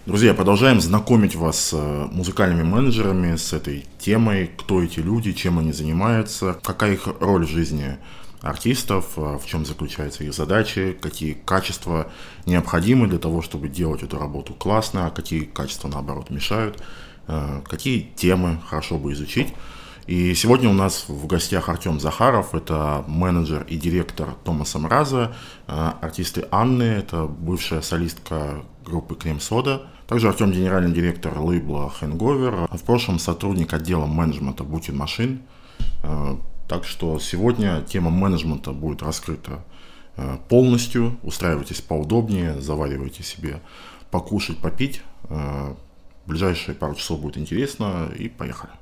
Друзья, продолжаем знакомить вас с музыкальными менеджерами, с этой темой, кто эти люди, чем они занимаются, какая их роль в жизни артистов, в чем заключаются их задачи, какие качества необходимы для того, чтобы делать эту работу классно, а какие качества, наоборот, мешают, какие темы хорошо бы изучить. И сегодня у нас в гостях Артем Захаров, это менеджер и директор Томаса Мраза, артисты Анны, это бывшая солистка группы Крем Сода. Также Артем генеральный директор лейбла Hangover, а в прошлом сотрудник отдела менеджмента Бутин Машин. Так что сегодня тема менеджмента будет раскрыта полностью. Устраивайтесь поудобнее, заваривайте себе покушать, попить. В ближайшие пару часов будет интересно, и поехали.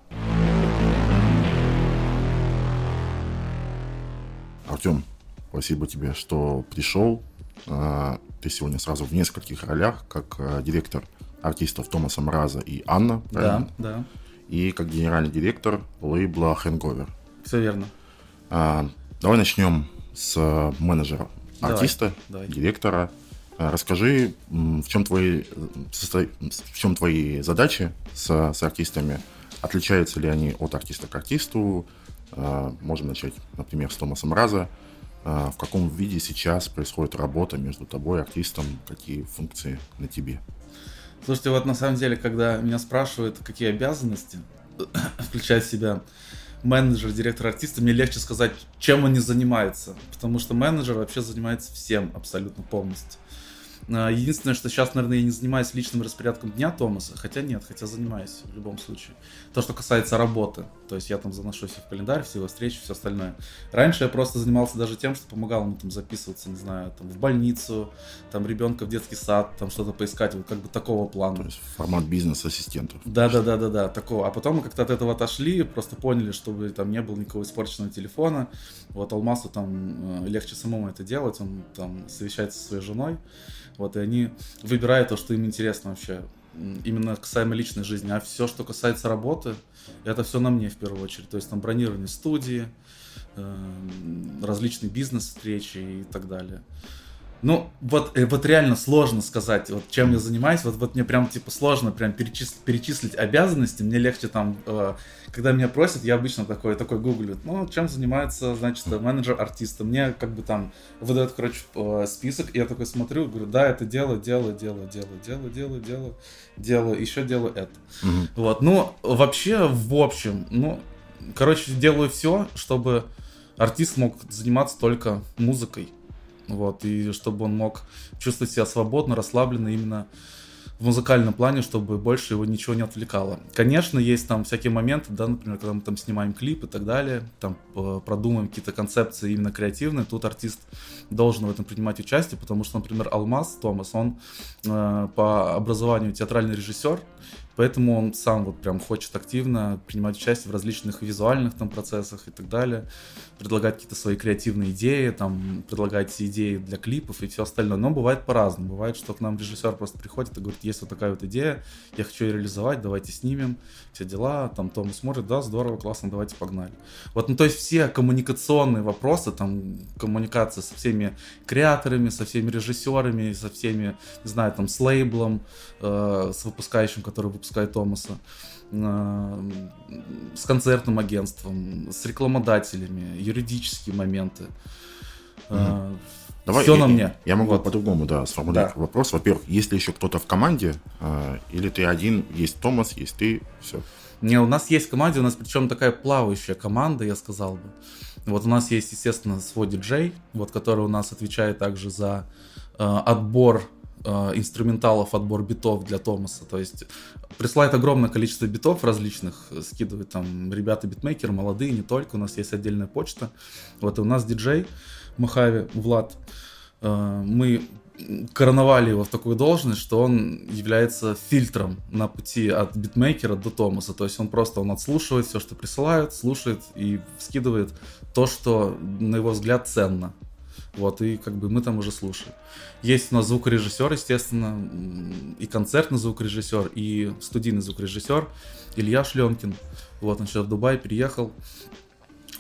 Артем, спасибо тебе, что пришел. Ты сегодня сразу в нескольких ролях, как директор артистов Томаса Мраза и Анна, правильно? Да. И как генеральный директор лейбла Hangover. Все верно. Давай начнем с менеджера артиста, директора. Расскажи, в чем твои задачи с артистами, отличаются ли они от артиста к артисту. Можем начать, например, с Томаса Мраза. В каком виде сейчас происходит работа между тобой и артистом, какие функции на тебе? Слушайте, вот на самом деле, когда меня спрашивают, какие обязанности включает в себя менеджер, директор артиста, мне легче сказать, чем они занимаются, потому что менеджер вообще занимается всем абсолютно полностью. Единственное, что сейчас, наверное, я не занимаюсь личным распорядком дня Томаса, хотя занимаюсь в любом случае. То, что касается работы, то есть я там заношу все в календарь, все его встречи, все остальное. Раньше я просто занимался даже тем, что помогал ему там записываться, не знаю, там в больницу, там ребенка в детский сад, там что-то поискать, вот как бы такого плана. То есть формат бизнес-ассистентов. Да, такого. А потом мы как-то от этого отошли, просто поняли, чтобы там не было никакого испорченного телефона. Вот Алмасу там легче самому это делать, он там совещается со своей женой. Вот, и они выбирают то, что им интересно вообще, именно касаемо личной жизни. А все, что касается работы, это все на мне в первую очередь. То есть там бронирование студии, различные бизнес-встречи и так далее. Ну, вот реально сложно сказать, вот чем я занимаюсь, вот мне прям типа сложно прям перечислить обязанности, мне легче там, когда меня просят, я обычно такой гуглю, чем занимается, значит, менеджер артиста, мне как бы там выдают, короче, список, и я такой смотрю, говорю, да, это делаю, еще делаю это. Вот, вообще, в общем, делаю все, чтобы артист мог заниматься только музыкой. Вот, и чтобы он мог чувствовать себя свободно, расслабленно именно в музыкальном плане, чтобы больше его ничего не отвлекало. Конечно, есть там всякие моменты, да, например, когда мы там снимаем клип и так далее, там продумываем какие-то концепции именно креативные, тут артист должен в этом принимать участие, потому что, например, Томас, он по образованию театральный режиссер, поэтому он сам вот прям хочет активно принимать участие в различных визуальных там процессах и так далее, предлагать какие-то свои креативные идеи, там, предлагать идеи для клипов и все остальное. Но бывает по-разному. Бывает, что к нам режиссер просто приходит и говорит, есть вот такая вот идея, я хочу ее реализовать, давайте снимем, все дела. Там Томас смотрит, да, здорово, классно, давайте погнали. Вот, то есть все коммуникационные вопросы, там, коммуникация со всеми креаторами, со всеми режиссерами, со всеми, не знаю, там, с лейблом, с выпускающим, который выпускает Томаса, с концертным агентством, с рекламодателями, юридические моменты. Давай, все на мне. Я могу по-другому сформулировать вопрос. Во-первых, есть ли еще кто-то в команде, или ты один, есть Томас, есть ты, все? Не, у нас есть команда, у нас причем такая плавающая команда, я сказал бы. Вот у нас есть, естественно, свой диджей, вот, который у нас отвечает также за отбор инструменталов, отбор битов для Томаса, то есть присылает огромное количество битов различных, скидывают там ребята-битмейкеры, молодые, не только, у нас есть отдельная почта, вот, и у нас диджей Махави Влад, мы короновали его в такую должность, что он является фильтром на пути от битмейкера до Томаса, то есть он отслушивает все, что присылают, слушает и скидывает то, что, на его взгляд, ценно. Вот, и как бы мы там уже слушаем. Есть у нас звукорежиссер, естественно, и концертный звукорежиссер, и студийный звукорежиссер Илья Шленкин. Вот, он сейчас в Дубай переехал.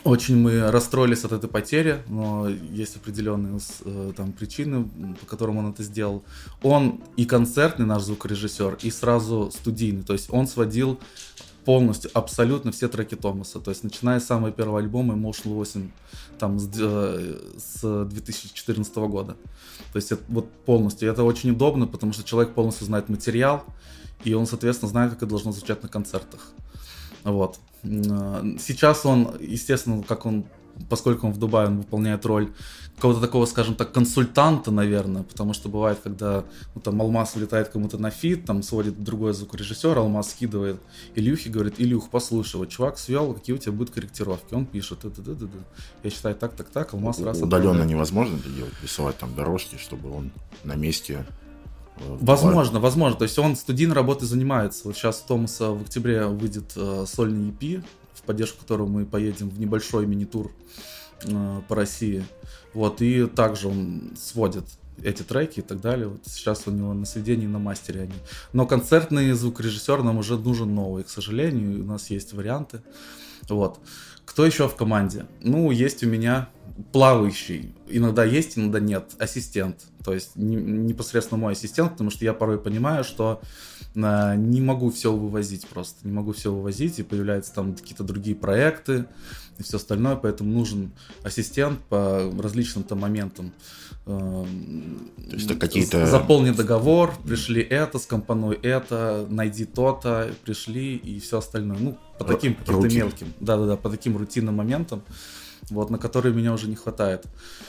Очень мы расстроились от этой потери, но есть определенные там причины, по которым он это сделал. Он и концертный наш звукорежиссер, и сразу студийный. То есть он сводил полностью, абсолютно все треки Томаса. То есть начиная с самого первого альбома Emotional 8 там, с 2014 года. То есть это вот полностью. И это очень удобно, потому что человек полностью знает материал, и он, соответственно, знает, как это должно звучать на концертах. Вот. Сейчас он, естественно, поскольку он в Дубае, он выполняет роль какого-то такого, скажем так, консультанта, наверное, потому что бывает, когда там Алмаз улетает кому-то на фит, там сводит другой звукорежиссер, Алмаз скидывает Илюхе, говорит: Илюх, послушай, вот чувак свел, какие у тебя будут корректировки? Он пишет: я считаю так, Алмаз раз. Удаленно невозможно это делать, рисовать там дорожки, чтобы он на месте... Возможно. То есть он студийной работой занимается. Вот сейчас у Томаса в октябре выйдет сольный EP, в поддержку которого мы поедем в небольшой мини-тур по России. Вот, и также он сводит эти треки и так далее. Вот сейчас у него на сведении, на мастере они. Но концертный звукорежиссер нам уже нужен новый, к сожалению. У нас есть варианты. Вот. Кто еще в команде? Ну, есть у меня плавающий. Иногда есть, иногда нет. Ассистент. То есть непосредственно мой ассистент, потому что я порой понимаю, что не могу все вывозить просто. Не могу все вывозить, и появляются там какие-то другие проекты и все остальное. Поэтому нужен ассистент по различным там моментам. То есть это какие-то... Заполни договор, пришли это, скомпонуй это, найди то-то, пришли и все остальное. Ну, по таким каким-то мелким. Да, по таким рутинным моментам, вот, на которые меня уже не хватает.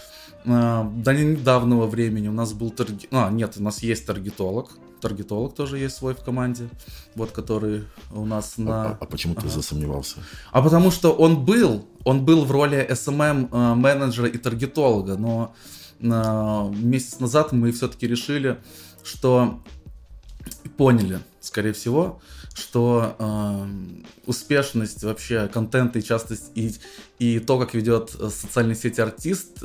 До недавнего времени у нас был у нас есть таргетолог. Таргетолог тоже есть свой в команде, вот, который у нас на... А почему ты засомневался? А потому что он был в роли SMM менеджера и таргетолога, но месяц назад мы все-таки решили, что поняли, скорее всего, что успешность вообще контента и частость и то, как ведет социальные сети артист,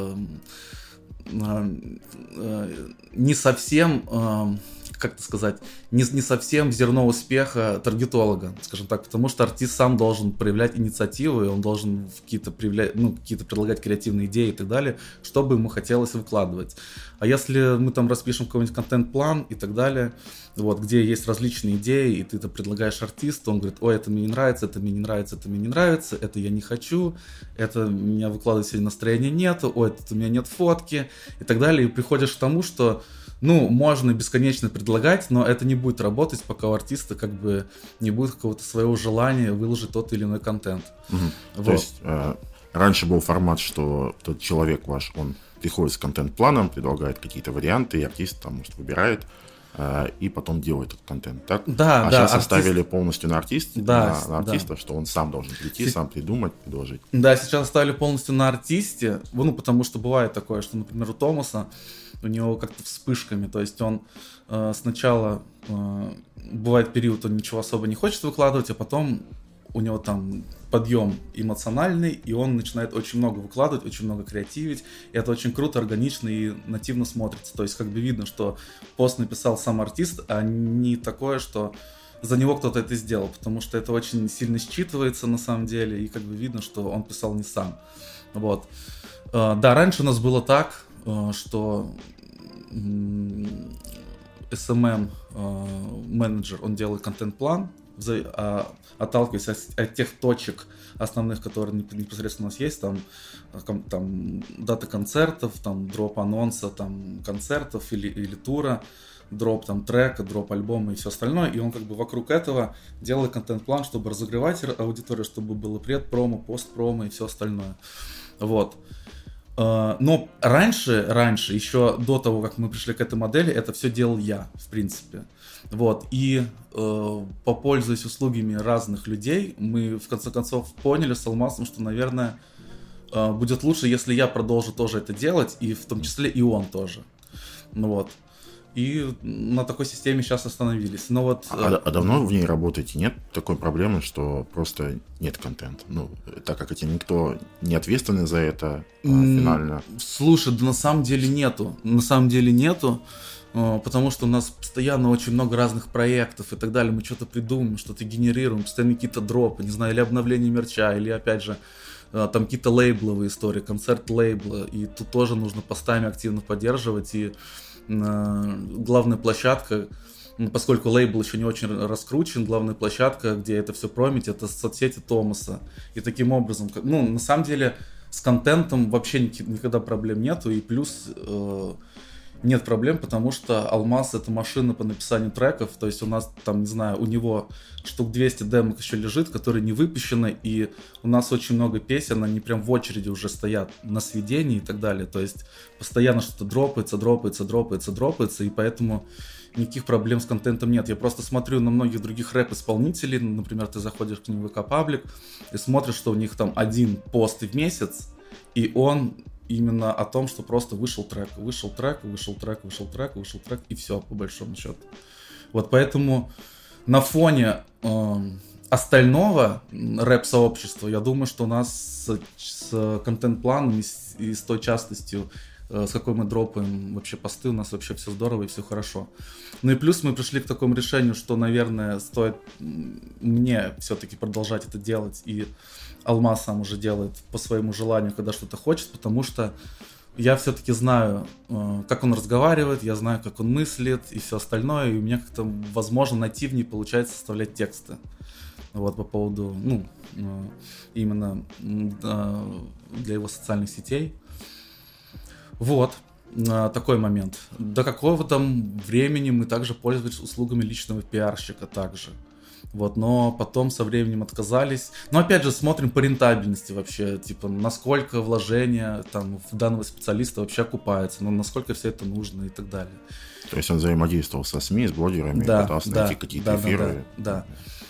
не совсем, как это сказать, не совсем зерно успеха таргетолога, скажем так, потому что артист сам должен проявлять инициативу, и он должен какие-то предлагать креативные идеи и так далее, чтобы ему хотелось выкладывать. А если мы там распишем какой-нибудь контент-план и так далее, вот, где есть различные идеи, и ты это предлагаешь артисту, он говорит: ой, это мне не нравится, это мне не нравится, это мне не нравится, это я не хочу, это у меня выкладывать сегодня настроения нету, ой, это у меня нет фотки и так далее, и приходишь к тому, что можно бесконечно предлагать, но это не будет работать, пока у артиста как бы не будет какого-то своего желания выложить тот или иной контент. Угу. Вот. То есть раньше был формат, что тот человек ваш, он приходит с контент-планом, предлагает какие-то варианты, и артист там, может, выбирает и потом делает этот контент, так? Да, сейчас оставили полностью на артиста, да. Что он сам должен прийти, сам придумать, предложить. Да, сейчас оставили полностью на артисте, потому что бывает такое, что, например, у Томаса у него как-то вспышками, то есть он сначала, бывает период, он ничего особо не хочет выкладывать, а потом у него там подъем эмоциональный, и он начинает очень много выкладывать, очень много креативить, и это очень круто, органично и нативно смотрится, то есть как бы видно, что пост написал сам артист, а не такое, что за него кто-то это сделал, потому что это очень сильно считывается на самом деле, и как бы видно, что он писал не сам. Вот. Да, раньше у нас было так, что SMM менеджер, он делает контент-план, отталкиваясь от тех точек основных, которые непосредственно у нас есть, там дата концертов, там дроп анонса, там концертов или тура, дроп там трека, дроп альбома и все остальное, и он как бы вокруг этого делает контент-план, чтобы разогревать аудиторию, чтобы было пред-промо, пост-промо и все остальное. Вот. Но раньше, еще до того, как мы пришли к этой модели, это все делал я, в принципе. Вот. И попользуясь услугами разных людей, мы в конце концов поняли с Алмазом, что, наверное, будет лучше, если я продолжу тоже это делать, и в том числе и он тоже. Вот. И на такой системе сейчас остановились. Но вот, а давно в ней работаете? Нет такой проблемы, что просто нет контента? Так как никто не ответственный за это финально. Слушай, да на самом деле нету. Потому что у нас постоянно очень много разных проектов и так далее. Мы что-то придумываем, что-то генерируем, постоянно какие-то дропы, не знаю, или обновление мерча, или опять же там какие-то лейбловые истории, концерт-лейблы, и тут тоже нужно постами активно поддерживать, и главная площадка, поскольку лейбл еще не очень раскручен, главная площадка, где это все промить, это соцсети Томаса. И таким образом, на самом деле, с контентом вообще никогда проблем нету, и плюс нет проблем, потому что Алмаз — это машина по написанию треков, то есть у нас там, не знаю, у него штук 200 демок еще лежит, которые не выпущены, и у нас очень много песен, они прям в очереди уже стоят на сведении и так далее, то есть постоянно что-то дропается, и поэтому никаких проблем с контентом нет. Я просто смотрю на многих других рэп-исполнителей, например, ты заходишь к ним в ВК-паблик и смотришь, что у них там один пост в месяц, и он именно о том, что просто вышел трек, и все, по большому счету. Вот поэтому на фоне остального рэп-сообщества, я думаю, что у нас с контент-планом и с той частостью, с какой мы дропаем вообще посты, у нас вообще все здорово и все хорошо. Ну и плюс мы пришли к такому решению, что, наверное, стоит мне все-таки продолжать это делать, и Алмаз сам уже делает по своему желанию, когда что-то хочет, потому что я все-таки знаю, как он разговаривает, я знаю, как он мыслит и все остальное, и у меня как-то, возможно, нативнее получается составлять тексты. Вот по поводу, именно для его социальных сетей. Вот, такой момент. До какого-то времени мы также пользовались услугами личного пиарщика также. Вот, но потом со временем отказались. Но опять же смотрим по рентабельности вообще, типа насколько вложения там в данного специалиста вообще окупается, насколько все это нужно и так далее. То есть он взаимодействовал со СМИ, с блогерами, пытался найти какие-то эфиры. Да.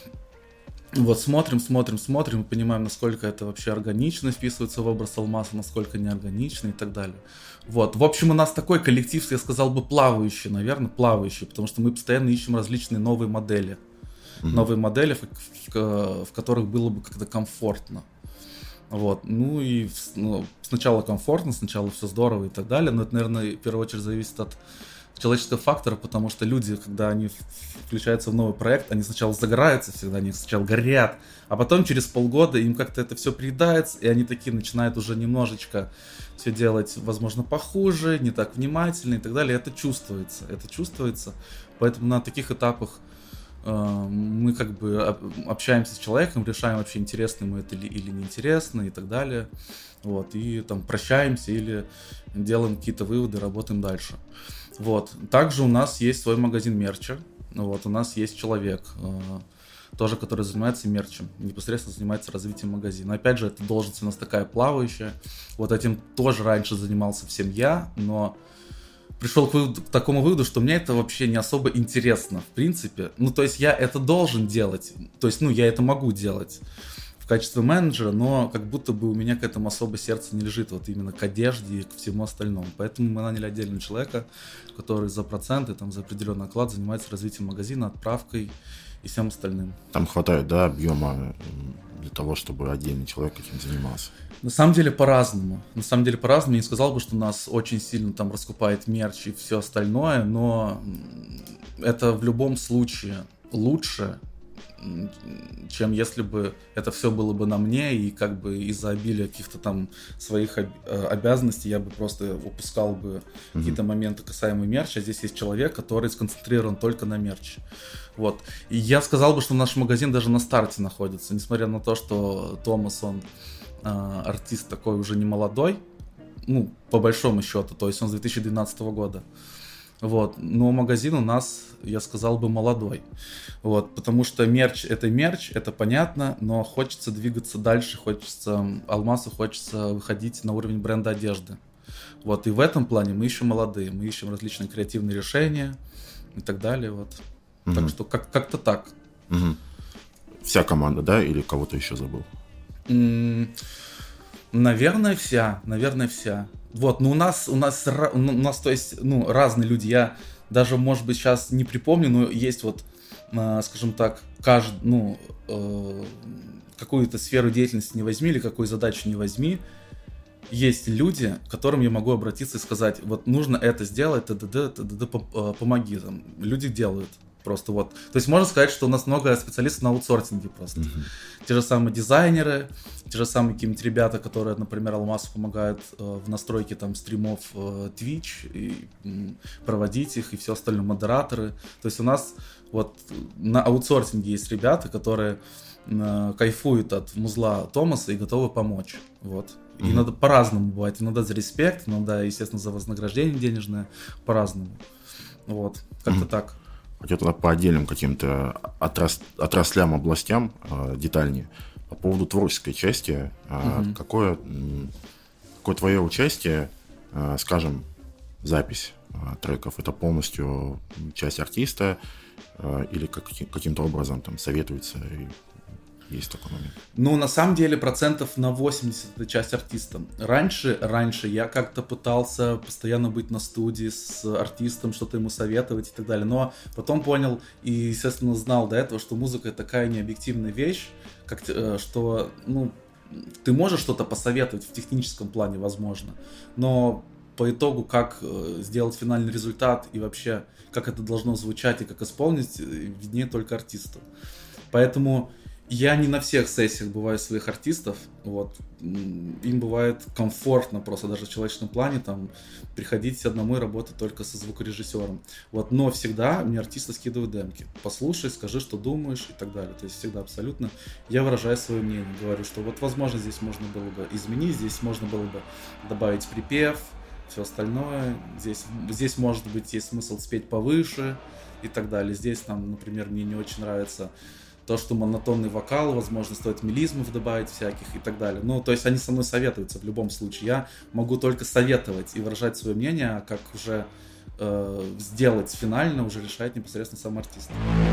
Вот смотрим и понимаем, насколько это вообще органично вписывается в образ Алмаза, насколько неорганично и так далее. Вот, в общем, у нас такой коллектив, я сказал бы, плавающий, наверное, потому что мы постоянно ищем различные новые модели. Новые модели, в которых было бы как-то комфортно. Вот. Ну и сначала комфортно, сначала все здорово и так далее, но это, наверное, в первую очередь зависит от человеческого фактора, потому что люди, когда они включаются в новый проект, они сначала загораются всегда, они сначала горят, а потом через полгода им как-то это все приедается, и они такие начинают уже немножечко все делать, возможно, похуже, не так внимательно и так далее. Это чувствуется. Поэтому на таких этапах мы как бы общаемся с человеком, решаем вообще, интересно ему это или неинтересно и так далее. Вот, и там прощаемся или делаем какие-то выводы, работаем дальше. Вот. Также у нас есть свой магазин мерча. Вот, у нас есть человек, тоже, который занимается мерчем, непосредственно занимается развитием магазина. Опять же, эта должность у нас такая плавающая. Вот этим тоже раньше занимался всем я, но пришел к такому выводу, что мне это вообще не особо интересно, в принципе. То есть я это должен делать, то есть, я это могу делать в качестве менеджера, но как будто бы у меня к этому особо сердце не лежит, вот именно к одежде и к всему остальному. Поэтому мы наняли отдельного человека, который за проценты, там, за определенный оклад занимается развитием магазина, отправкой и всем остальным. Там хватает, да, объема для того, чтобы отдельный человек этим занимался? На самом деле по-разному. Я не сказал бы, что нас очень сильно там раскупает мерч и все остальное, но это в любом случае лучше, чем если бы это все было бы на мне, и как бы из-за обилия каких-то там своих обязанностей я бы просто упускал бы какие-то моменты касаемые мерча. Здесь есть человек, который сконцентрирован только на мерче. Вот. И я сказал бы, что наш магазин даже на старте находится, несмотря на то, что Томас, он артист такой уже не молодой, по большому счету, то есть он с 2012 года. Вот. Но магазин у нас, я сказал бы, молодой. Вот. Потому что мерч, это понятно, но хочется двигаться дальше, Алмазу хочется выходить на уровень бренда одежды. Вот. И в этом плане мы еще молодые, мы ищем различные креативные решения и так далее. Вот. Так что как-то так. Вся команда, да, или кого-то еще забыл? Наверное, вся. Вот, но у нас, то есть, разные люди. Я даже, может быть, сейчас не припомню, но есть вот, скажем так, какую-то сферу деятельности не возьми или какую задачу не возьми, есть люди, к которым я могу обратиться и сказать, вот нужно это сделать, помоги. Там, люди делают. Просто вот. То есть можно сказать, что у нас много специалистов на аутсорсинге просто. Те же самые дизайнеры, те же самые какие-нибудь ребята, которые, например, Алмазу помогают в настройке там стримов Twitch, и проводить их, и все остальное, модераторы. То есть у нас вот на аутсорсинге есть ребята, которые кайфуют от музла Томаса и готовы помочь. Вот. И надо по-разному бывает. Иногда за респект, иногда, естественно, за вознаграждение денежное, по-разному. Вот, как-то так. Хотя тогда по отдельным каким-то отраслям, областям детальнее. По поводу творческой части, какое твое участие, скажем, запись треков, это полностью часть артиста или каким-то образом там советуется? Есть такой момент. Ну, на самом деле, 80% это часть артиста. Раньше я как-то пытался постоянно быть на студии с артистом, что-то ему советовать и так далее. Но потом понял и, естественно, знал до этого, что музыка такая необъективная вещь, что, ты можешь что-то посоветовать в техническом плане, возможно, но по итогу, как сделать финальный результат и вообще, как это должно звучать и как исполнить, виднее только артисту. Поэтому я не на всех сессиях бываю своих артистов, вот, им бывает комфортно просто даже в человеческом плане там приходить одному и работать только со звукорежиссером, вот, но всегда мне артисты скидывают демки, послушай, скажи, что думаешь и так далее, то есть всегда абсолютно я выражаю свое мнение, говорю, что вот возможно здесь можно было бы изменить, здесь можно было бы добавить припев, все остальное, здесь может быть есть смысл спеть повыше и так далее, здесь там, например, мне не очень нравится то, что монотонный вокал, возможно, стоит мелизмов добавить всяких и так далее. Ну, то есть они со мной советуются в любом случае. Я могу только советовать и выражать свое мнение, а как уже сделать финально, уже решает непосредственно сам артист.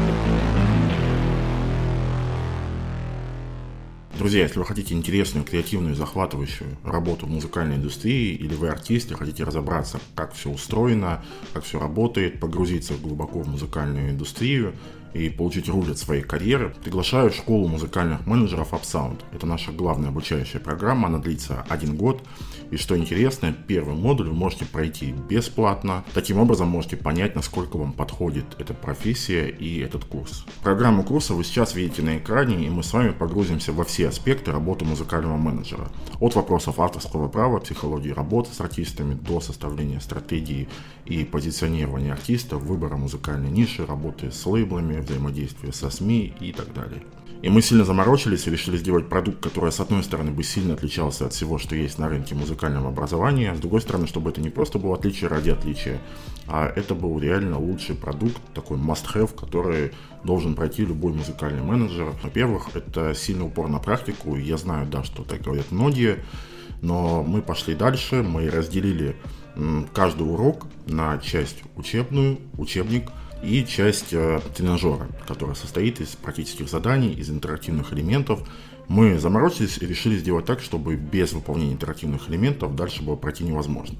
Друзья, если вы хотите интересную, креативную, захватывающую работу в музыкальной индустрии, или вы артист и хотите разобраться, как все устроено, как все работает, погрузиться глубоко в музыкальную индустрию и получить руль от своей карьеры, приглашаю в школу музыкальных менеджеров UpSound. Это наша главная обучающая программа, она длится 1 год. И что интересно, первый модуль вы можете пройти бесплатно. Таким образом можете понять, насколько вам подходит эта профессия и этот курс. Программу курса вы сейчас видите на экране, и мы с вами погрузимся во все аспекты работы музыкального менеджера. От вопросов авторского права, психологии работы с артистами, до составления стратегии и позиционирования артиста, выбора музыкальной ниши, работы с лейблами, взаимодействия со СМИ и так далее. И мы сильно заморочились и решили сделать продукт, который, с одной стороны, бы сильно отличался от всего, что есть на рынке музыкального образования, с другой стороны, чтобы это не просто было отличие ради отличия, а это был реально лучший продукт, такой must-have, который должен пройти любой музыкальный менеджер. Во-первых, это сильный упор на практику, и я знаю, да, что так говорят многие, но мы пошли дальше, мы разделили каждый урок на часть учебную, учебник, и часть тренажера, которая состоит из практических заданий, из интерактивных элементов. Мы заморочились и решили сделать так, чтобы без выполнения интерактивных элементов дальше было пройти невозможно.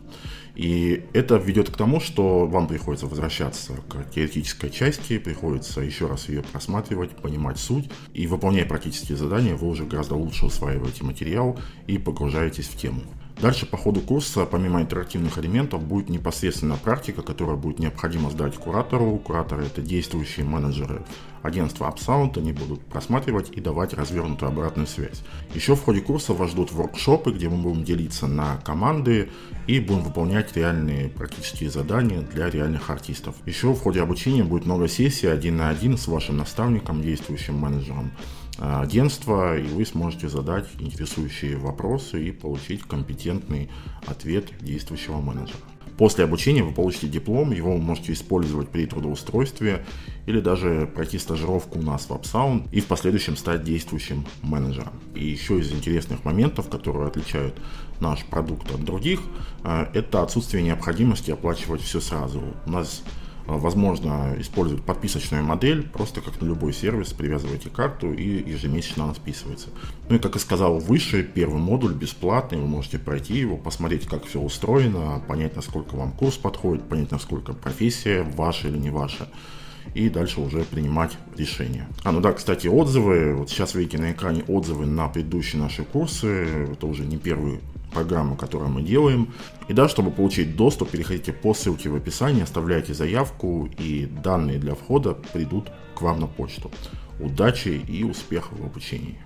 И это ведет к тому, что вам приходится возвращаться к теоретической части, приходится еще раз ее просматривать, понимать суть, и выполняя практические задания, вы уже гораздо лучше усваиваете материал и погружаетесь в тему. Дальше по ходу курса, помимо интерактивных элементов, будет непосредственно практика, которая будет необходимо сдать куратору. Кураторы — это действующие менеджеры агентства UpSound, они будут просматривать и давать развернутую обратную связь. Еще в ходе курса вас ждут воркшопы, где мы будем делиться на команды и будем выполнять реальные практические задания для реальных артистов. Еще в ходе обучения будет много сессий 1 на 1 с вашим наставником, действующим менеджером агентства, и вы сможете задать интересующие вопросы и получить компетентный ответ действующего менеджера. После обучения вы получите диплом, его вы можете использовать при трудоустройстве или даже пройти стажировку у нас в UpSound и в последующем стать действующим менеджером. И еще из интересных моментов, которые отличают наш продукт от других, это отсутствие необходимости оплачивать все сразу. У нас возможно использовать подписочную модель, просто как на любой сервис, привязываете карту и ежемесячно она списывается. Ну и как я сказал выше, первый модуль бесплатный, вы можете пройти его, посмотреть, как все устроено, понять, насколько вам курс подходит, понять, насколько профессия ваша или не ваша. и дальше уже принимать решения. Ну да, кстати, отзывы. Вот сейчас видите на экране отзывы на предыдущие наши курсы. Это уже не первые программы, которые мы делаем. И да, чтобы получить доступ, переходите по ссылке в описании, оставляйте заявку, и данные для входа придут к вам на почту. Удачи и успехов в обучении.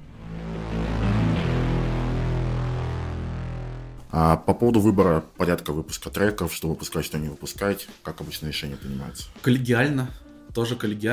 А по поводу выбора порядка выпуска треков, что выпускать, что не выпускать, как обычно решение принимается? Коллегиально, тоже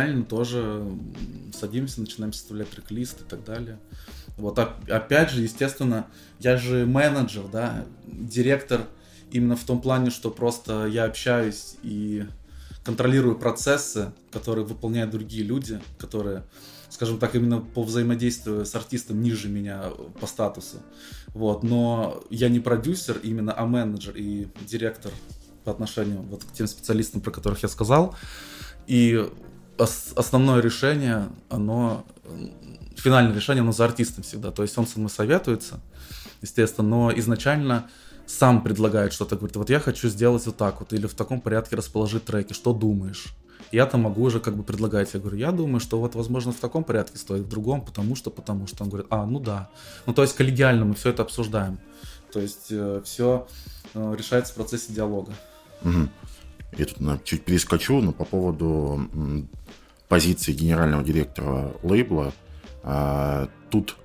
садимся, начинаем составлять трек-лист и так далее. Вот опять же, естественно, я же менеджер, да, директор именно в том плане, что просто я общаюсь и контролирую процессы, которые выполняют другие люди, которые, скажем так, именно по взаимодействию с артистом ниже меня по статусу. Вот. Но я не продюсер именно, а менеджер и директор по отношению вот к тем специалистам, про которых я сказал. И основное решение, финальное решение, оно за артистом всегда. То есть он со мной советуется, естественно, но изначально сам предлагает что-то, говорит, вот я хочу сделать вот так вот, или в таком порядке расположить треки, что думаешь? Я-то могу уже как бы предлагать, я говорю, я думаю, что вот возможно в таком порядке стоит, в другом, потому что. Он говорит, ну да. Ну то есть коллегиально мы все это обсуждаем. То есть все решается в процессе диалога. Угу. Я тут чуть перескочу, но по поводу позиции генерального директора лейбла, тут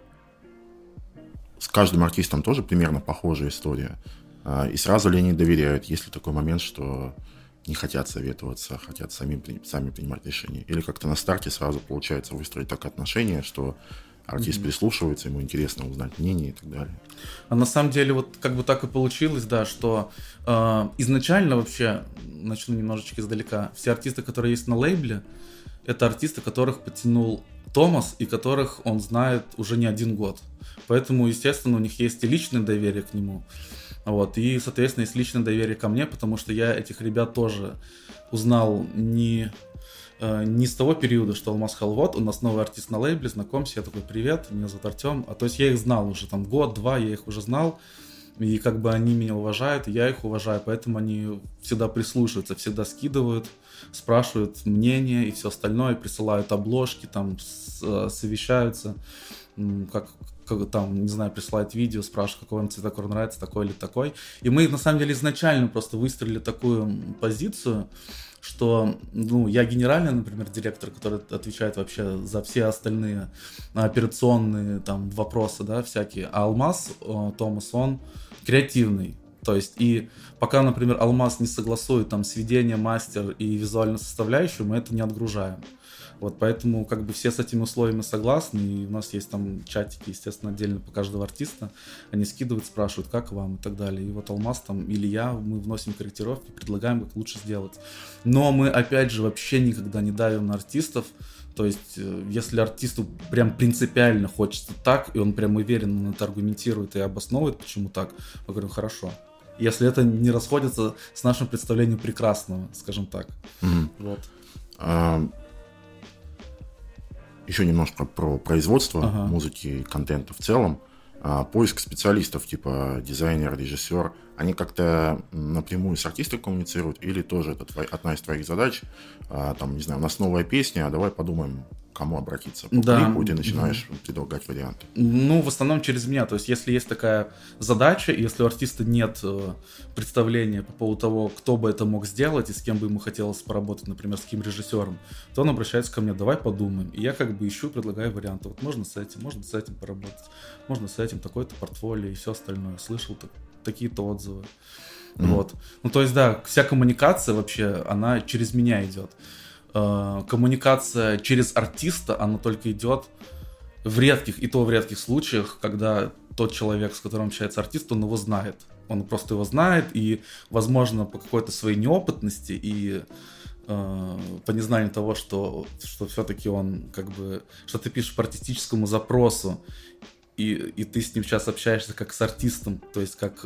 с каждым артистом тоже примерно похожая история. И сразу ли они доверяют, есть ли такой момент, что не хотят советоваться, хотят сами принимать решения? Или как-то на старте сразу получается выстроить так отношения, что артист прислушивается, ему интересно узнать мнение и так далее? А на самом деле вот как бы так и получилось, да, что изначально вообще, начну немножечко издалека, все артисты, которые есть на лейбле, это артисты, которых подтянул Томас, и которых он знает уже не один год. Поэтому, естественно, у них есть и личное доверие к нему. Вот, и, соответственно, есть личное доверие ко мне, потому что я этих ребят тоже узнал не с того периода, что Алмаз сказал, вот, у нас новый артист на лейбле, знакомься, я такой, привет, меня зовут Артем. То есть я их знал уже, там, год-два я их уже знал, и как бы они меня уважают, и я их уважаю, поэтому они всегда прислушиваются, всегда скидывают, спрашивают мнение и все остальное, присылают обложки, там, совещаются, как там, не знаю, присылают видео, спрашивают, какой вам цветокор нравится, такой или такой. И мы, на самом деле, изначально просто выстроили такую позицию, что, я генеральный, например, директор, который отвечает вообще за все остальные операционные там вопросы, да, всякие, а Алмаз, Томас, он креативный. То есть, и пока, например, Алмаз не согласует там сведение, мастер и визуальную составляющую, мы это не отгружаем. Вот, поэтому как бы все с этими условиями согласны, и у нас есть там чатики, естественно, отдельно по каждого артиста, они скидывают, спрашивают, как вам и так далее. И вот Алмаз там или я, мы вносим корректировки, предлагаем, как лучше сделать. Но мы, опять же, вообще никогда не давим на артистов. То есть, если артисту прям принципиально хочется так, и он прям уверен, он это аргументирует и обосновывает, почему так, мы говорим, хорошо. Если это не расходится с нашим представлением прекрасного, скажем так. Вот. Еще немножко про производство музыки и контента в целом. Поиск специалистов типа дизайнер, режиссер, они как-то напрямую с артистом коммуницируют, или тоже это одна из твоих задач? Там, не знаю, у нас новая песня, давай подумаем, к кому обратиться. По клипу ты начинаешь предлагать варианты. В основном через меня. То есть, если есть такая задача, и если у артиста нет представления по поводу того, кто бы это мог сделать и с кем бы ему хотелось поработать, например, с каким режиссером, то он обращается ко мне, давай подумаем. И я как бы ищу, предлагаю варианты. Вот можно с этим поработать, можно с этим, такое-то портфолио и все остальное. Слышал такие-то отзывы. Вот. То есть, да, вся коммуникация вообще, она через меня идет. Коммуникация через артиста, она только идет в редких случаях, когда тот человек, с которым общается артист, он его знает. Он просто его знает, и, возможно, по какой-то своей неопытности и по незнанию того, что все-таки он как бы, что ты пишешь по артистическому запросу, и ты с ним сейчас общаешься как с артистом, то есть как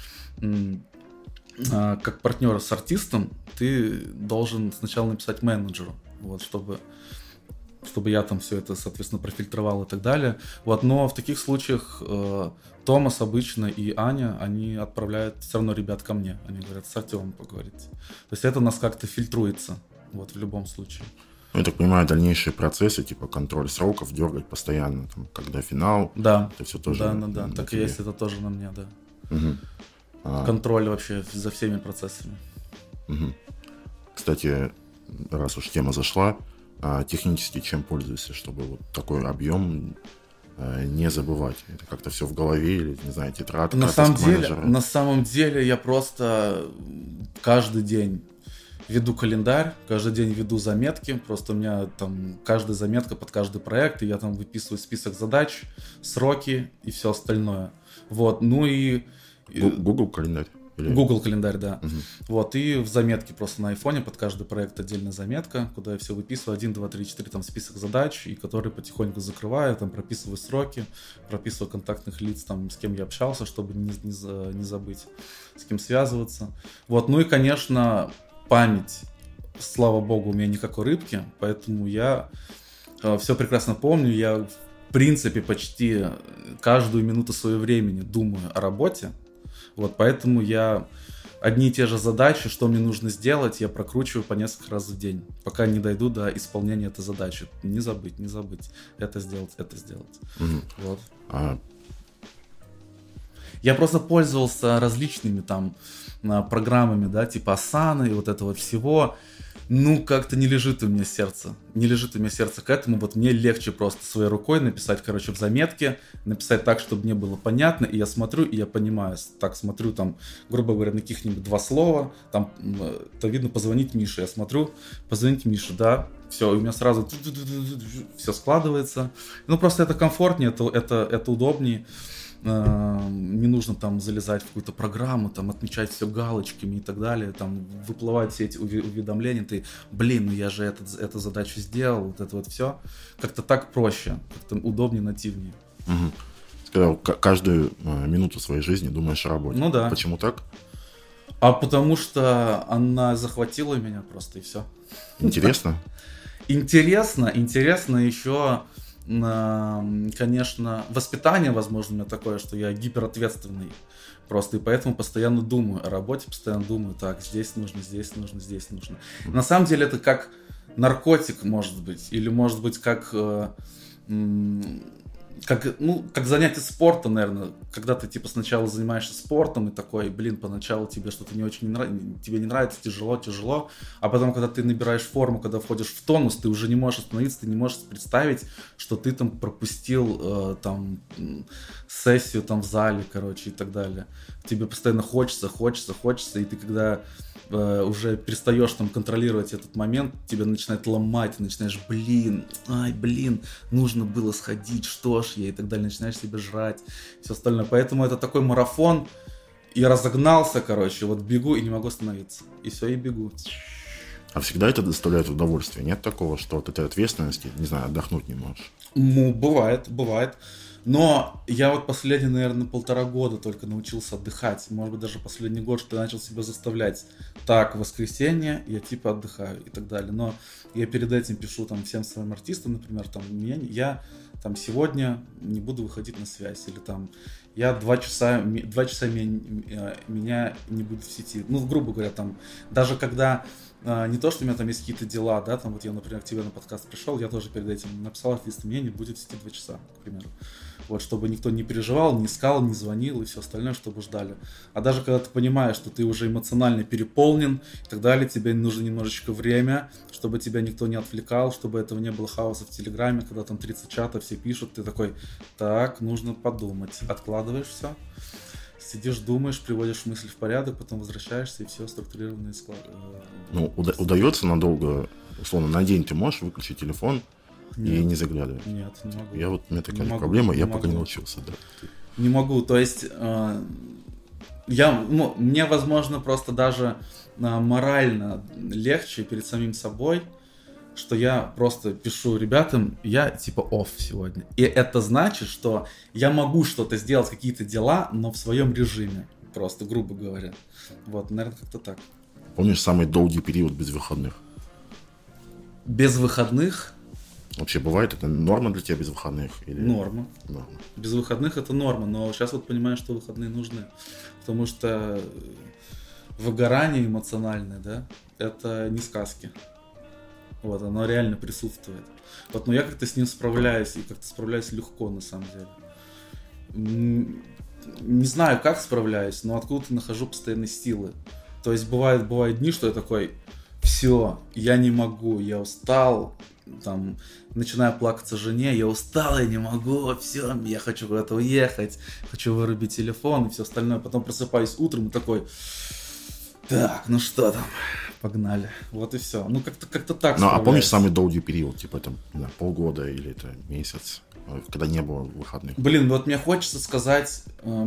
партнер с артистом, ты должен сначала написать менеджеру, вот, чтобы я там все это, соответственно, профильтровал и так далее. Вот, но в таких случаях Томас обычно и Аня, они отправляют все равно ребят ко мне. Они говорят, с Артемом поговорить. То есть это у нас как-то фильтруется, вот, в любом случае. Ну, я так понимаю, дальнейшие процессы, типа контроль сроков, дергать постоянно, там, когда финал. Да. Это все тоже. Да. Так и есть, это тоже на мне, да. Угу. Контроль вообще за всеми процессами. Угу. Кстати, раз уж тема зашла, технически чем пользуешься, чтобы вот такой объем не забывать? Это как-то все в голове или, не знаю, тетрадка? На самом деле я просто каждый день веду календарь, каждый день веду заметки, просто у меня там каждая заметка под каждый проект, и я там выписываю список задач, сроки и все остальное. Вот, ну и... Google календарь? Google календарь, да. Угу. Вот, и в заметке просто на айфоне под каждый проект отдельная заметка, куда я все выписываю, 1, 2, 3, 4, там список задач, и которые потихоньку закрываю, там прописываю сроки, прописываю контактных лиц, там, с кем я общался, чтобы не забыть, с кем связываться. Вот, ну и, конечно, память, слава богу, у меня не как у рыбки, поэтому я все прекрасно помню, я, в принципе, почти каждую минуту своего времени думаю о работе. Вот, поэтому я одни и те же задачи, что мне нужно сделать, я прокручиваю по несколько раз в день, пока не дойду до исполнения этой задачи. Не забыть, это сделать. Вот. Я просто пользовался различными там программами, да, типа Asana и вот этого всего. Ну, как-то не лежит у меня сердце к этому, вот мне легче просто своей рукой написать, короче, в заметке, написать так, чтобы мне было понятно, и я смотрю, и я понимаю, так смотрю, там, грубо говоря, на каких-нибудь 2 слова, там, то видно, позвонить Мише, я смотрю, позвонить Мише, да, все, у меня сразу все складывается, ну, просто это комфортнее, это удобнее. Не нужно там залезать в какую-то программу, там отмечать все галочками и так далее, там выплывать все эти уведомления, ты, ну я же эту задачу сделал, вот это вот все. Как-то так проще, как-то удобнее, нативнее. Угу. Сказал, каждую минуту своей жизни думаешь о работе. Ну да. Почему так? А потому что она захватила меня просто, и все. Интересно? Интересно еще... Конечно, воспитание, возможно, у меня такое, что я гиперответственный просто, и поэтому постоянно думаю о работе, постоянно думаю, так, здесь нужно. На самом деле это как наркотик, может быть, или может быть как занятие спортом, наверное, когда ты типа сначала занимаешься спортом и такой, поначалу тебе что-то не очень тебе не нравится, тяжело, а потом, когда ты набираешь форму, когда входишь в тонус, ты уже не можешь остановиться, ты не можешь представить, что ты там пропустил там сессию там в зале, короче, и так далее. Тебе постоянно хочется, и ты когда уже перестаешь там контролировать этот момент, тебя начинает ломать, ты начинаешь, нужно было сходить, что ж я, и так далее, начинаешь себя жрать, все остальное. Поэтому это такой марафон, и разогнался, короче, вот бегу и не могу остановиться, и все, и бегу. А всегда это доставляет удовольствие? Нет такого, что от этой ответственности, не знаю, отдохнуть не можешь? Ну, бывает. Но я вот последние, наверное, 1,5 года только научился отдыхать. Может быть, даже последний год, что я начал себя заставлять. Так, в воскресенье я типа отдыхаю и так далее. Но я перед этим пишу там всем своим артистам, например, там, я там сегодня не буду выходить на связь. Или там я 2 часа меня не будет в сети. Ну, грубо говоря, там, даже когда... не то, что у меня там есть какие-то дела, да, там вот я, например, к тебе на подкаст пришел, я тоже перед этим написал артистам, меня не будет в сети 2 часа, к примеру. Вот, чтобы никто не переживал, не искал, не звонил и все остальное, чтобы ждали. А даже когда ты понимаешь, что ты уже эмоционально переполнен и так далее, тебе нужно немножечко время, чтобы тебя никто не отвлекал, чтобы этого не было хаоса в Телеграме, когда там 30 чатов, все пишут, ты такой, так, нужно подумать, откладываешь все. Сидишь, думаешь, приводишь мысль в порядок, потом возвращаешься и все структурированно складываешь. Ну, удается надолго, условно, на день ты можешь выключить телефон и не заглядывать? Нет, не могу. У меня такая проблема, я пока не научился, да. Не могу, то есть мне, возможно, просто даже морально легче перед самим собой, что я просто пишу ребятам, я типа off сегодня. И это значит, что я могу что-то сделать, какие-то дела, но в своем режиме. Просто, грубо говоря. Вот, наверное, как-то так. Помнишь самый долгий период без выходных? Без выходных? Вообще бывает это норма для тебя без выходных? Или... Норма. Без выходных это норма, но сейчас вот понимаю, что выходные нужны. Потому что выгорание эмоциональное, да, это не сказки. Вот, оно реально присутствует. Вот, но я как-то с ним справляюсь, и как-то справляюсь легко, на самом деле. Не знаю, как справляюсь, но откуда-то нахожу постоянно силы. То есть бывают дни, что я такой, все, я не могу, я устал, там, начинаю плакаться жене, я устал, я не могу, все, я хочу куда-то уехать, хочу вырубить телефон и все остальное. Потом просыпаюсь утром и такой, так, ну что там, погнали. Вот и все. Ну, как-то так. Ну, а помнишь самый долгий период, типа там, да, полгода или это месяц, когда не было выходных? Блин, вот мне хочется сказать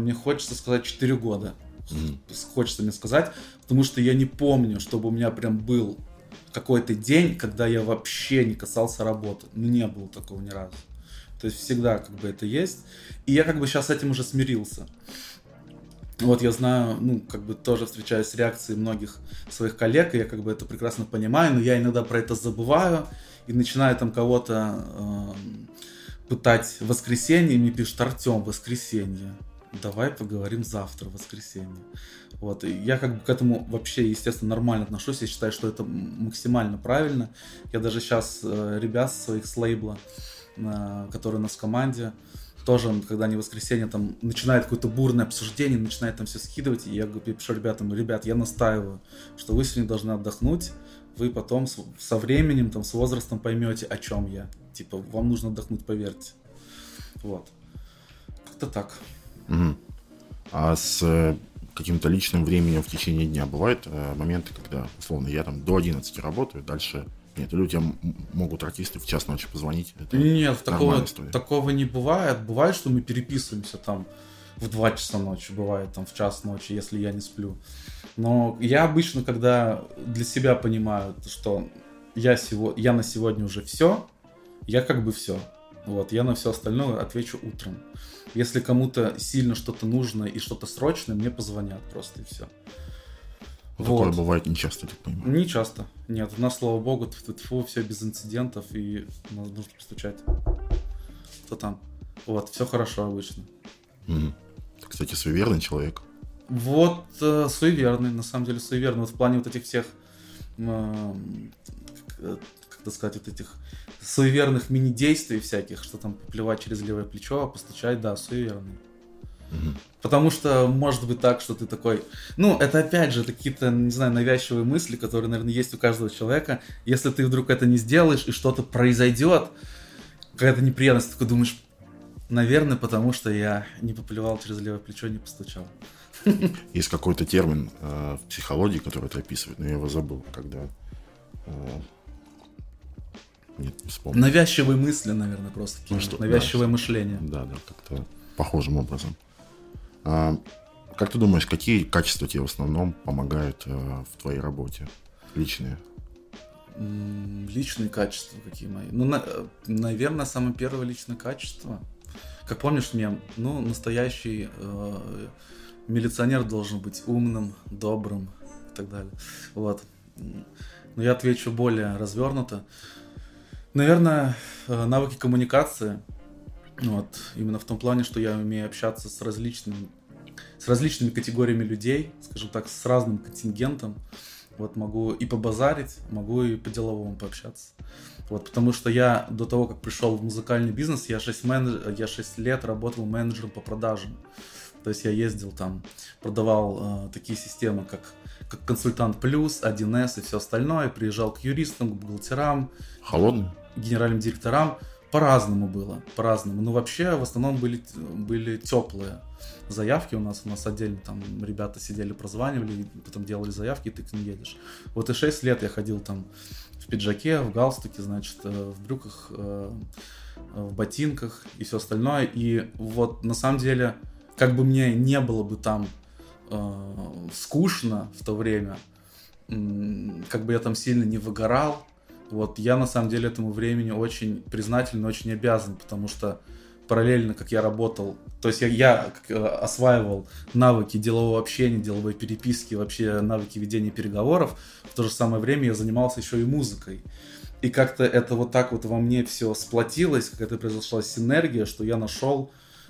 4 года. Хочется мне сказать, потому что я не помню, чтобы у меня прям был какой-то день, когда я вообще не касался работы. Ну, не было такого ни разу. То есть всегда как бы это есть. И я как бы сейчас с этим уже смирился. Вот я знаю, ну, как бы тоже встречаюсь с реакцией многих своих коллег, и я как бы это прекрасно понимаю, но я иногда про это забываю и начинаю там кого-то пытать в воскресенье, и мне пишут: Артем, воскресенье, давай поговорим завтра, в воскресенье. Вот, и я как бы к этому вообще, естественно, нормально отношусь, я считаю, что это максимально правильно. Я даже сейчас ребят своих с лейбла, которые у нас в команде, тоже, когда они в воскресенье там начинает какое-то бурное обсуждение, начинает там все скидывать, и я пишу ребятам: ребят, я настаиваю, что вы сегодня должны отдохнуть, вы потом со временем, там, с возрастом поймете, о чем я. Типа, вам нужно отдохнуть, поверьте. Вот. Как-то так. Угу. А с каким-то личным временем в течение дня бывают моменты, когда, условно, я там до 11 работаю, дальше нет, или у тебя могут артисты в час ночи позвонить? Это нет, такого не бывает. Бывает, что мы переписываемся там в 2 часа ночи, бывает там в час ночи, если я не сплю. Но я обычно, когда для себя понимаю, что я на сегодня уже все, я как бы все. Вот, я на все остальное отвечу утром. Если кому-то сильно что-то нужно и что-то срочное, мне позвонят просто и все. Вот. Такое бывает нечасто, так понимаю. Не часто. Нет, у нас, слава богу, все без инцидентов, и нужно постучать. Кто там? Вот, все хорошо обычно. Ты, кстати, суеверный человек. Вот, суеверный, на самом деле суеверный. Вот в плане вот этих всех, как сказать, вот этих суеверных мини-действий всяких, что там поплевать через левое плечо, а постучать, да, суеверный. Потому что может быть так, что ты такой... Ну, это опять же какие-то, не знаю, навязчивые мысли, которые, наверное, есть у каждого человека. Если ты вдруг это не сделаешь, и что-то произойдет, какая-то неприятность, ты такой думаешь, наверное, потому что я не поплевал через левое плечо, не постучал. Есть какой-то термин в психологии, который это описывает, но я его забыл, когда... Нет, не вспомнил. Навязчивые мысли, наверное, просто. Навязчивое мышление. Да, как-то похожим образом. Как ты думаешь, какие качества тебе в основном помогают в твоей работе? Личные? Личные качества какие мои? Ну, наверное, самое первое личное качество. Как помнишь мем? Ну, настоящий милиционер должен быть умным, добрым и так далее. Вот. Но я отвечу более развернуто. Наверное, навыки коммуникации. Вот. Именно в том плане, что я умею общаться с различными категориями людей, скажем так, с разным контингентом. Вот, могу и побазарить, могу и по-деловому пообщаться. Вот, потому что я до того, как пришел в музыкальный бизнес, я 6 лет работал менеджером по продажам. То есть я ездил там, продавал такие системы, как Консультант Плюс, 1С и все остальное. Приезжал к юристам, к бухгалтерам, холодным, генеральным директорам. По-разному было, по-разному. Но вообще в основном были теплые заявки у нас отдельно там ребята сидели, прозванивали, потом делали заявки, и ты к ним едешь. Вот и 6 лет я ходил там в пиджаке, в галстуке, значит, в брюках, в ботинках и все остальное. И вот на самом деле, как бы мне не было бы там скучно в то время, как бы я там сильно не выгорал, вот я на самом деле этому времени очень признателен, очень обязан, потому что параллельно, как я работал, то есть я осваивал навыки делового общения, деловой переписки, вообще навыки ведения переговоров, в то же самое время я занимался еще и музыкой. И как-то это вот так вот во мне все сплотилось, какая-то произошла синергия, что я нашел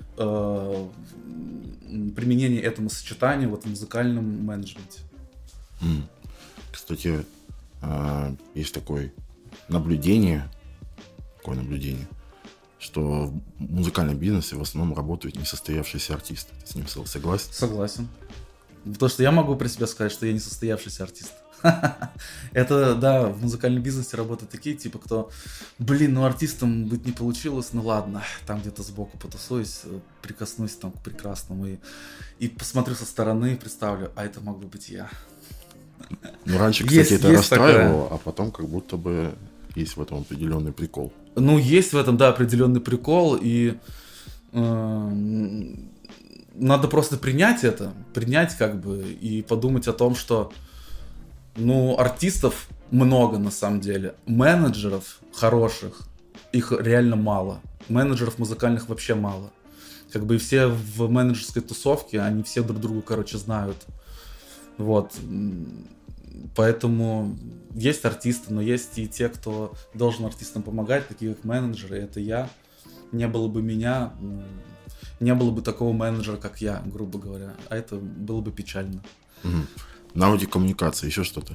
применение этому сочетанию вот в музыкальном менеджменте. Кстати, есть такой наблюдение, такое наблюдение, что в музыкальном бизнесе в основном работают несостоявшиеся артисты. Ты с ним согласен? Согласен. Потому что я могу про себя сказать, что я несостоявшийся артист. Это, да, в музыкальном бизнесе работают такие, типа, кто, ну артистом быть не получилось, ну ладно, там где-то сбоку потусуюсь, прикоснусь там к прекрасному и посмотрю со стороны, представлю, а это мог бы быть я. Ну, раньше, кстати, это расстраивало, а потом как будто бы есть в этом определенный прикол. Ну, есть в этом, да, определенный прикол, и надо просто принять это, как бы, и подумать о том, что, ну, артистов много на самом деле, менеджеров хороших, их реально мало, менеджеров музыкальных вообще мало. Как бы и все в менеджерской тусовке, они все друг друга, короче, знают. Вот. Поэтому есть артисты, но есть и те, кто должен артистам помогать, такие как менеджеры, это я. Не было бы меня, не было бы такого менеджера, как я, грубо говоря. А это было бы печально. Навыки коммуникации, еще что-то?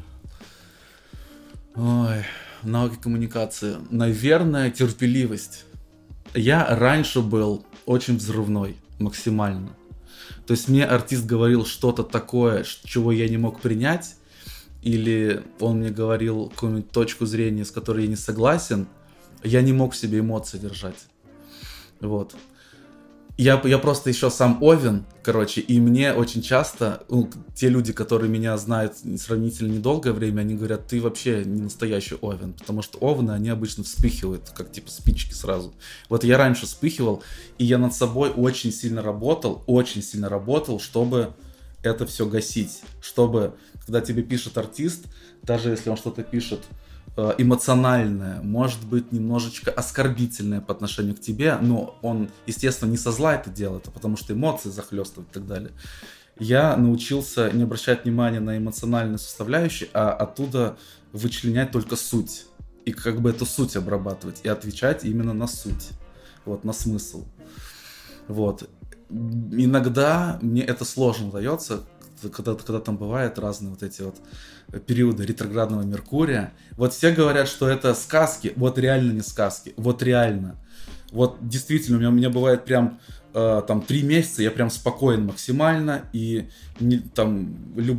Ой, навыки коммуникации. Наверное, терпеливость. Я раньше был очень взрывной, максимально. То есть мне артист говорил что-то такое, чего я не мог принять, или он мне говорил какую-нибудь точку зрения, с которой я не согласен, я не мог в себе эмоции держать. Вот. Я просто еще сам овен, короче, и мне очень часто, те люди, которые меня знают сравнительно недолгое время, они говорят, ты вообще не настоящий овен, потому что овны, они обычно вспыхивают, как типа спички сразу. Вот я раньше вспыхивал, и я над собой очень сильно работал, чтобы это все гасить, чтобы, когда тебе пишет артист, даже если он что-то пишет эмоциональное, может быть, немножечко оскорбительное по отношению к тебе, но он, естественно, не со зла это делает, а потому что эмоции захлестывают и так далее. Я научился не обращать внимания на эмоциональные составляющие, а оттуда вычленять только суть. И как бы эту суть обрабатывать, и отвечать именно на суть, вот, на смысл. Вот. Иногда мне это сложно дается, когда там бывают разные вот эти вот периоды ретроградного Меркурия. Вот все говорят, что это сказки. Вот реально не сказки. Вот реально. Вот действительно, у меня бывает прям там 3 месяца, я прям спокоен максимально, и там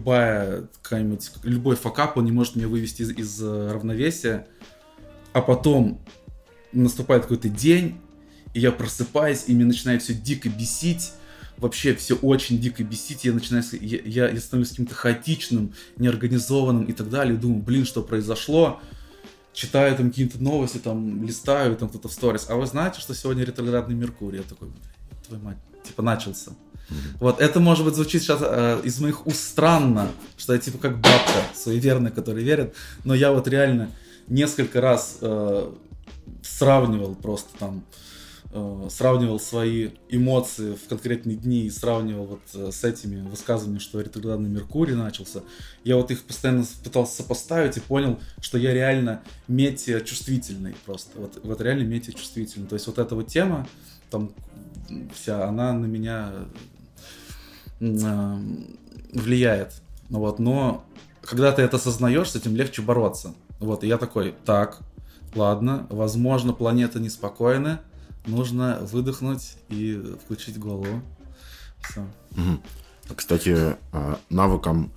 любой факап, он не может меня вывести из равновесия. А потом наступает какой-то день, и я просыпаюсь, и меня начинает все дико бесить. Вообще все очень дико бесить, я становлюсь каким-то хаотичным, неорганизованным и так далее, думаю, что произошло, читаю там какие-то новости, там листаю, там кто-то в сторис, а вы знаете, что сегодня ретроградный Меркурий? Я такой, твою мать, типа начался. Вот, это, может быть, звучит сейчас из моих уст странно, что я типа как бабка суеверная, которая верит, но я вот реально несколько раз сравнивал просто там, сравнивал свои эмоции в конкретные дни и сравнивал вот с этими высказываниями, что ретроградный Меркурий начался. Я вот их постоянно пытался сопоставить и понял, что я реально метеочувствительный просто. Вот реально метеочувствительный. То есть вот эта вот тема, там вся, она на меня влияет. Вот, но когда ты это осознаешь, с этим легче бороться. Вот, и я такой, так, ладно, возможно, планета неспокойна, нужно выдохнуть и включить голову. Все. Кстати, навыкам,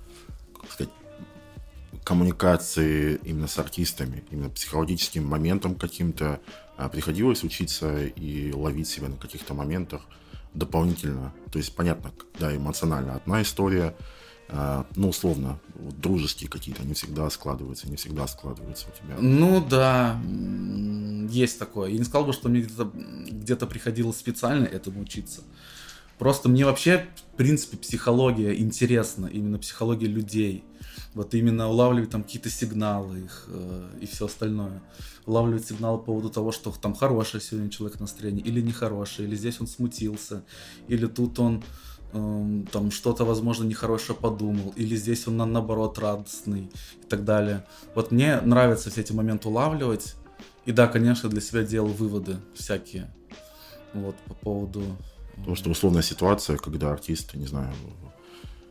коммуникации именно с артистами, именно психологическим моментом каким-то приходилось учиться и ловить себя на каких-то моментах дополнительно. То есть, понятно, да, эмоционально одна история, ну, условно, вот, дружеские какие-то, не всегда складываются у тебя. Ну, да, есть такое. Я не сказал бы, что мне где-то приходилось специально этому учиться. Просто мне вообще, в принципе, психология интересна, именно психология людей. Вот именно улавливать там какие-то сигналы их и все остальное. Улавливать сигналы по поводу того, что там хорошее сегодня человек настроение, или нехорошее, или здесь он смутился, или тут он там что-то, возможно, нехорошее подумал, или здесь он, наоборот, радостный и так далее. Вот мне нравится все эти моменты улавливать. И да, конечно, для себя делал выводы всякие. Вот, по поводу... Потому что условная ситуация, когда артист, не знаю,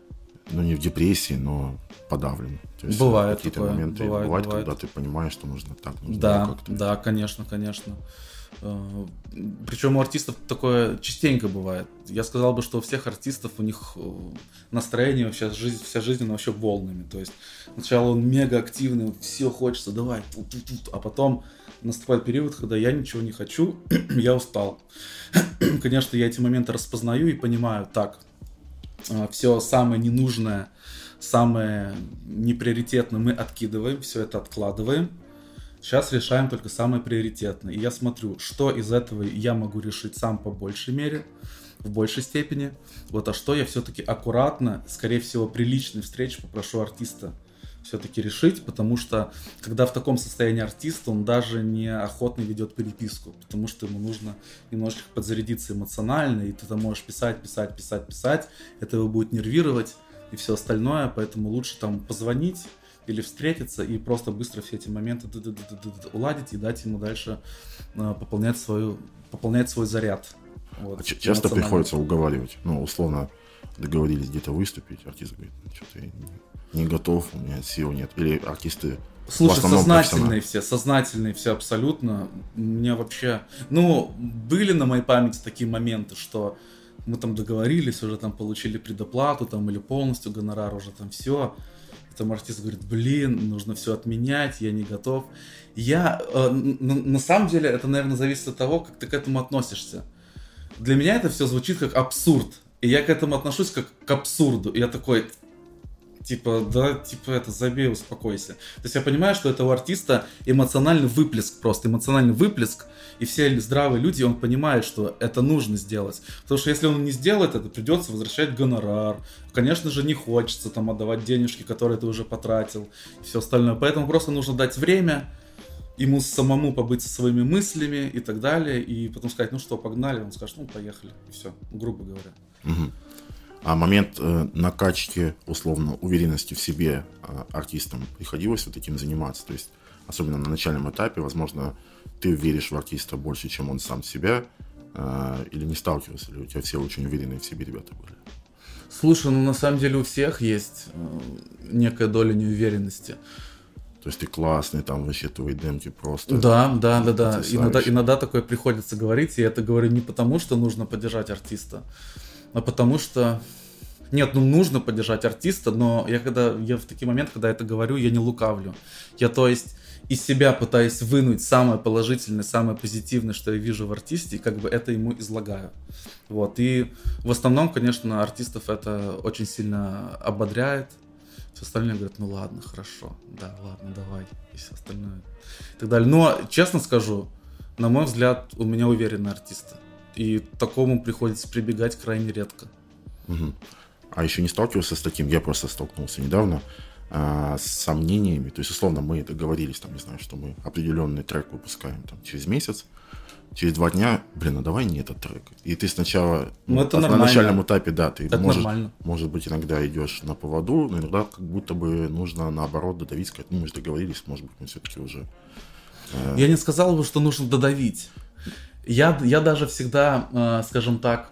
ну, не в депрессии, но подавлен. То есть Бывает какие-то такое, моменты бывает. когда ты понимаешь, что нужно так, нужно Да, как-то. да, конечно. Причем у артистов такое частенько бывает. Я сказал бы, что у всех артистов у них настроение вообще, вся жизнь она вообще волнами. То есть сначала он мега активный, все хочется, давай, а потом наступает период, когда я ничего не хочу, я устал. Конечно, я эти моменты распознаю и понимаю, так, все самое ненужное, самое неприоритетное мы откидываем, все это откладываем. Сейчас решаем только самое приоритетное. И я смотрю, что из этого я могу решить сам по большей мере, в большей степени. Вот, а что я все-таки аккуратно, скорее всего, при личной встрече попрошу артиста все-таки решить, потому что, когда в таком состоянии артист, он даже не охотно ведет переписку, потому что ему нужно немножечко подзарядиться эмоционально, и ты там можешь писать, это его будет нервировать и все остальное, поэтому лучше там позвонить, или встретиться и просто быстро все эти моменты уладить и дать ему дальше пополнять свой заряд. Вот, часто приходится уговаривать. Ну, условно, договорились где-то выступить, артист говорит, что-то я не готов, у меня сил нет. Или артисты... Слушай, сознательные все абсолютно. У меня вообще... Ну, были на моей памяти такие моменты, что мы там договорились, уже там получили предоплату, там, или полностью гонорар, уже там все... Там артист говорит, блин, нужно все отменять, я не готов. На самом деле, это, наверное, зависит от того, как ты к этому относишься. Для меня это все звучит как абсурд. И я к этому отношусь как к абсурду. И я такой, забей, успокойся. То есть я понимаю, что это у артиста эмоциональный выплеск. И все здравые люди, он понимает, что это нужно сделать. Потому что если он не сделает это, придется возвращать гонорар. Конечно же, не хочется там отдавать денежки, которые ты уже потратил. И все остальное. Поэтому просто нужно дать время ему самому побыть со своими мыслями и так далее. И потом сказать, ну что, погнали. Он скажет, ну поехали. И все, грубо говоря. Угу. А момент накачки, условно, уверенности в себе артистам приходилось вот этим заниматься? То есть, особенно на начальном этапе, возможно, ты веришь в артиста больше, чем он сам в себя, или не сталкивался ли? У тебя все очень уверенные в себе ребята были? Слушай, ну на самом деле у всех есть некая доля неуверенности. То есть ты классный, там вообще твои демки просто... Да. Иногда такое приходится говорить, и я это говорю не потому, что нужно поддержать артиста, а потому что... Нет, нужно поддержать артиста, но я в такие моменты, когда это говорю, я не лукавлю. Я, то есть, из себя пытаюсь вынуть самое положительное, самое позитивное, что я вижу в артисте, и как бы это ему излагаю. Вот. И в основном, конечно, артистов это очень сильно ободряет. Все остальное говорят, ну ладно, хорошо, да, ладно, давай, и все остальное. И так далее. Но, честно скажу, на мой взгляд, у меня уверенные артисты. И к такому приходится прибегать крайне редко. Угу. А еще не сталкивался с таким, я просто столкнулся недавно, с сомнениями. То есть, условно, мы договорились, там, не знаю, что мы определенный трек выпускаем там, через месяц, через 2 дня, а давай не этот трек. И ты сначала на начальном этапе, да, ты может быть, иногда идешь на поводу, но иногда как будто бы нужно наоборот додавить, сказать, мы же договорились, может быть, мы все-таки уже... Я не сказал бы, что нужно додавить. Я даже всегда, скажем так...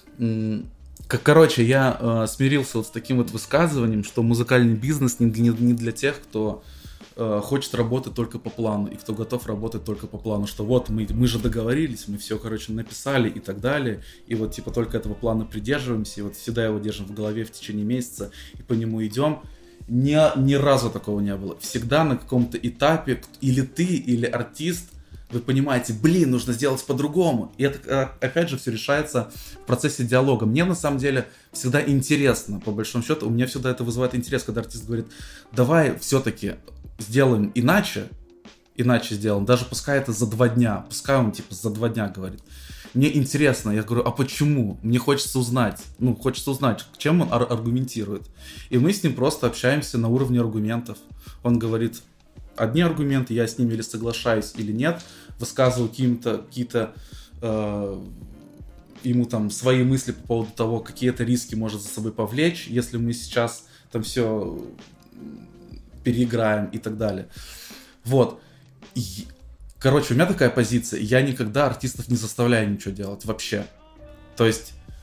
я смирился вот с таким вот высказыванием, что музыкальный бизнес не для тех, кто хочет работать только по плану, и кто готов работать только по плану, что вот мы же договорились, мы все, написали и так далее, и вот только этого плана придерживаемся, и вот всегда его держим в голове в течение месяца, и по нему идем. Ни разу такого не было. Всегда на каком-то этапе или ты, или артист, вы понимаете, нужно сделать по-другому. И это, опять же, все решается в процессе диалога. Мне, на самом деле, всегда интересно, по большому счету. У меня всегда это вызывает интерес, когда артист говорит, давай все-таки сделаем иначе сделаем. Даже пускай это за 2 дня. Пускай он, за 2 дня говорит. Мне интересно. Я говорю, а почему? Мне хочется узнать. Чем он аргументирует. И мы с ним просто общаемся на уровне аргументов. Он говорит... Одни аргументы, я с ними или соглашаюсь, или нет, высказываю какие-то ему там свои мысли по поводу того, какие это риски может за собой повлечь, если мы сейчас там все переиграем и так далее. Вот. У меня такая позиция, я никогда артистов не заставляю ничего делать вообще. То есть,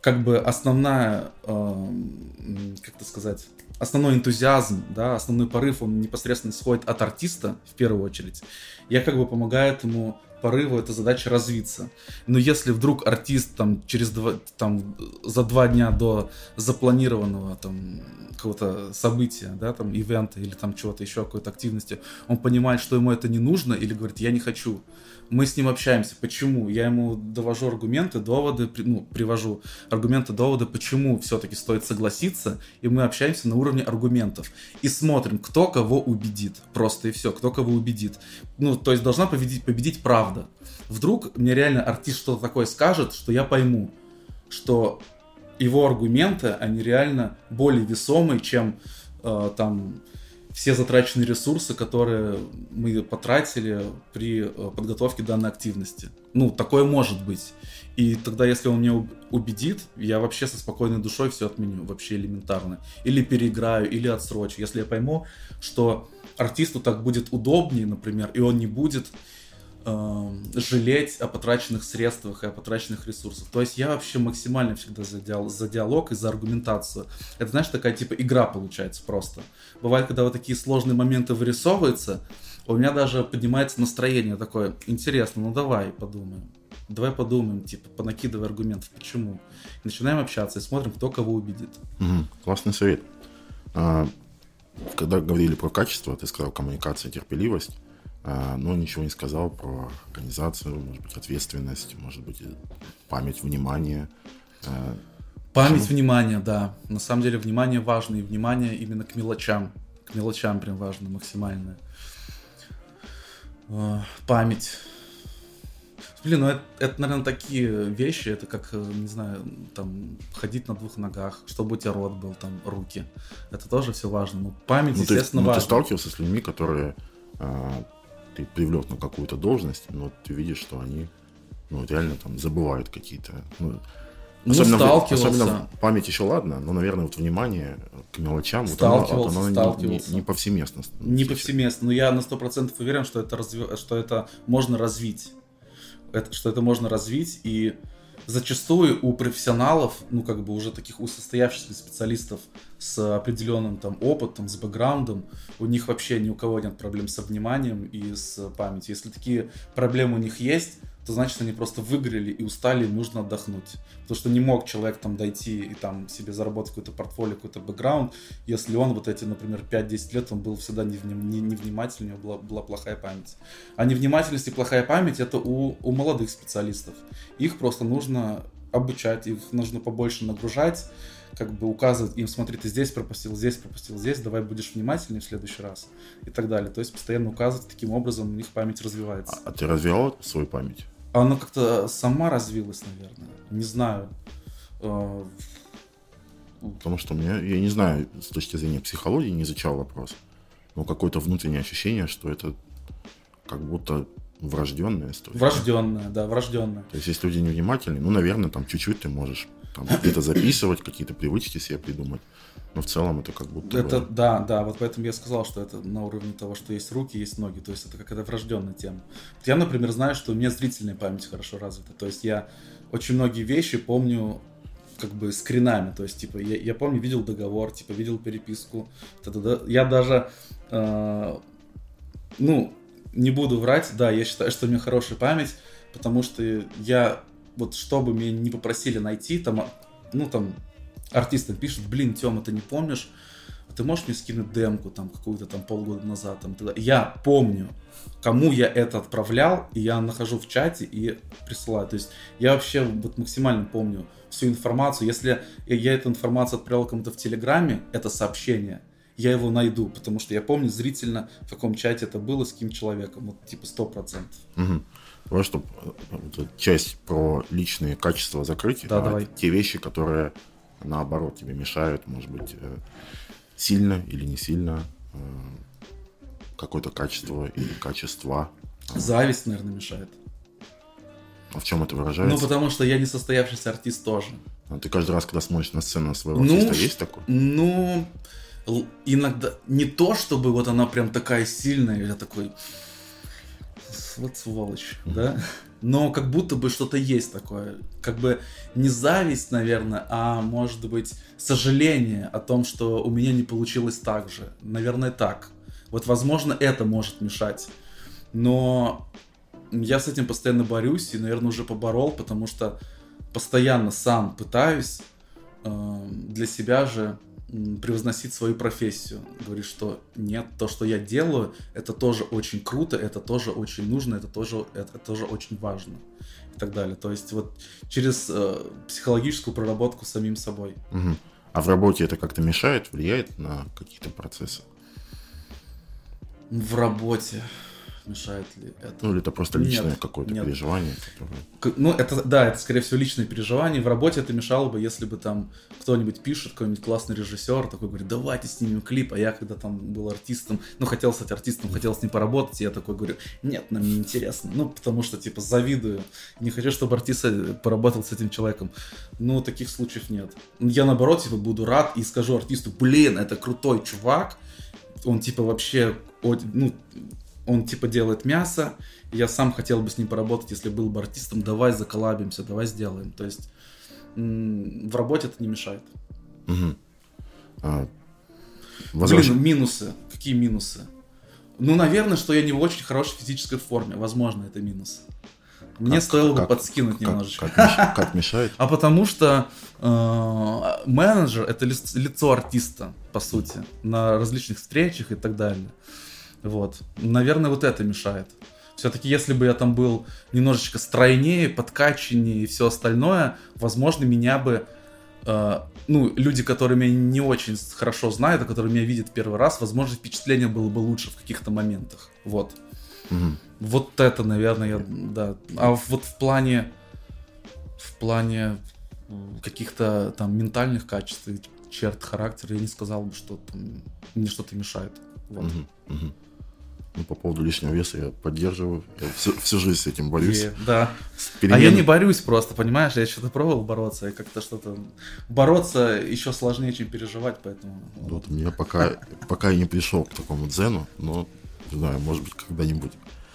как бы основная, как это сказать, основной энтузиазм, да, основной порыв, он непосредственно исходит от артиста, в первую очередь. Я как бы помогаю этому порыву, этой задаче развиться. Но если вдруг артист там, за 2 дня до запланированного там, какого-то события, да, там, ивента или там чего-то еще, какой-то активности, он понимает, что ему это не нужно, или говорит, я не хочу, мы с ним общаемся. Почему? Я ему довожу аргументы, доводы, привожу аргументы, доводы, почему все-таки стоит согласиться, и мы общаемся на уровне аргументов. И смотрим, кто кого убедит. Просто и все, кто кого убедит. То есть должна победить правда. Вдруг мне реально артист что-то такое скажет, что я пойму, что его аргументы, они реально более весомые, чем все затраченные ресурсы, которые мы потратили при подготовке данной активности. Такое может быть. И тогда, если он меня убедит, я вообще со спокойной душой все отменю, вообще элементарно. Или переиграю, или отсрочу. Если я пойму, что артисту так будет удобнее, например, и он не будет жалеть о потраченных средствах и о потраченных ресурсах. То есть я вообще максимально всегда за диалог и за аргументацию. Это, знаешь, такая типа игра получается просто. Бывает, когда вот такие сложные моменты вырисовываются, у меня даже поднимается настроение такое, интересно, давай подумаем, типа, понакидывай аргументов, почему. И начинаем общаться и смотрим, кто кого убедит. Классный совет. Когда говорили про качество, ты сказал коммуникация, терпеливость. Но ничего не сказал про организацию, может быть, ответственность, может быть, память, внимание. Память, внимание, да. На самом деле внимание важно, и внимание именно к мелочам. К мелочам прям важно, максимально. Память. Блин, это, наверное, такие вещи, это как, не знаю, там, ходить на 2 ногах, чтобы у тебя рот был, там, руки. Это тоже все важно. Память, естественно, важна. Ты сталкивался с людьми, которые... ты привлек на какую-то должность, но ты видишь, что они реально там забывают какие-то. Особенно память еще ладно, но, наверное, вот внимание к мелочам оно не повсеместно. Не повсеместно, но я на 100% уверен, что это можно развить. Что это можно развить, и зачастую у профессионалов, уже таких состоявшихся специалистов с определенным там опытом, с бэкграундом, у них вообще ни у кого нет проблем с вниманием и с памятью. Если такие проблемы у них есть, то значит они просто выгорели и устали, им нужно отдохнуть. Потому что не мог человек там дойти и там себе заработать какое-то портфолио, какой-то бэкграунд, если он вот эти, например, 5-10 лет он был всегда невнимательный, у него была плохая память. А невнимательность и плохая память это у молодых специалистов. Их просто нужно обучать, их нужно побольше нагружать, указывать им, смотри, ты здесь пропустил, здесь, давай будешь внимательнее в следующий раз и так далее. То есть постоянно указывать, таким образом у них память развивается. А ты развивал свою память? Она как-то сама развилась, наверное. Не знаю. Потому что я не знаю, с точки зрения психологии не изучал вопрос, но какое-то внутреннее ощущение, что это как будто врожденная история. Врожденная. То есть, если люди невнимательны, наверное, там чуть-чуть ты можешь где-то записывать, какие-то привычки себе придумать. Но в целом это как будто... Да, вот поэтому я сказал, что это на уровне того, что есть руки, есть ноги. То есть это какая-то врожденная тема. Я, например, знаю, что у меня зрительная память хорошо развита. То есть я очень многие вещи помню скринами. То есть, я помню, видел договор, видел переписку. Я даже... не буду врать, да, я считаю, что у меня хорошая память, потому что я, что бы меня не попросили найти, артистам пишут, Тёма, ты не помнишь, ты можешь мне скинуть демку, какую-то полгода назад, я помню, кому я это отправлял, и я нахожу в чате и присылаю, то есть я вообще максимально помню всю информацию, если я эту информацию отправил кому-то в Телеграме, это сообщение, я его найду, потому что я помню зрительно, в каком чате это было, с каким человеком, 100%. Угу. Давай, чтобы часть про личные качества закрыть. Давай. Те вещи, которые, наоборот, тебе мешают, может быть, сильно или не сильно, какое-то качество или качества. Зависть, наверное, мешает. А в чем это выражается? Потому что я не состоявшийся артист тоже. А ты каждый раз, когда смотришь на сцену своего артиста, есть такое? Иногда не то, чтобы она прям такая сильная, я такой, сволочь, да? но как будто бы что-то есть такое. Как бы не зависть, наверное, а может быть сожаление о том, что у меня не получилось так же. Наверное, так. Вот, возможно, это может мешать. Но я с этим постоянно борюсь и, наверное, уже поборол, потому что постоянно сам пытаюсь для себя же превозносить свою профессию. Говорит, что нет, то, что я делаю, это тоже очень круто, это тоже очень нужно, это тоже очень важно и так далее. То есть вот через психологическую проработку с самим собой. Угу. А в работе это как-то мешает, влияет на какие-то процессы? В работе мешает ли это? Ну, или это просто личное какое-то переживание? Которое... Ну, это, скорее всего, личное переживание. В работе это мешало бы, если бы там кто-нибудь пишет, какой-нибудь классный режиссер, такой говорит, давайте снимем клип, а я когда там был артистом, хотел стать артистом, хотел с ним поработать, и я такой говорю, нет, нам не интересно. Ну, потому что, типа, завидую. Не хочу, чтобы артист поработал с этим человеком. Ну, таких случаев нет. Я, наоборот, типа, буду рад и скажу артисту, блин, это крутой чувак, он, типа, вообще, он типа делает мясо, и я сам хотел бы с ним поработать, если был бы артистом, давай заколлабимся, давай сделаем. То есть в работе это не мешает. Угу. Блин, минусы. Какие минусы? Ну, наверное, что я не в очень хорошей физической форме. Возможно, это минус. Мне стоило бы подскинуть немножечко. Как мешает? А потому что менеджер — это лицо артиста, по сути, на различных встречах и так далее. Вот. Наверное, вот это мешает. Все-таки, если бы я там был немножечко стройнее, подкачаннее и все остальное, возможно, меня бы люди, которые меня не очень хорошо знают, а которые меня видят первый раз, возможно, впечатление было бы лучше в каких-то моментах. Вот. Угу. Вот это, наверное, да. А вот в плане каких-то там ментальных качеств и черт характера я не сказал бы, что там мне что-то мешает. Вот. Угу, угу. Ну, по поводу лишнего веса я поддерживаю. Я всю жизнь с этим борюсь. Да. А я не борюсь просто, понимаешь? Я что-то пробовал бороться, и как-то что-то... Бороться еще сложнее, чем переживать, поэтому... Вот у меня пока я не пришел к такому дзену, но, не знаю, может быть, когда-нибудь.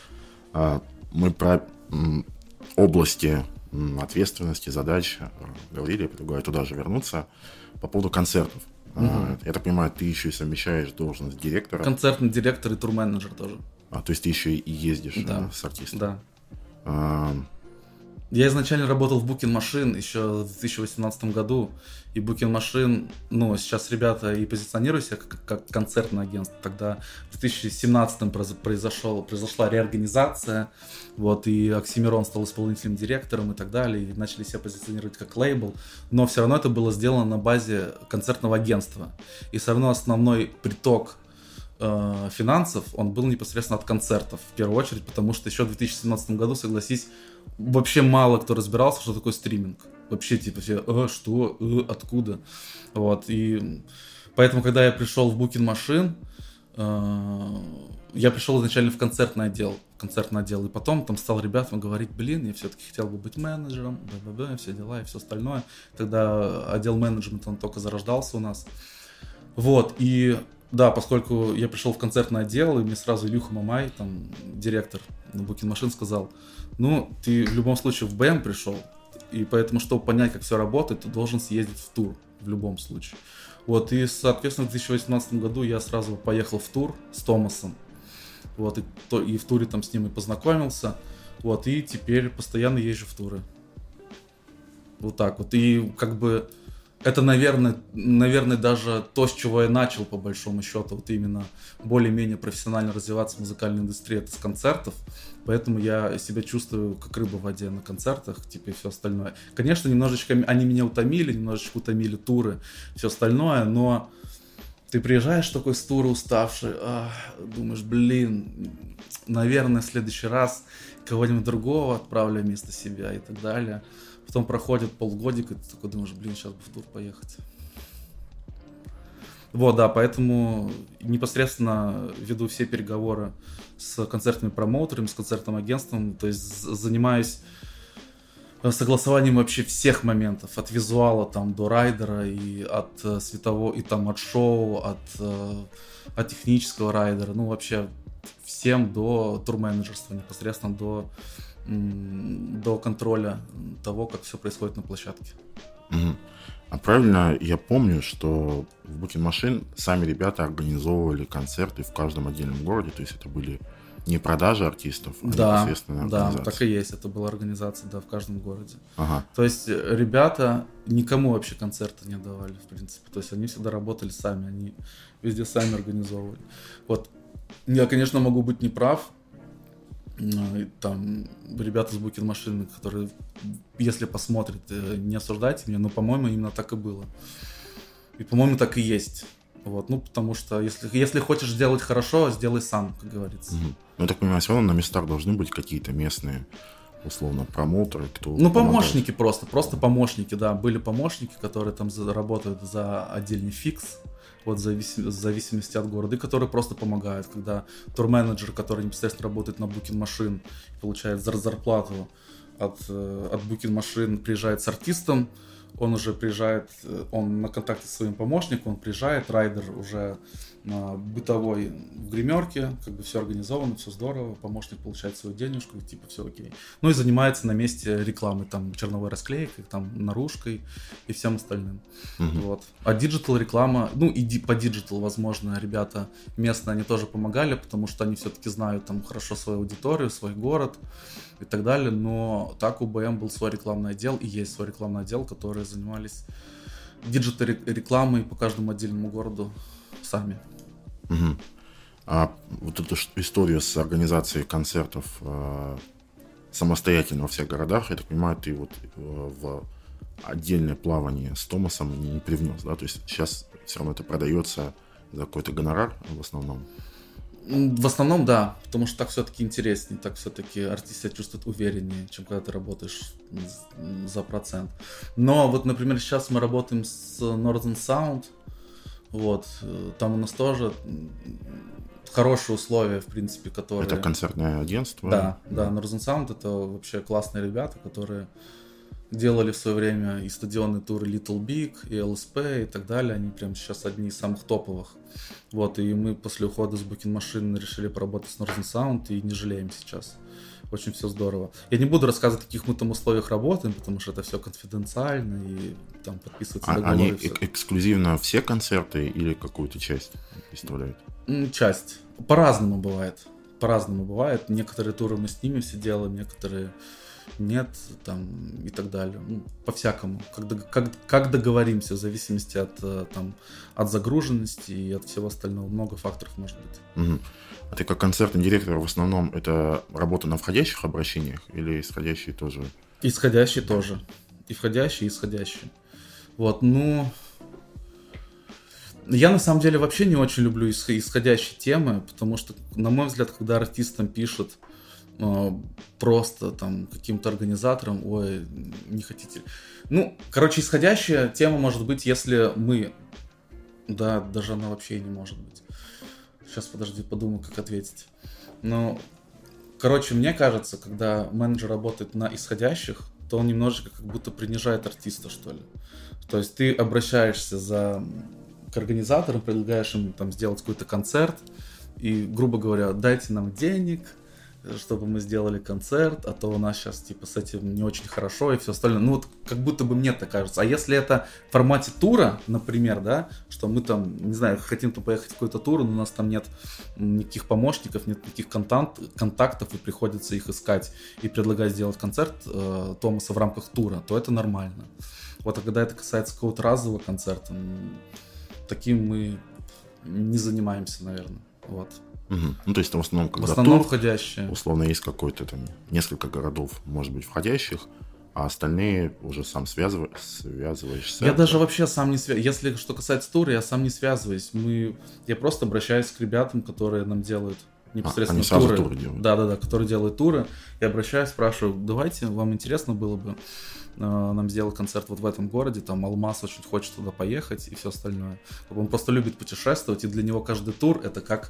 Мы про области ответственности, задач говорили, я предлагаю туда же вернуться. По поводу концертов. Я так понимаю, ты еще и совмещаешь должность директора. Концертный директор и турменеджер тоже. То есть ты еще и ездишь с артистом. Да. Я изначально работал в Booking Machine еще в 2018 году. И Booking Machine, сейчас ребята и позиционируют себя как концертное агентство. Тогда в 2017 произошла реорганизация. Вот, и Оксимирон стал исполнительным директором и так далее. И начали себя позиционировать как лейбл. Но все равно это было сделано на базе концертного агентства. И все равно основной приток финансов, он был непосредственно от концертов, в первую очередь, потому что еще в 2017 году, согласись, вообще мало кто разбирался, что такое стриминг. Вообще, типа, все, что, откуда? Вот, и поэтому, когда я пришел в Booking Machine, я пришел изначально в концертный отдел, и потом там стал ребятам говорить, я все-таки хотел бы быть менеджером, все дела и все остальное. Тогда отдел менеджмента, он только зарождался у нас. Вот, и да, поскольку я пришел в концертный отдел, и мне сразу Илюха Мамай, там, директор на Booking Machine, сказал, ты в любом случае в БМ пришел, и поэтому, чтобы понять, как все работает, ты должен съездить в тур, в любом случае. Вот, и, соответственно, в 2018 году я сразу поехал в тур с Томасом, вот, и в туре там с ним и познакомился, вот, и теперь постоянно езжу в туры. Вот так вот, и как бы... Это, наверное, даже то, с чего я начал, по большому счету, вот именно более-менее профессионально развиваться в музыкальной индустрии, это с концертов, поэтому я себя чувствую как рыба в воде на концертах, типа, и все остальное. Конечно, немножечко они меня немножечко утомили туры, все остальное, но ты приезжаешь такой с тура уставший, думаешь, наверное, в следующий раз кого-нибудь другого отправлю вместо себя и так далее. Потом проходит полгодика, и ты такой думаешь, сейчас бы в тур поехать. Вот, да, поэтому непосредственно веду все переговоры с концертными промоутерами, с концертным агентством, то есть занимаюсь согласованием вообще всех моментов, от визуала там до райдера, и от светового, и там от шоу, от технического райдера, вообще всем до турменеджерства, непосредственно до до контроля того, как все происходит на площадке. Угу. А правильно я помню, что в Booking Machine сами ребята организовывали концерты в каждом отдельном городе, то есть это были не продажи артистов, а непосредственно организация. Да, так и есть, это была организация, да, в каждом городе. Ага. То есть ребята никому вообще концерты не давали, в принципе, то есть они всегда работали сами, они везде сами организовывали. Вот, я, конечно, могу быть неправ, там ребята с Booking Machine, которые, если посмотрят, не осуждайте меня, но, по-моему, именно так и было. И, по-моему, так и есть. Вот, ну, потому что если хочешь сделать хорошо, сделай сам, как говорится. Угу. Ну, я так понимаю, все равно на местах должны быть какие-то местные, условно, промоутеры, кто Ну, помощники просто помощники, да. Были помощники, которые там работают за отдельный фикс, вот в зависимости от города, и которые просто помогают, когда турменеджер, который непосредственно работает на Booking Machine, получает зарплату от Booking Machine, приезжает с артистом, он уже приезжает, он на контакте с своим помощником, он приезжает, райдер уже бытовой в гримерке, как бы все организовано, все здорово, помощник получает свою денежку, и типа все окей. Ну и занимается на месте рекламой, там, черновой расклейкой, там, наружкой и всем остальным. Вот. А диджитал реклама, ну и по диджитал, возможно, ребята местные, они тоже помогали, потому что они все-таки знают там хорошо свою аудиторию, свой город и так далее, но так у БМ был свой рекламный отдел, и есть свой рекламный отдел, которые занимались диджитал рекламой по каждому отдельному городу сами. Угу. А вот эту историю с организацией концертов самостоятельно во всех городах, я так понимаю, ты вот в отдельное плавание с Томасом не привнес, да? То есть сейчас все равно это продается за какой-то гонорар в основном? В основном, да, потому что так все-таки интереснее, так все-таки артист себя чувствует увереннее, чем когда ты работаешь за процент. Но вот, например, сейчас мы работаем с Northern Sound, вот, там у нас тоже хорошие условия, в принципе, которые... Это концертное агентство? Да, Northern Sound — это вообще классные ребята, которые делали в свое время и стадионные туры Little Big, и LSP и так далее. Они прям сейчас одни из самых топовых. Вот, и мы после ухода с Booking Machine решили поработать с Northern Sound и не жалеем сейчас. Очень все здорово. Я не буду рассказывать, в каких мы там условиях работаем, потому что это все конфиденциально, и там подписываются договоры. Они эксклюзивно все концерты или какую-то часть представляют? Часть. По-разному бывает. Некоторые туры мы снимемся, делаем, некоторые нет, там, и так далее. Ну, по-всякому. Как договоримся, в зависимости от загруженности и от всего остального. Много факторов может быть. Угу. А ты как концертный директор в основном это работа на входящих обращениях или исходящие тоже? Исходящие тоже. И входящие, и исходящие. Вот, ну... Я на самом деле вообще не очень люблю исходящие темы, потому что, на мой взгляд, когда артистам пишут просто там каким-то организаторам, ой, не хотите... Ну, короче, исходящая тема может быть, если мы... Да, даже она вообще не может быть. Сейчас, подожди, подумаю, как ответить. Ну, короче, мне кажется, когда менеджер работает на исходящих, то он немножечко как будто принижает артиста, что ли. То есть ты обращаешься к организаторам, предлагаешь им там сделать какой-то концерт, и, грубо говоря, дайте нам денег, чтобы мы сделали концерт, а то у нас сейчас типа с этим не очень хорошо и все остальное. Ну вот как будто бы мне так кажется. А если это в формате тура, например, да, что мы там, не знаю, хотим там поехать в какой-то тур, но у нас там нет никаких помощников, нет никаких контактов, и приходится их искать и предлагать сделать концерт Томаса в рамках тура, то это нормально. Вот, а когда это касается какого-то разового концерта, таким мы не занимаемся, наверное. Вот. Угу. Ну, то есть, в основном, когда в основном тур, входящие. Условно, есть какой-то там несколько городов, может быть, входящих, а остальные уже сам связываешься. Я даже вообще сам не связываюсь. Если что касается тура, я сам не связываюсь. Я просто обращаюсь к ребятам, которые нам делают непосредственно они сразу туры. туры делают. Да, которые делают туры. Я обращаюсь, спрашиваю, давайте, вам интересно было бы нам сделать концерт вот в этом городе, там Алмаз очень хочет туда поехать и все остальное. Он просто любит путешествовать, и для него каждый тур это как,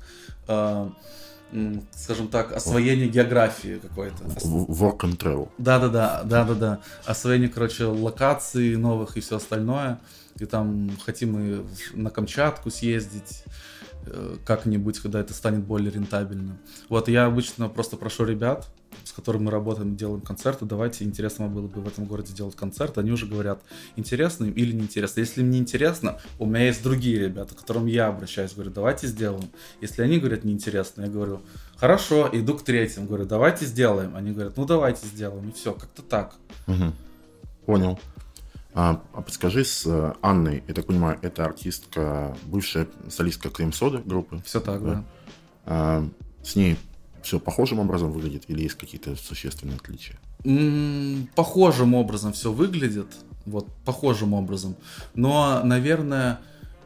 скажем так, освоение географии какой-то. Work and travel. Да. Освоение, короче, локаций новых и все остальное. И там хотим мы на Камчатку съездить как-нибудь, когда это станет более рентабельным. Вот, я обычно просто прошу ребят, с которыми мы работаем, делаем концерты, давайте, интересно было бы в этом городе делать концерт, они уже говорят, интересно им или неинтересно. Если им не интересно, у меня есть другие ребята, к которым я обращаюсь, говорю, давайте сделаем. Если они говорят неинтересно, я говорю, хорошо, иду к третьим, говорю, давайте сделаем. Они говорят, ну давайте сделаем, и все, как-то так. Понял. А подскажи, с Анной, я так понимаю, это артистка, бывшая солистка Крем-Сода группы? Все так, да. С ней все похожим образом выглядит или есть какие-то существенные отличия? Похожим образом все выглядит, вот, похожим образом. Но, наверное,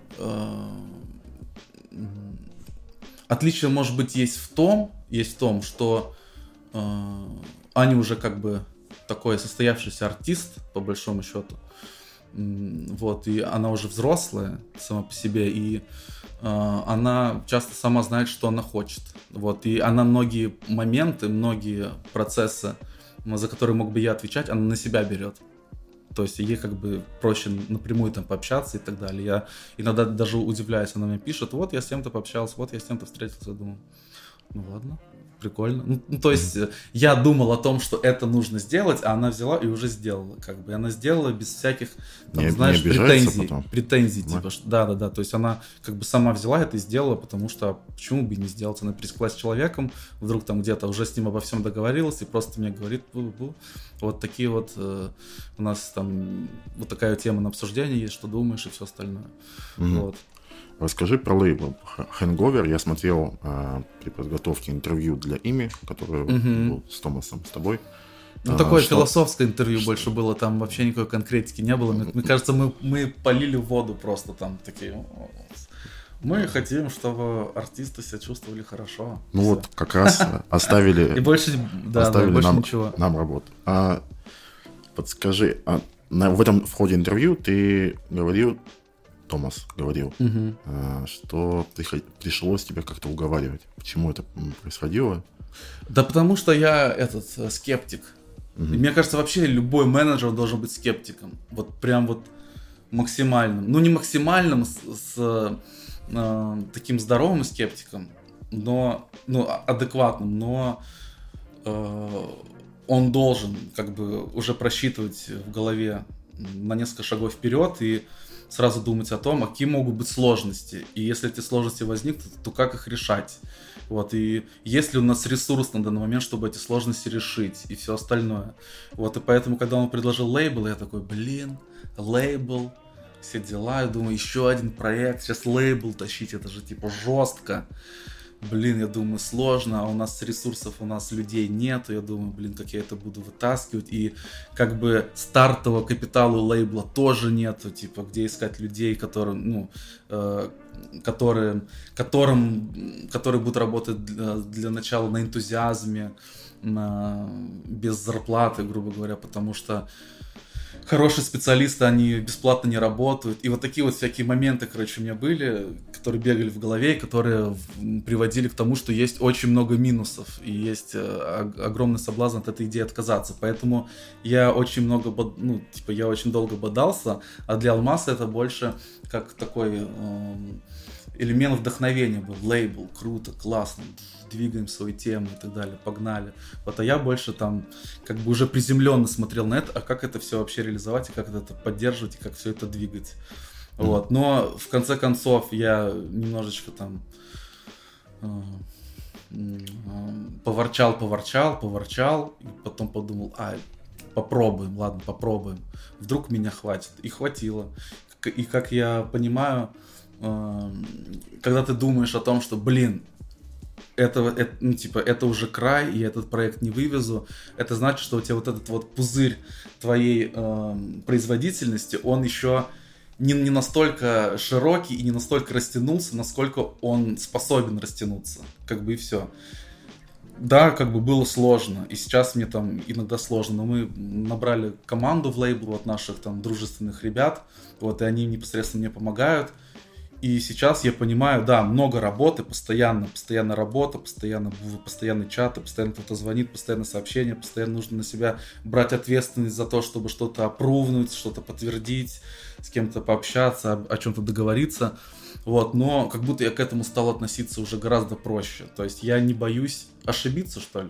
отличие, может быть, есть в том, что Аня уже как бы такой состоявшийся артист, по большому счету. Вот, и она уже взрослая сама по себе, и она часто сама знает, что она хочет. Вот, и она многие моменты, многие процессы, за которые мог бы я отвечать, она на себя берет. То есть ей как бы проще напрямую там пообщаться и так далее. Я иногда даже удивляюсь, она мне пишет, вот я с кем-то пообщался, вот я с кем-то встретился, думаю, ну ладно. Прикольно. Ну, то есть я думал о том, что это нужно сделать, а она взяла и уже сделала, как бы. И она сделала без всяких, там, знаешь, претензий, типа, да. То есть она как бы сама взяла это и сделала, потому что почему бы не сделать? Она пересеклась с человеком, вдруг там где-то уже с ним обо всем договорилась и просто мне говорит, вот такие вот у нас там вот такая тема на обсуждение есть, что думаешь и все остальное. Вот. Расскажи про лейбл Hangover. Я смотрел при подготовке интервью для Ими, которое был с Томасом, с тобой. Ну, такое философское интервью больше было, там вообще никакой конкретики не было. Мне кажется, мы полили воду просто там такие. Мы хотим, чтобы артисты себя чувствовали хорошо. Ну вот, как раз оставили, и больше ничего. Нам работу. Подскажи, в ходе интервью ты говорил, Томас говорил, что пришлось тебя как-то уговаривать. Почему это происходило? Да потому что я скептик. И мне кажется, вообще любой менеджер должен быть скептиком. Вот прям вот максимальным. Ну, не максимальным, с таким здоровым скептиком, но адекватным, но он должен как бы уже просчитывать в голове на несколько шагов вперед и сразу думать о том, какие могут быть сложности. И если эти сложности возникнут, то как их решать. Вот, и есть ли у нас ресурс на данный момент, чтобы эти сложности решить, и все остальное. Вот, и поэтому, когда он предложил лейбл, я такой, лейбл, все дела, я думаю, еще один проект, сейчас лейбл тащить, это же типа жестко. Я думаю, сложно, а у нас ресурсов, у нас людей нету, я думаю, как я это буду вытаскивать, и как бы стартового капитала у лейбла тоже нету, типа, где искать людей, которые будут работать для начала на энтузиазме, без зарплаты, грубо говоря, потому что хорошие специалисты, они бесплатно не работают. И вот такие вот всякие моменты, у меня были, которые бегали в голове, и которые приводили к тому, что есть очень много минусов. И есть огромный соблазн от этой идеи отказаться. Поэтому я очень я очень долго бодался, а для Алмаса это больше как такой элемент вдохновения был. Лейбл, круто, классно, двигаем свою тему и так далее, погнали. Вот, а я больше там как бы уже приземленно смотрел на это, а как это все вообще реализовать, и как это поддерживать, и как все это двигать. Вот, но в конце концов я немножечко там поворчал, и потом подумал, попробуем, вдруг меня хватит. И хватило. И как я понимаю, когда ты думаешь о том, что, это уже край, и этот проект не вывезу, это значит, что у тебя вот этот вот пузырь твоей производительности, он еще не настолько широкий и не настолько растянулся, насколько он способен растянуться, как бы и все. Да, как бы было сложно, и сейчас мне там иногда сложно, но мы набрали команду в лейбл от наших там дружественных ребят, вот, и они непосредственно мне помогают. И сейчас я понимаю, да, много работы, постоянно работа, постоянные чаты, постоянно кто-то звонит, постоянно сообщения, постоянно нужно на себя брать ответственность за то, чтобы что-то опрувнуть, что-то подтвердить, с кем-то пообщаться, о чем-то договориться. Вот, но как будто я к этому стал относиться уже гораздо проще. То есть я не боюсь ошибиться, что ли.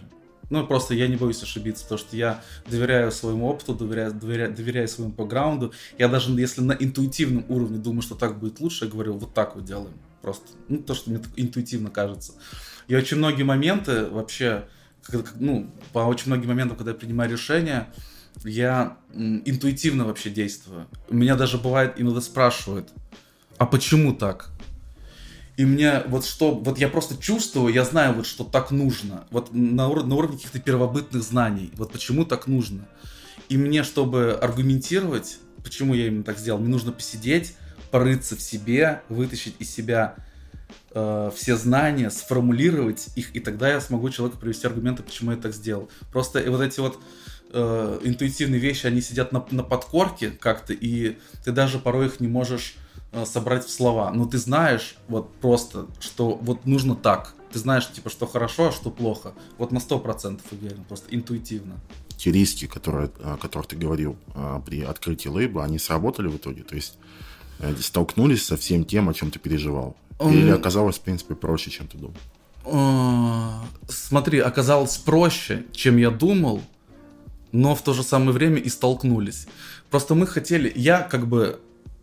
Ну, просто я не боюсь ошибиться, потому что я доверяю своему опыту, доверяю своему бэкграунду. Я даже если на интуитивном уровне думаю, что так будет лучше, я говорю, вот так вот делаем. Просто, ну, то, что мне интуитивно кажется. И очень многие моменты вообще, по очень многим моментам, когда я принимаю решения, я интуитивно вообще действую. Меня даже бывает иногда спрашивают, а почему так? И мне вот я просто чувствую, я знаю, вот что так нужно. Вот на уровне каких-то первобытных знаний. Вот почему так нужно. И мне, чтобы аргументировать, почему я именно так сделал, мне нужно посидеть, порыться в себе, вытащить из себя все знания, сформулировать их, и тогда я смогу человеку привести аргументы, почему я так сделал. Просто вот эти вот интуитивные вещи, они сидят на подкорке как-то, и ты даже порой их не можешь собрать в слова. Но ты знаешь вот просто, что вот нужно так. Ты знаешь, типа, что хорошо, а что плохо. Вот на 100% уверен, просто интуитивно. Те риски, о которых ты говорил при открытии лейбла, они сработали в итоге? То есть столкнулись со всем тем, о чем ты переживал? Или оказалось, в принципе, проще, чем ты думал? Смотри, оказалось проще, чем я думал, но в то же самое время и столкнулись. Просто мы хотели... Я как бы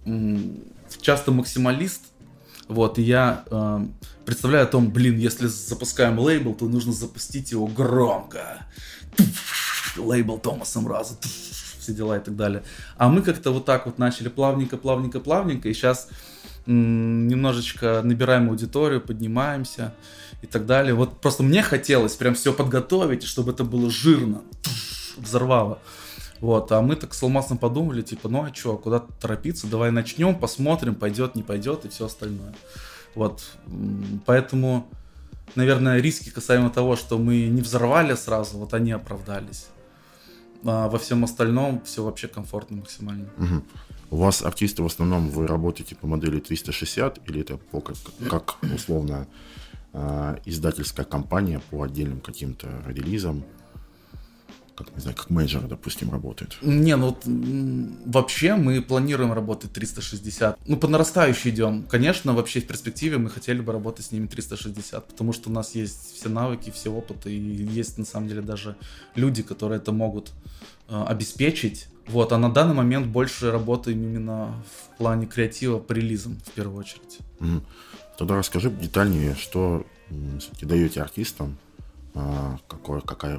часто максималист, вот, и я представляю о том, если запускаем лейбл, то нужно запустить его громко. Лейбл Томаса Мраза, все дела и так далее. А мы как-то вот так вот начали плавненько, и сейчас немножечко набираем аудиторию, поднимаемся и так далее. Вот просто мне хотелось прям все подготовить, чтобы это было жирно, взорвало. Вот, а мы так с Алмазом подумали, типа, ну а что, куда торопиться, давай начнем, посмотрим, пойдет, не пойдет и все остальное. Вот, поэтому, наверное, риски касаемо того, что мы не взорвали сразу, вот они оправдались. А во всем остальном все вообще комфортно максимально. Угу. У вас артисты в основном, вы работаете по модели 360 или это как условно издательская компания по отдельным каким-то релизам? Как менеджер, допустим, работает? Вообще мы планируем работать 360. По нарастающей идем. Конечно, вообще в перспективе мы хотели бы работать с ними 360, потому что у нас есть все навыки, все опыты, и есть на самом деле даже люди, которые это могут обеспечить. Вот, а на данный момент больше работаем именно в плане креатива по релизам, в первую очередь. Тогда расскажи детальнее, что даете артистам, какая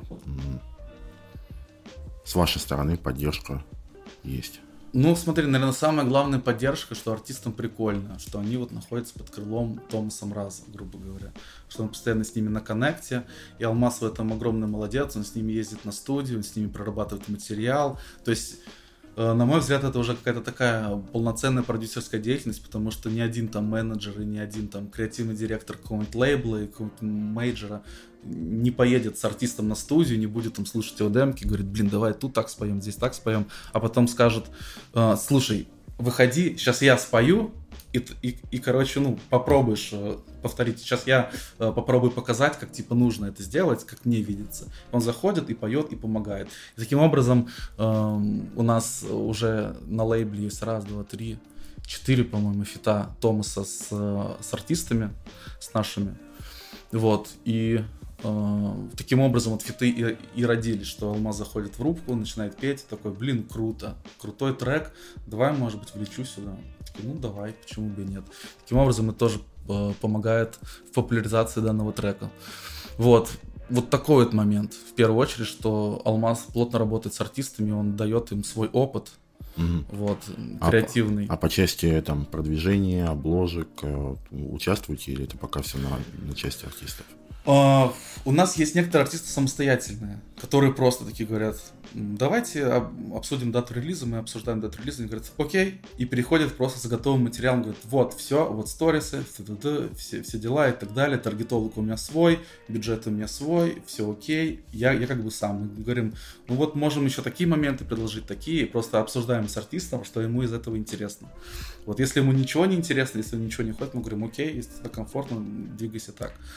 с вашей стороны поддержка есть? Смотри, наверное, самая главная поддержка, что артистам прикольно, что они вот находятся под крылом Томаса Мраза, грубо говоря, что он постоянно с ними на коннекте, и Алмаз в этом огромный молодец, он с ними ездит на студию, он с ними прорабатывает материал, то есть, на мой взгляд, это уже какая-то такая полноценная продюсерская деятельность, потому что ни один там менеджер и ни один там креативный директор какого-нибудь лейбла и какого-нибудь мейджора не поедет с артистом на студию, не будет там слушать его демки, говорит, давай тут так споем, здесь так споем, а потом скажет, слушай, выходи, сейчас я спою, и короче, попробуешь повторить, сейчас я попробую показать, как типа нужно это сделать, как мне видится. Он заходит и поет, и помогает. И таким образом у нас уже на лейбле есть 1, 2, 3, 4, по-моему, фита Томаса с артистами, с нашими. Вот, и таким образом вот фиты и родились, что Алмаз заходит в рубку, начинает петь, такой, круто, крутой трек, давай, может быть, влечу сюда. Такой, давай, почему бы и нет. Таким образом, это тоже помогает в популяризации данного трека. Вот такой вот момент, в первую очередь, что Алмаз плотно работает с артистами, он дает им свой опыт, креативный. А по части там продвижения, обложек участвуете или это пока все на части артистов? У нас есть некоторые артисты самостоятельные, которые просто такие говорят, давайте обсудим дату релиза, мы обсуждаем дату релиза, они говорят, окей, и переходят просто за готовым материалом, говорят, вот, все, вот сторисы, все дела и так далее, таргетолог у меня свой, бюджет у меня свой, все окей, я как бы сам. Мы говорим, можем еще такие моменты предложить, такие, и просто обсуждаем с артистом, что ему из этого интересно. Вот если ему ничего не интересно, если ему ничего не ходит, мы говорим, окей, если тебе комфортно, двигайся так.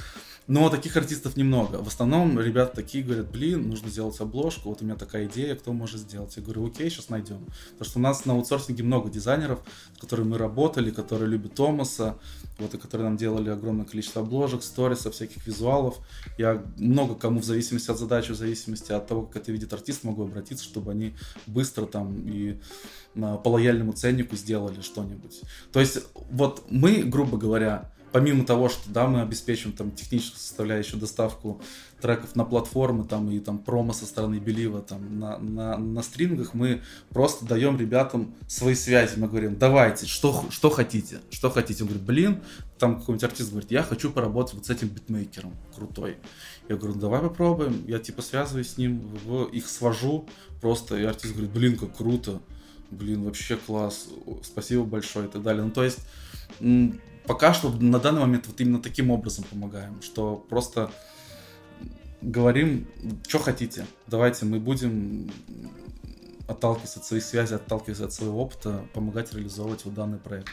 Но таких артистов немного. В основном ребята такие говорят, блин, нужно сделать обложку, вот у меня такая идея, кто может сделать? Я говорю, окей, сейчас найдем. Потому что у нас на аутсорсинге много дизайнеров, с которыми мы работали, которые любят Томаса, вот, и которые нам делали огромное количество обложек, сторисов, всяких визуалов. Я много кому в зависимости от задачи, в зависимости от того, как это видит артист, могу обратиться, чтобы они быстро там и по лояльному ценнику сделали что-нибудь. То есть вот мы, грубо говоря, помимо того, что да, мы обеспечиваем там техническую составляющую, доставку треков на платформы там, и там промо со стороны Белива там, на стрингах, мы просто даем ребятам свои связи. Мы говорим, давайте, что хотите? Что хотите? Он говорит, блин, там какой-нибудь артист говорит, я хочу поработать вот с этим битмейкером крутой. Я говорю, ну давай попробуем. Я типа связываюсь с ним, их свожу просто, и артист говорит, блин, как круто. Блин, вообще класс, спасибо большое и так далее. Ну, то есть, пока что на данный момент вот именно таким образом помогаем, что просто говорим, что хотите, давайте мы будем, отталкиваясь от своих связей, отталкиваясь от своего опыта, помогать реализовывать вот данный проект.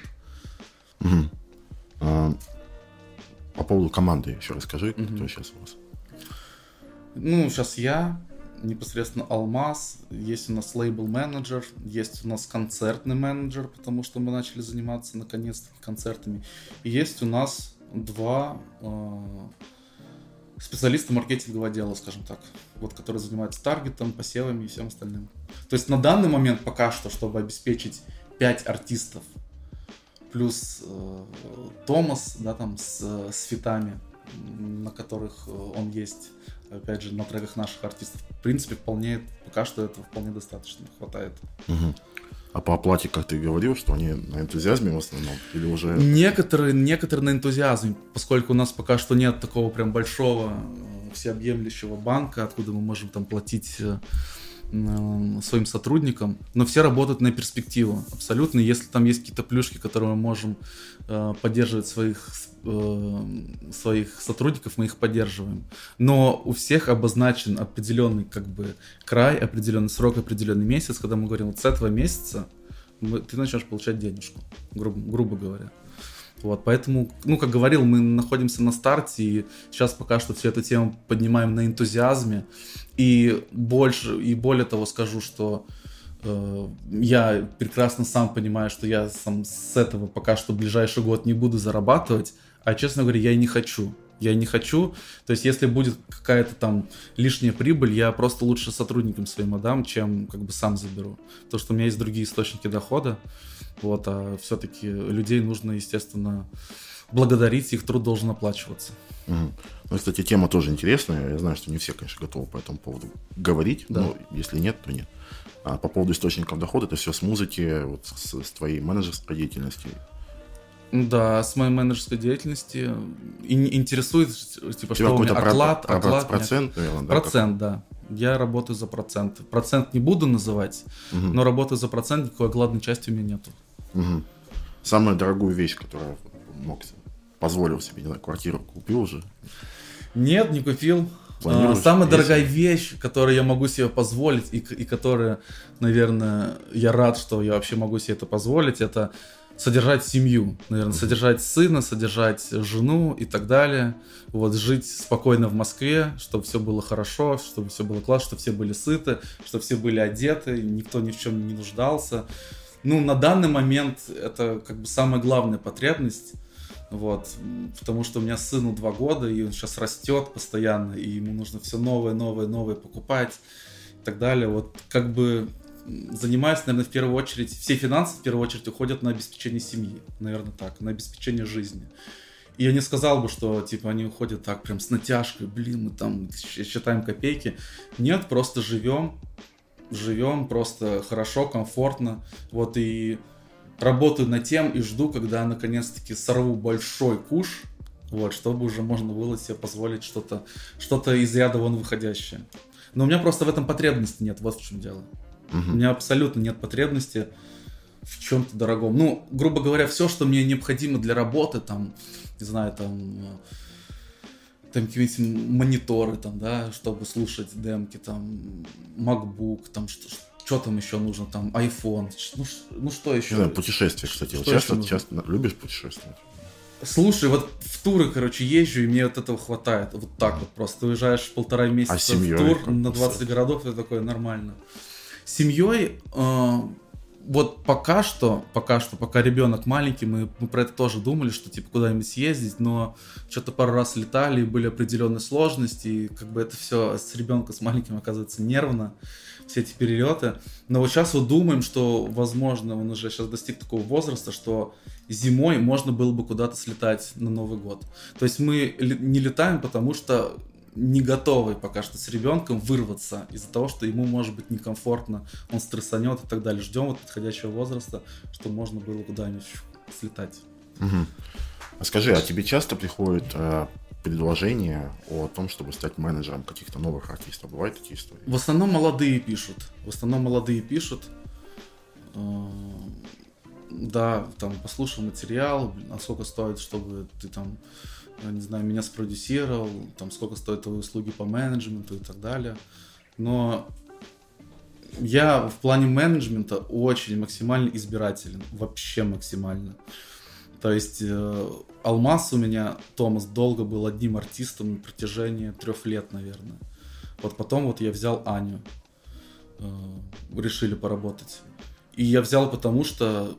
По поводу команды еще расскажи, кто сейчас у вас? Ну, сейчас я, непосредственно Алмаз, есть у нас лейбл-менеджер, есть у нас концертный менеджер, потому что мы начали заниматься наконец-таки концертами. И есть у нас 2 специалиста маркетингового отдела, скажем так, вот, которые занимаются таргетом, посевами и всем остальным. То есть на данный момент пока что, чтобы обеспечить 5 артистов, плюс Томас, да, там с фитами, на которых он есть, опять же, на треках наших артистов, в принципе, пока что этого вполне достаточно, хватает. А по оплате, как ты говорил, что они на энтузиазме в основном? Или уже... Некоторые на энтузиазме, поскольку у нас пока что нет такого прям большого всеобъемлющего банка, откуда мы можем там платить своим сотрудникам, но все работают на перспективу абсолютно. Если там есть какие-то плюшки, которые мы можем поддерживать своих сотрудников, мы их поддерживаем. Но у всех обозначен определенный как бы край, определенный срок, определенный месяц, когда мы говорим, вот с этого месяца ты начнешь получать денежку, грубо говоря. Вот, поэтому, ну, как говорил, мы находимся на старте, и сейчас пока что всю эту тему поднимаем на энтузиазме. И более того скажу, что я прекрасно сам понимаю, что я сам с этого пока что в ближайший год не буду зарабатывать, а, честно говоря, я и не хочу. Я не хочу, то есть если будет какая-то там лишняя прибыль, я просто лучше сотрудникам своим отдам, чем как бы сам заберу. Потому что у меня есть другие источники дохода, вот, а все-таки людей нужно, естественно, благодарить, их труд должен оплачиваться. Ну, кстати, тема тоже интересная, я знаю, что не все, конечно, готовы по этому поводу говорить, да. Но если нет, то нет. А по поводу источников дохода, это все с музыки, вот с твоей менеджерской деятельности. Да, с моей менеджерской деятельности интересует, типа, что у меня оклад, процент, наверное, да? Процент, да. Я работаю за процент. Процент не буду называть, но работаю за процент, никакой окладной части у меня нету. Самую дорогую вещь, которую позволил себе, не знаю, квартиру купил уже? Нет, не купил. Самая дорогая вещь, которую я могу себе позволить, и которая, наверное, я рад, что я вообще могу себе это позволить, это содержать семью, наверное, содержать сына, содержать жену и так далее. Вот, жить спокойно в Москве, чтобы все было хорошо, чтобы все было классно, чтобы все были сыты, чтобы все были одеты, никто ни в чем не нуждался. Ну, на данный момент это как бы самая главная потребность. Вот, потому что у меня сыну 2 года, и он сейчас растет постоянно, и ему нужно все новое покупать и так далее. Вот как бы занимаюсь, наверное, в первую очередь, все финансы в первую очередь уходят на обеспечение семьи, наверное, так, на обеспечение жизни. И я не сказал бы, что типа они уходят так прям с натяжкой, блин, мы там считаем копейки. Нет, просто живем просто хорошо, комфортно, вот, и работаю над тем и жду, когда наконец-таки сорву большой куш, вот, чтобы уже можно было себе позволить что-то из ряда вон выходящее. Но у меня просто в этом потребности нет, вот в чем дело. У меня абсолютно нет потребности в чем-то дорогом. Ну, грубо говоря, все, что мне необходимо для работы, там, не знаю, там какие-нибудь мониторы, там, да, чтобы слушать демки, там, MacBook, там, что там еще нужно, там, iPhone, ну что еще? Не знаю, путешествия, кстати. Вот часто любишь путешествовать? Слушай, вот в туры, короче, езжу, и мне вот этого хватает. Вот так вот просто. Ты уезжаешь 1,5 месяца в тур на 20 городов, и такое нормально. С семьей, вот пока ребенок маленький, мы про это тоже думали, что типа куда-нибудь съездить, но что-то пару раз летали, и были определенные сложности, и как бы это все с ребенком, с маленьким оказывается нервно, все эти перелеты. Но вот сейчас вот думаем, что, возможно, он уже сейчас достиг такого возраста, что зимой можно было бы куда-то слетать на Новый год. То есть мы не летаем, потому что не готовы пока что с ребенком вырваться из-за того, что ему может быть некомфортно, он стрессанет и так далее. Ждем вот подходящего возраста, чтобы можно было куда-нибудь слетать. Угу. А скажи, а тебе часто приходят предложения о том, чтобы стать менеджером каких-то новых артистов? Бывают такие истории? В основном молодые пишут. Да, там, послушал материал, а сколько стоит, чтобы ты там, не знаю, меня спродюсировал, там, сколько стоят твои услуги по менеджменту и так далее. Но я в плане менеджмента очень максимально избирателен, вообще максимально. То есть Алмаз у меня, Томас, долго был одним артистом на протяжении 3 лет, наверное. Вот потом вот я взял Аню, решили поработать. И я взял потому что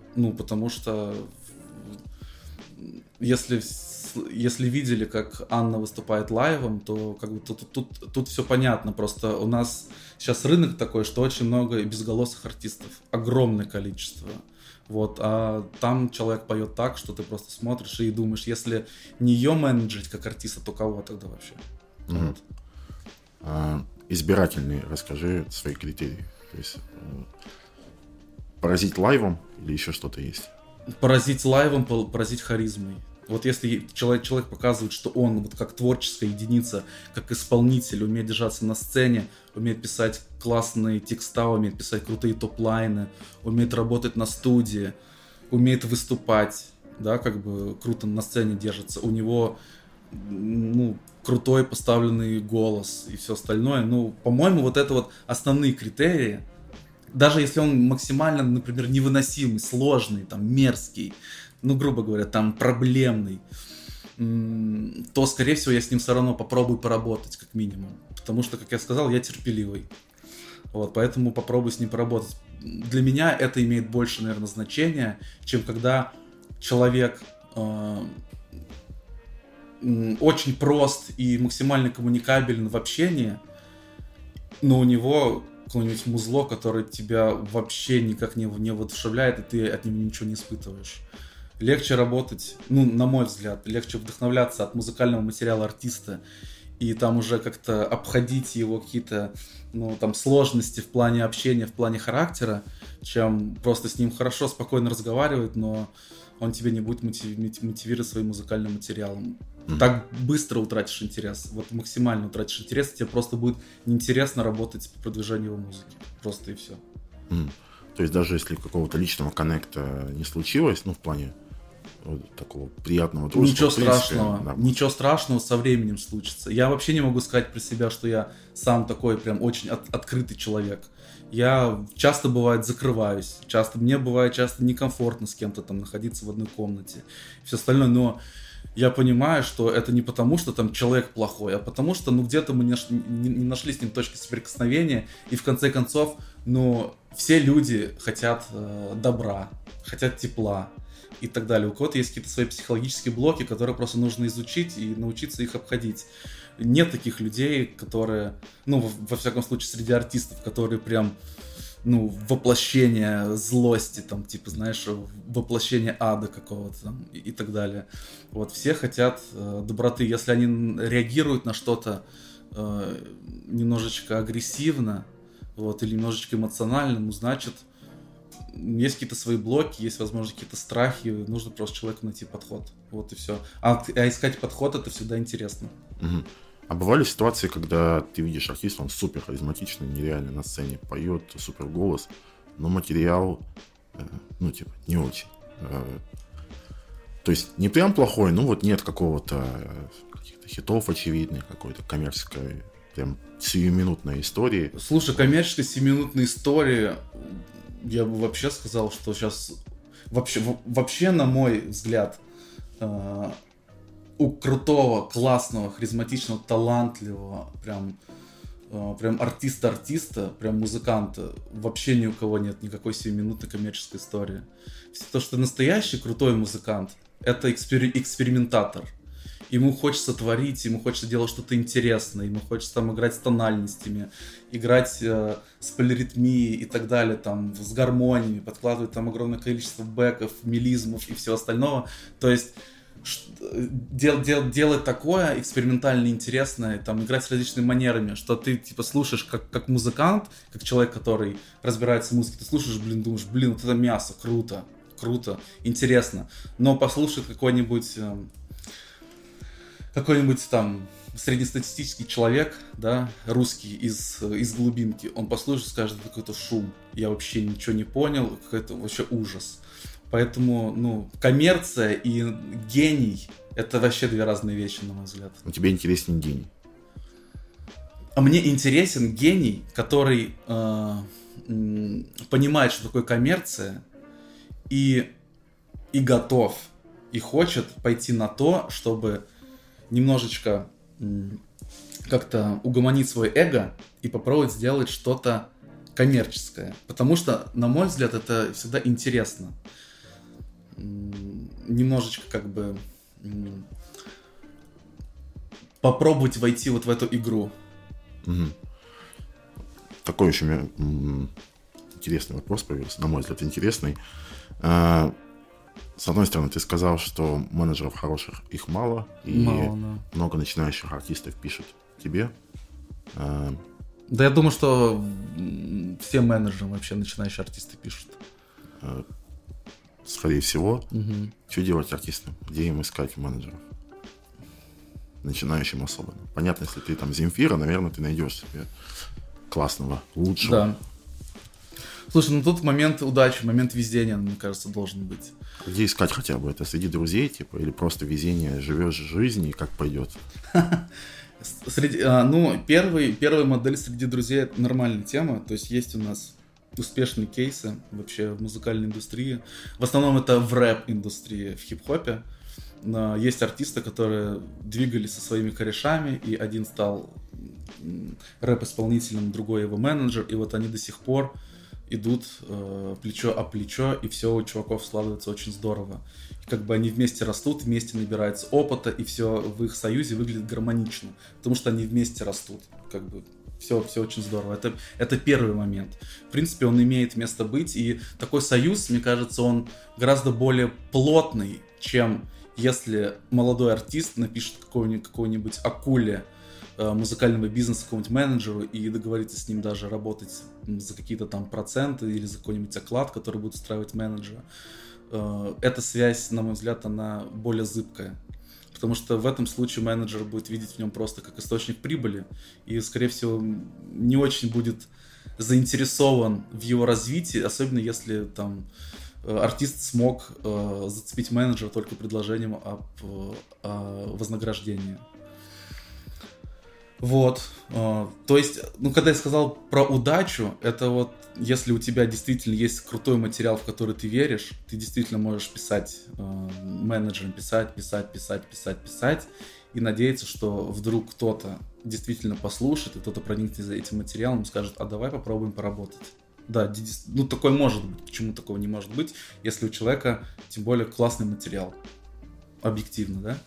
если видели, как Анна выступает лайвом, то как бы тут все понятно. Просто у нас сейчас рынок такой, что очень много безголосых артистов. Огромное количество. Вот, а там человек поет так, что ты просто смотришь и думаешь, если не ее менеджерить как артиста, то кого тогда вообще? Вот. Избирательный, расскажи свои критерии. То есть поразить лайвом или еще что-то есть? Поразить лайвом, поразить харизмой. Вот если человек показывает, что он вот как творческая единица, как исполнитель, умеет держаться на сцене, умеет писать классные текста, умеет писать крутые топ-лайны, умеет работать на студии, умеет выступать, да, как бы круто на сцене держится, у него, крутой поставленный голос и все остальное. По-моему, вот это вот основные критерии. Даже если он максимально, например, невыносимый, сложный, там, мерзкий, грубо говоря, там, проблемный, то, скорее всего, я с ним все равно попробую поработать, как минимум. Потому что, как я сказал, я терпеливый. Вот, поэтому попробую с ним поработать. Для меня это имеет больше, наверное, значения, чем когда человек очень прост и максимально коммуникабелен в общении, но у него какое-нибудь музло, которое тебя вообще никак не воодушевляет, и ты от него ничего не испытываешь. Легче работать, на мой взгляд, легче вдохновляться от музыкального материала артиста и там уже как-то обходить его какие-то, сложности в плане общения, в плане характера, чем просто с ним хорошо, спокойно разговаривать, но он тебе не будет мотивировать своим музыкальным материалом. Так быстро утратишь интерес, вот максимально утратишь интерес, тебе просто будет неинтересно работать по продвижению его музыки, просто и все. То есть даже если какого-то личного коннекта не случилось, в плане такого приятного дружества. Ничего страшного со временем случится. Я вообще не могу сказать про себя, что я сам такой прям очень открытый человек. Я часто, бывает, закрываюсь. Мне бывает часто некомфортно с кем-то там находиться в одной комнате. И все остальное, но я понимаю, что это не потому, что там человек плохой, а потому что, где-то мы не нашли с ним точки соприкосновения. И в конце концов, все люди хотят добра, хотят тепла и так далее. У кого-то есть какие-то свои психологические блоки, которые просто нужно изучить и научиться их обходить. Нет таких людей, которые, во всяком случае, среди артистов, которые прям, воплощение злости, там, типа, знаешь, воплощение ада какого-то там и так далее. Вот, все хотят доброты. Если они реагируют на что-то немножечко агрессивно, вот, или немножечко эмоционально, значит, есть какие-то свои блоки, есть, возможно, какие-то страхи, нужно просто человеку найти подход. Вот и все. А искать подход — это всегда интересно. Угу. А бывали ситуации, когда ты видишь артиста, он супер харизматичный, нереально на сцене поет, супер голос, но материал, не очень. То есть не прям плохой, нет какого-то каких-то хитов очевидных, какой-то коммерческой, прям сиюминутной истории. Слушай, коммерческой сиюминутной истории, я бы вообще сказал, что сейчас вообще, на мой взгляд, у крутого, классного, харизматичного, талантливого, прям артиста, прям музыканта, вообще ни у кого нет никакой 7-минутной коммерческой истории. То, что настоящий крутой музыкант, это экспериментатор. Ему хочется творить, ему хочется делать что-то интересное, ему хочется там играть с тональностями, играть с полиритмией и так далее, там, с гармониями, подкладывать там огромное количество бэков, мелизмов и всего остального. То есть делать такое экспериментально интересное, там, играть с различными манерами, что ты, типа, слушаешь как музыкант, как человек, который разбирается в музыке, ты слушаешь, думаешь, вот это мясо, круто, интересно. Но послушать какой-нибудь там среднестатистический человек, да, русский из глубинки, он послушает, скажет, какой-то шум, я вообще ничего не понял, какой-то вообще ужас. Поэтому, коммерция и гений — это вообще две разные вещи, на мой взгляд. Но тебе интересен гений? А мне интересен гений, который понимает, что такое коммерция, и готов, и хочет пойти на то, чтобы немножечко как-то угомонить свое эго и попробовать сделать что-то коммерческое. Потому что, на мой взгляд, это всегда интересно. Немножечко как бы попробовать войти вот в эту игру. Угу. Такой еще у меня интересный вопрос появился, на мой взгляд, интересный. С одной стороны, ты сказал, что менеджеров хороших их мало, и да. много начинающих артистов пишут тебе. Да, я думаю, что все менеджеры вообще начинающие артисты пишут. Скорее всего. Угу. Что делать артистам? Где им искать менеджеров? Начинающим особенно. Понятно, если ты там Земфира, наверное, ты найдешь себе классного, лучшего. Да. Слушай, тут момент удачи, момент везения, мне кажется, должен быть. Где искать хотя бы? Это среди друзей, типа, или просто везение, живешь жизнь и как пойдет? Первая модель среди друзей — это нормальная тема. То есть есть у нас успешные кейсы вообще в музыкальной индустрии. В основном это в рэп-индустрии, в хип-хопе. Есть артисты, которые двигались со своими корешами, и один стал рэп-исполнителем, другой его менеджер, и вот они до сих пор идут плечо о плечо, и все у чуваков складывается очень здорово. И как бы они вместе растут, вместе набираются опыта, и все в их союзе выглядит гармонично, потому что они вместе растут. Как бы все очень здорово. Это первый момент. В принципе, он имеет место быть, и такой союз, мне кажется, он гораздо более плотный, чем если молодой артист напишет какой-нибудь акуле музыкального бизнеса, какому-нибудь менеджеру, и договориться с ним даже работать за какие-то там проценты или за какой-нибудь оклад, который будет устраивать менеджера. Эта связь, на мой взгляд, она более зыбкая. Потому что в этом случае менеджер будет видеть в нем просто как источник прибыли и, скорее всего, не очень будет заинтересован в его развитии, особенно если там артист смог зацепить менеджера только предложением о вознаграждении. Вот. То есть, когда я сказал про удачу, это вот если у тебя действительно есть крутой материал, в который ты веришь, ты действительно можешь писать менеджерам, писать, и надеяться, что вдруг кто-то действительно послушает, и кто-то проникнет за этим материалом и скажет, а давай попробуем поработать. Да, такое может быть. Почему такого не может быть, если у человека, тем более, классный материал? Объективно, да?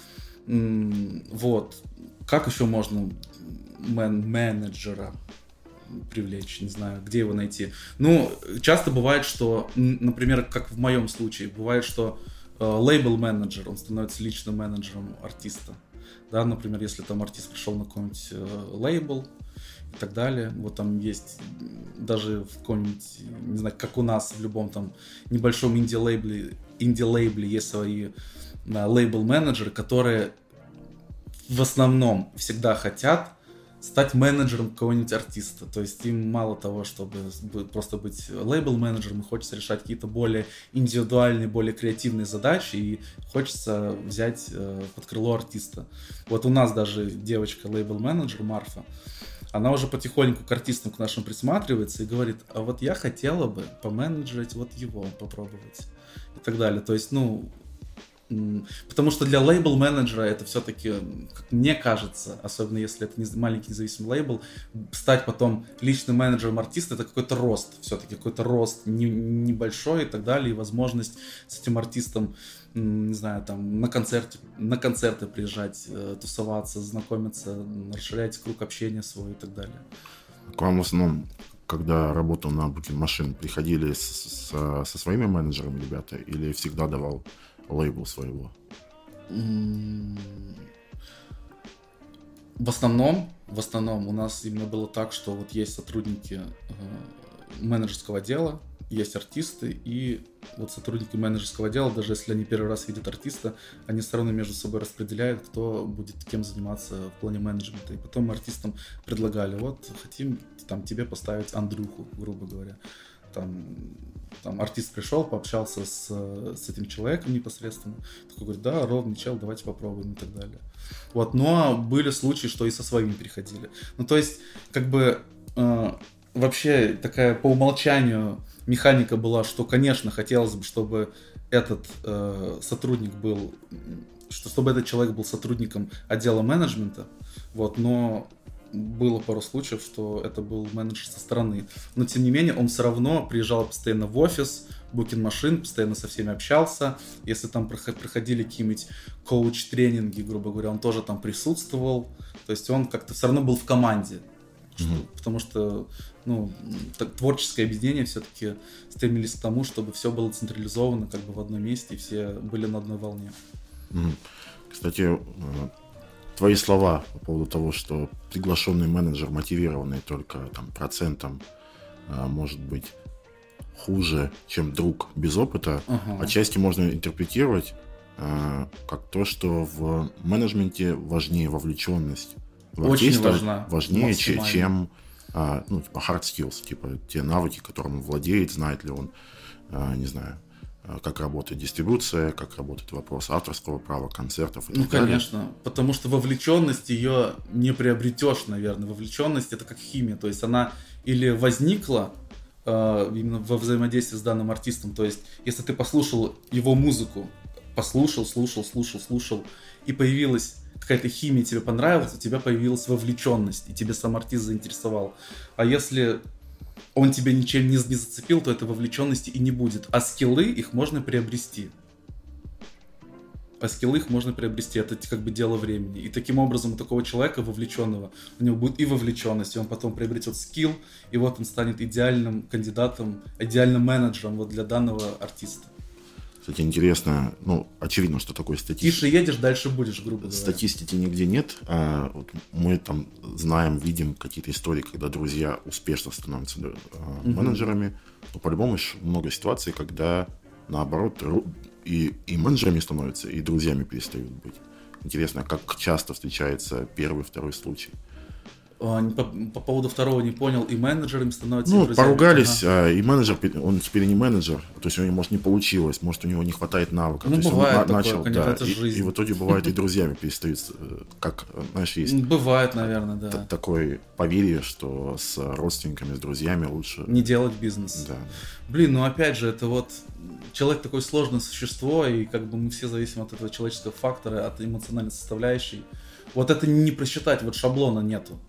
Вот. Как еще можно менеджера привлечь? Не знаю, где его найти. Часто бывает, что, например, как в моем случае, бывает, что лейбл-менеджер, он становится личным менеджером артиста. Да, например, если там артист пришел на какой-нибудь лейбл и так далее. Вот там есть даже в каком-нибудь, не знаю, как у нас в любом там небольшом инди-лейбле есть свои лейбл-менеджеры, которые в основном всегда хотят стать менеджером какого-нибудь артиста. То есть им мало того, чтобы просто быть лейбл-менеджером, хочется решать какие-то более индивидуальные, более креативные задачи, и хочется взять под крыло артиста. Вот у нас даже девочка лейбл-менеджер Марфа, она уже потихоньку к артистам к нашим присматривается и говорит, а вот я хотела бы поменеджерить вот его, попробовать и так далее. То есть, Потому что для лейбл-менеджера это все-таки, как мне кажется, особенно если это не маленький независимый лейбл, стать потом личным менеджером артиста — это какой-то рост, все-таки какой-то рост небольшой и так далее, и возможность с этим артистом, не знаю, там на концерты приезжать, тусоваться, знакомиться, расширять круг общения свой и так далее. К вам в основном, когда работал на Booking Machine, приходили со своими менеджерами ребята или всегда давал лейбл своего? В основном у нас именно было так, что вот есть сотрудники менеджерского отдела, есть артисты, и вот сотрудники менеджерского отдела, даже если они первый раз видят артиста, они все равно между собой распределяют, кто будет кем заниматься в плане менеджмента. И потом артистам предлагали: вот хотим там тебе поставить Андрюху, грубо говоря. Там артист пришел, пообщался с этим человеком непосредственно, такой говорит: да, ровный чел, давайте попробуем и так далее. Вот, но были случаи, что и со своими приходили. Ну, то есть, как бы, вообще такая по умолчанию механика была, что, конечно, хотелось бы, чтобы этот сотрудник был, чтобы этот человек был сотрудником отдела менеджмента, вот, но было пару случаев, что это был менеджер со стороны. Но, тем не менее, он все равно приезжал постоянно в офис, Booking Machine, постоянно со всеми общался. Если там проходили какие-нибудь коуч-тренинги, грубо говоря, он тоже там присутствовал. То есть он как-то все равно был в команде. Потому что, творческое объединение все-таки стремились к тому, чтобы все было централизовано как бы в одном месте, и все были на одной волне. Кстати, твои слова по поводу того, что приглашенный менеджер, мотивированный только там процентом, может быть хуже, чем друг без опыта, отчасти можно интерпретировать как то, что в менеджменте важнее вовлеченность в артиста, важнее, чем hard skills, типа те навыки, которыми он владеет, знает ли он, не знаю, как работает дистрибуция, как работает вопрос авторского права, концертов и так далее. Конечно, потому что вовлеченность ее не приобретешь, наверное. Вовлеченность — это как химия, то есть она или возникла именно во взаимодействии с данным артистом, то есть если ты послушал его музыку, слушал, и появилась какая-то химия, тебе понравилась, у тебя появилась вовлеченность, и тебе сам артист заинтересовал. А если он тебя ничем не зацепил, то этой вовлеченности и не будет. А скиллы, их можно приобрести. Это как бы дело времени. И таким образом у такого человека вовлеченного, у него будет и вовлеченность, и он потом приобретет скилл, и вот он станет идеальным кандидатом, идеальным менеджером вот для данного артиста. Кстати, интересно, очевидно, что такое статистика. Тише едешь, дальше будешь, грубо говоря. Статистики нигде нет. Вот мы там знаем, видим какие-то истории, когда друзья успешно становятся менеджерами. Но по-любому еще много ситуаций, когда наоборот и менеджерами становятся, и друзьями перестают быть. Интересно, как часто встречается первый, второй случай. По поводу второго не понял, и менеджерами становятся, и друзьями. Поругались, и менеджер, он теперь не менеджер, то есть у него, может, не получилось, может, у него не хватает навыков. Бывает такое, начал, это жизнь. И в итоге бывает и друзьями перестают, как, знаешь, есть. Бывает, наверное, да. Такое поверье, что с родственниками, с друзьями лучше не делать бизнес. Да. Блин, опять же, это вот человек такое сложное существо, и как бы мы все зависим от этого человеческого фактора, от эмоциональной составляющей. Вот это не просчитать, вот шаблона нету.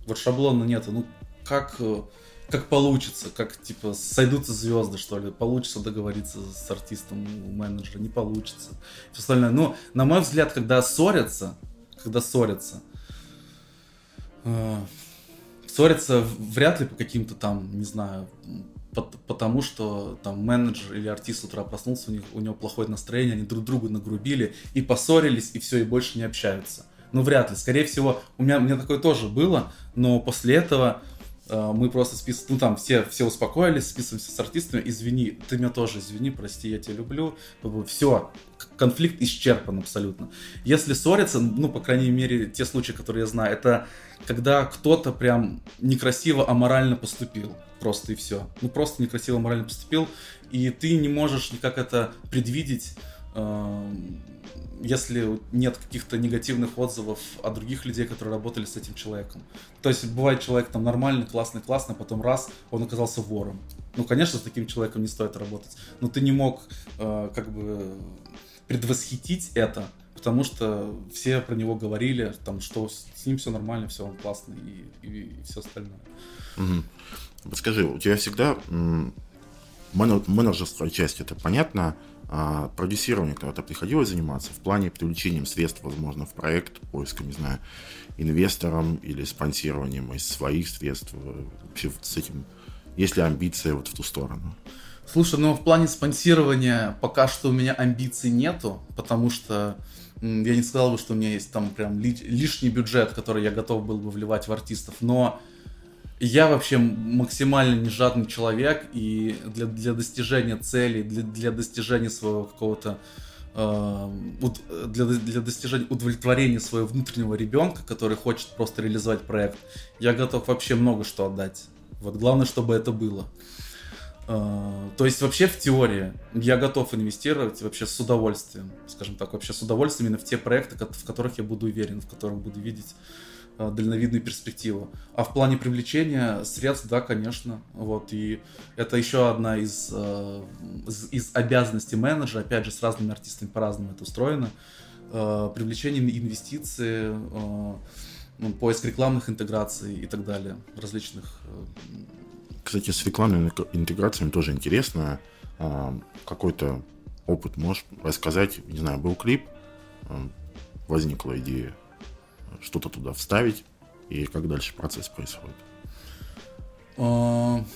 Как получится, как типа сойдутся звезды, что ли, получится договориться с артистом у менеджера, не получится. Все остальное. На мой взгляд, когда ссорятся вряд ли по каким-то там, не знаю, потому что там менеджер или артист с утра проснулся, у него плохое настроение, они друг другу нагрубили и поссорились, и все, и больше не общаются. Вряд ли. Скорее всего, у меня такое тоже было, но после этого мы просто списываем, все успокоились, списываемся с артистами: извини, ты меня тоже извини, прости, я тебя люблю. Все, конфликт исчерпан абсолютно. Если ссорятся, по крайней мере, те случаи, которые я знаю, это когда кто-то прям некрасиво, аморально поступил. Просто и все. Просто некрасиво, аморально поступил, и ты не можешь никак это предвидеть, если нет каких-то негативных отзывов от других людей, которые работали с этим человеком. То есть бывает, человек там нормальный, классный, потом раз, он оказался вором. Конечно, с таким человеком не стоит работать. Но ты не мог предвосхитить это, потому что все про него говорили, там, что с ним все нормально, все он классный и все остальное. Подскажи, у тебя всегда менеджерская часть, это понятно, а продюсированием когда-то приходилось заниматься в плане привлечением средств, возможно, в проект, поиском, не знаю, инвестором или спонсированием из своих средств, вообще с этим, есть ли амбиции вот в ту сторону? Слушай, ну в плане спонсирования пока что у меня амбиций нету, потому что я не сказал бы, что у меня есть там прям лишний бюджет, который я готов был бы вливать в артистов, но я вообще максимально не жадный человек, и для достижения целей, для достижения своего какого-то для достижения удовлетворения своего внутреннего ребенка, который хочет просто реализовать проект, я готов вообще много что отдать. Вот главное, чтобы это было. То есть вообще в теории я готов инвестировать вообще с удовольствием, скажем так, вообще с удовольствием именно в те проекты, в которых я буду уверен, в которых буду видеть дальновидную перспективу. А в плане привлечения средств, да, конечно. Вот, и это еще одна из обязанностей менеджера, опять же, с разными артистами по-разному это устроено. Привлечение инвестиций, поиск рекламных интеграций и так далее, различных. Кстати, с рекламными интеграциями тоже интересно. Какой-то опыт можешь рассказать? Не знаю, был клип, возникла идея что-то туда вставить, и как дальше процесс происходит? То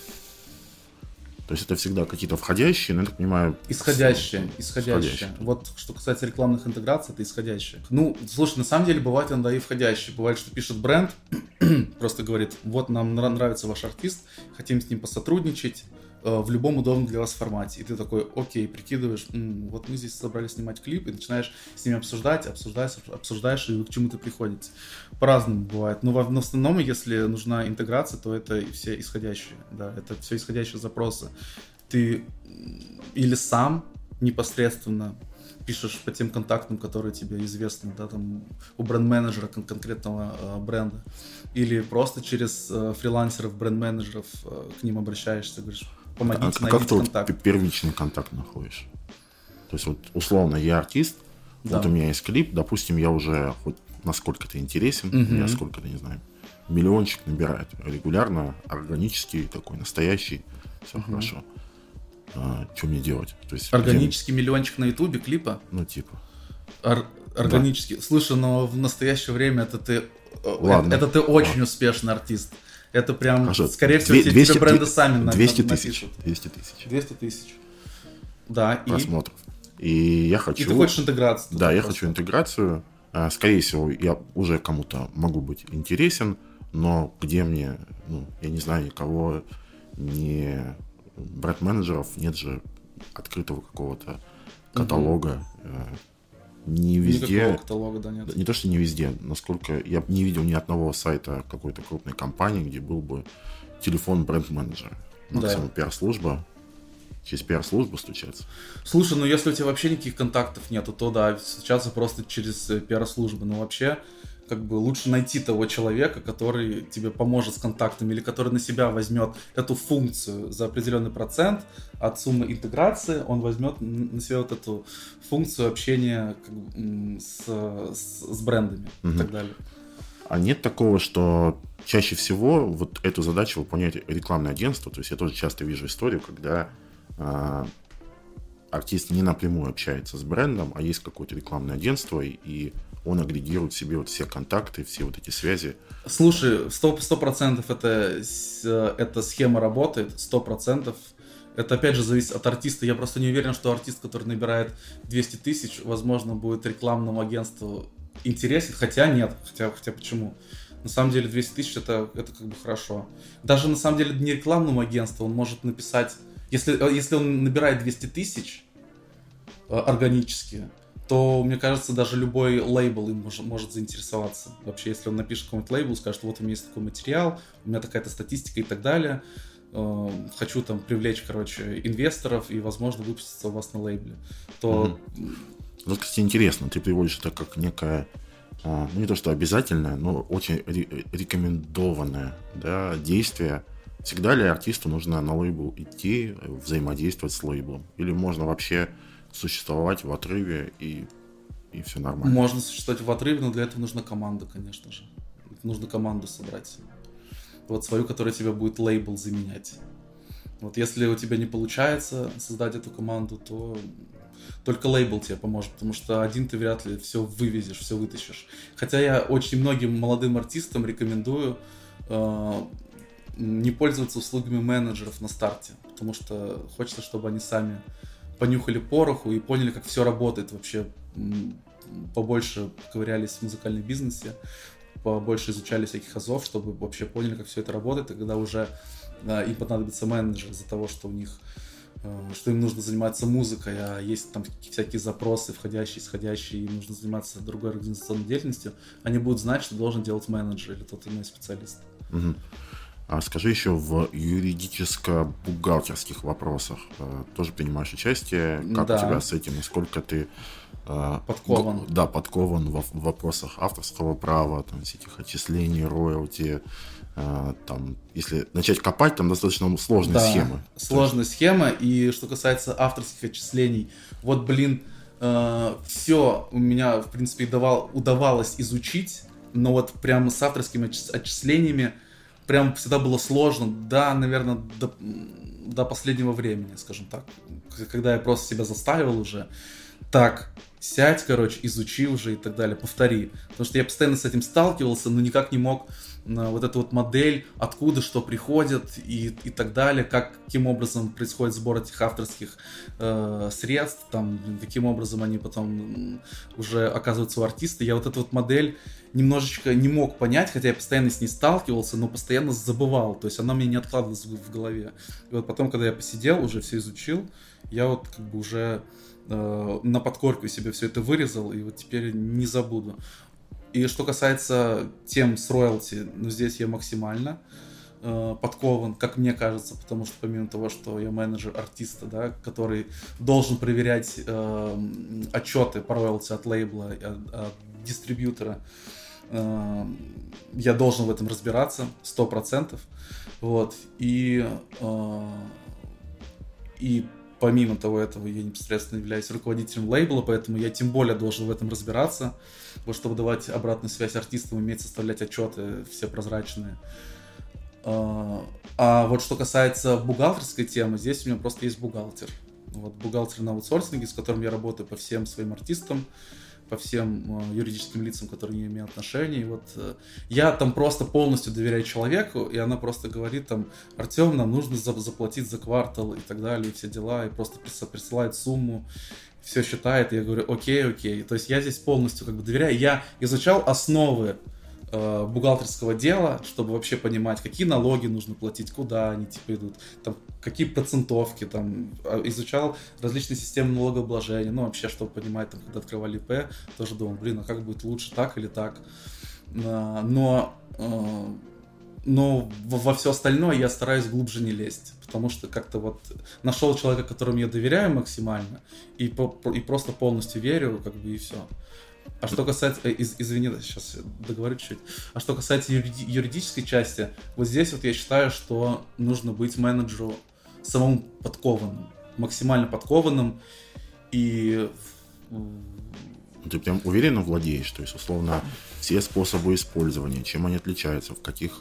есть это всегда какие-то входящие, но я так понимаю... Исходящие. Вот что касается рекламных интеграций, это исходящие. Ну, слушай, на самом деле бывает иногда и входящие. Бывает, что пишет бренд, просто говорит, вот нам нравится ваш артист, хотим с ним посотрудничать в любом удобном для вас формате. И ты такой, окей, прикидываешь, вот мы здесь собрались снимать клип, и начинаешь с ними обсуждаешь, и вы к чему-то приходите. По-разному бывает. Но в основном, если нужна интеграция, то это все исходящие. Да, это все исходящие запросы. Ты или сам непосредственно пишешь по тем контактам, которые тебе известны, да, там, у бренд-менеджера конкретного бренда, или просто через фрилансеров, бренд-менеджеров к ним обращаешься, говоришь, помогите, найдите контакт. Как ты первичный контакт находишь? То есть вот условно я артист, да. Вот у меня есть клип, допустим, я уже хоть насколько-то интересен, я сколько-то, не знаю, миллиончик набирает регулярно, органический такой, настоящий, все хорошо. Что мне делать? То есть, органический миллиончик на ютубе клипа? Ну, типа. Органический. Да. Слушай, но в настоящее время это ты очень успешный артист. Это прям, хорошо. Скорее всего, тебе бренды сами 200 тысяч. 200 тысяч. Да. Просмотров. И я хочу... И ты хочешь интеграцию. Да, я хочу интеграцию. Скорее всего, я уже кому-то могу быть интересен, но где мне, я не знаю никого, ни бренд-менеджеров, нет же открытого какого-то каталога. Не везде. Никакого каталога, да, нет. Не то, что не везде, насколько я не видел ни одного сайта какой-то крупной компании, где был бы телефон бренд-менеджера. Максимум пиар-служба. Через пиар-службу стучаться. Слушай, если у тебя вообще никаких контактов нету, то да, стучаться просто через пиар-службу. Но вообще, как бы лучше найти того человека, который тебе поможет с контактами, или который на себя возьмет эту функцию за определенный процент от суммы интеграции, он возьмет на себя вот эту функцию общения с брендами и так далее. А нет такого, что чаще всего вот эту задачу выполняет рекламное агентство? То есть я тоже часто вижу историю, когда артист не напрямую общается с брендом, а есть какое-то рекламное агентство, и он агрегирует себе вот все контакты, все вот эти связи. Слушай, 100% эта схема работает, 100%. Это, опять же, зависит от артиста. Я просто не уверен, что артист, который набирает 200 тысяч, возможно, будет рекламному агентству интересен. Хотя нет, хотя почему? На самом деле 200 тысяч это как бы хорошо. Даже на самом деле не рекламному агентству он может написать... Если он набирает 200 тысяч органически, то, мне кажется, даже любой лейбл им может заинтересоваться. Вообще, если он напишет какой-нибудь лейбл, скажет, вот у меня есть такой материал, у меня такая-то статистика и так далее, хочу там привлечь, инвесторов и, возможно, выпуститься у вас на лейбле, то... Вот, кстати, интересно, ты приводишь это как некое, не то что обязательное, но очень рекомендованное, да, действие. Всегда ли артисту нужно на лейбл идти, взаимодействовать с лейблом? Или можно вообще существовать в отрыве и все нормально. Можно существовать в отрыве, но для этого нужна команда, конечно же. Нужно команду собрать. Вот свою, которая тебе будет лейбл заменять. Вот если у тебя не получается создать эту команду, то только лейбл тебе поможет, потому что один ты вряд ли все вывезешь, все вытащишь. Хотя я очень многим молодым артистам рекомендую не пользоваться услугами менеджеров на старте, потому что хочется, чтобы они сами понюхали пороху и поняли, как все работает вообще, побольше ковырялись в музыкальном бизнесе, побольше изучали всяких азов, чтобы вообще поняли, как все это работает, и когда уже им понадобится менеджер из-за того, что у них, что им нужно заниматься музыкой, а есть там всякие запросы, входящие, исходящие, и нужно заниматься другой организационной деятельностью, они будут знать, что должен делать менеджер или тот иной специалист. Угу. А скажи еще, в юридическо-бухгалтерских вопросах тоже принимаешь участие? Как у тебя с этим? Насколько ты подкован? Подкован в вопросах авторского права, там, всяких отчислений, роялти. Там, если начать копать, там достаточно сложные схемы. Сложная схема. И что касается авторских отчислений, вот, все у меня, в принципе, удавалось изучить, но вот прям с авторскими отчислениями прям всегда было сложно, наверное, до последнего времени, скажем так. Когда я просто себя заставил уже, так, сядь, изучи уже и так далее, повтори. Потому что я постоянно с этим сталкивался, но никак не мог вот эту вот модель, откуда что приходит и так далее, каким образом происходит сбор этих авторских средств, там, каким образом они потом уже оказываются у артиста. Я вот эту вот модель немножечко не мог понять, хотя я постоянно с ней сталкивался, но постоянно забывал, то есть она мне не откладывалась в голове. И вот потом, когда я посидел, уже все изучил, я вот уже на подкорку себе все это вырезал, и вот теперь не забуду. И что касается тем с роялти, здесь я максимально подкован, как мне кажется, потому что помимо того, что я менеджер артиста, который должен проверять отчеты по роялти от лейбла, от дистрибьютора, я должен в этом разбираться 100%. Вот. И помимо того этого, я непосредственно являюсь руководителем лейбла, поэтому я тем более должен в этом разбираться, чтобы давать обратную связь артистам, уметь составлять отчеты все прозрачные. А вот что касается бухгалтерской темы, здесь у меня просто есть бухгалтер. Вот бухгалтер на аутсорсинге, с которым я работаю по всем своим артистам, по всем юридическим лицам, которые не имеют отношения. И вот я там просто полностью доверяю человеку, и она просто говорит там: Артем, нам нужно заплатить за квартал и так далее, и все дела, и просто присылает сумму, все считает, и я говорю: окей. То есть я здесь полностью доверяю. Я изучал основы бухгалтерского дела, чтобы вообще понимать, какие налоги нужно платить, куда они идут, там, какие процентовки, там, изучал различные системы налогообложения, вообще, чтобы понимать, там, когда открывали ИП, тоже думал, а как будет лучше, так или так. Но во все остальное я стараюсь глубже не лезть, потому что как-то нашел человека, которому я доверяю максимально, и просто полностью верю, и все. А что касается, извини, сейчас договорю чуть-чуть. А что касается юридической части, вот здесь я считаю, что нужно быть менеджеру самому подкованным, максимально подкованным, и... Ты прям уверенно владеешь, то есть, условно, все способы использования, чем они отличаются, в каких...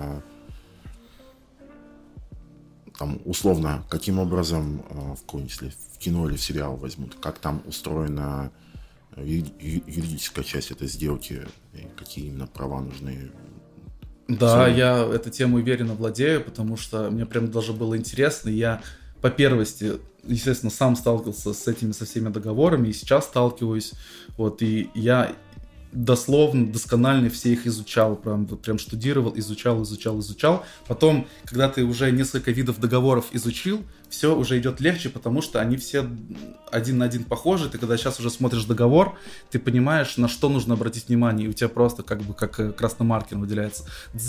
Там, условно, каким образом в кино или в сериал возьмут, как там устроена юридическая часть этой сделки, какие именно права нужны. Да, я эту тему уверенно владею, потому что мне прям даже было интересно. Я по первости, естественно, сам сталкивался со всеми договорами, и сейчас сталкиваюсь. И я досконально все их изучал, прям штудировал, изучал. Потом, когда ты уже несколько видов договоров изучил, все уже идет легче, потому что они все один на один похожи. Ты когда сейчас уже смотришь договор, ты понимаешь, на что нужно обратить внимание, и у тебя просто как красным маркером выделяется.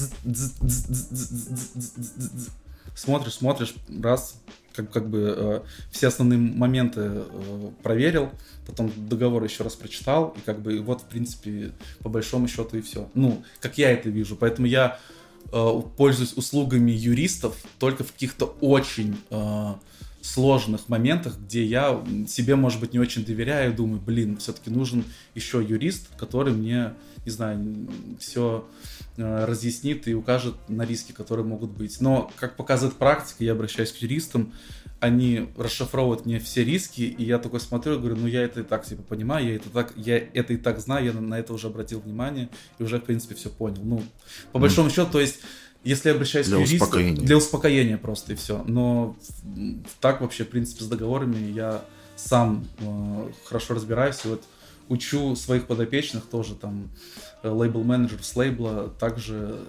Смотришь, раз, все основные моменты проверил, потом договор еще раз прочитал, и в принципе, по большому счету и все. Как я это вижу. Поэтому я пользуюсь услугами юристов только в каких-то очень сложных моментах, где я себе, может быть, не очень доверяю, думаю, блин, все-таки нужен еще юрист, который мне, не знаю, все разъяснит и укажет на риски, которые могут быть. Но, как показывает практика, я обращаюсь к юристам, они расшифровывают мне все риски, и я такой смотрю и говорю, ну я это и так типа понимаю, я это и так знаю, я на это уже обратил внимание и уже, в принципе, все понял. Ну, по большому счету, то есть, если я обращаюсь к юристу, для успокоения просто и все. Но так вообще, в принципе, с договорами я сам хорошо разбираюсь, и вот учу своих подопечных тоже там лейбл-менеджеров с лейбла также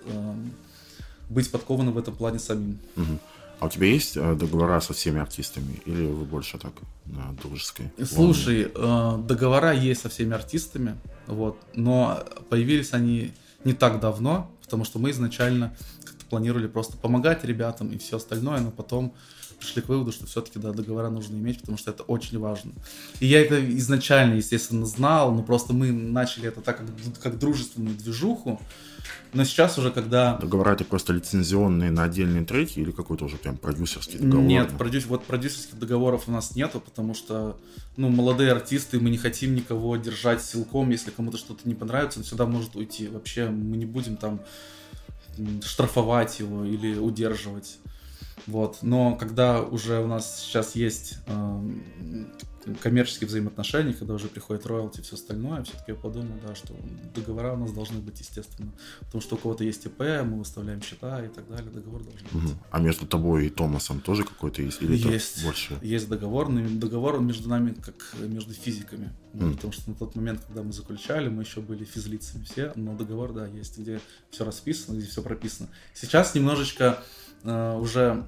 быть подкованным в этом плане самим. А у тебя есть договора со всеми артистами? Или вы больше так на дружеской? Слушай, договора есть со всеми артистами, вот, но появились они не так давно, потому что мы изначально как-то планировали просто помогать ребятам и все остальное, но потом пришли к выводу, что все-таки да, договора нужно иметь, потому что это очень важно. И я это изначально, естественно, знал, но просто мы начали это так, как дружественную движуху. Но сейчас уже, когда... Договора это просто лицензионные на отдельные треки или какой-то уже прям продюсерский договор? Нет, продюсерских договоров у нас нету, потому что, ну, молодые артисты, мы не хотим никого держать силком, если кому-то что-то не понравится, он всегда может уйти. Вообще мы не будем там штрафовать его или удерживать. Вот. Но когда уже у нас сейчас есть коммерческие взаимоотношения, когда уже приходит роялти и все остальное, все-таки я подумал, да, что договора у нас должны быть, естественно. Потому что у кого-то есть ИП, мы выставляем счета и так далее, договор должен быть. А между тобой и Томасом тоже какой-то есть? Или есть. Больше? Есть договор, но договор между нами как между физиками. Потому что на тот момент, когда мы заключали, мы еще были физлицами все, но договор, да, есть, где все расписано, где все прописано. Сейчас немножечко уже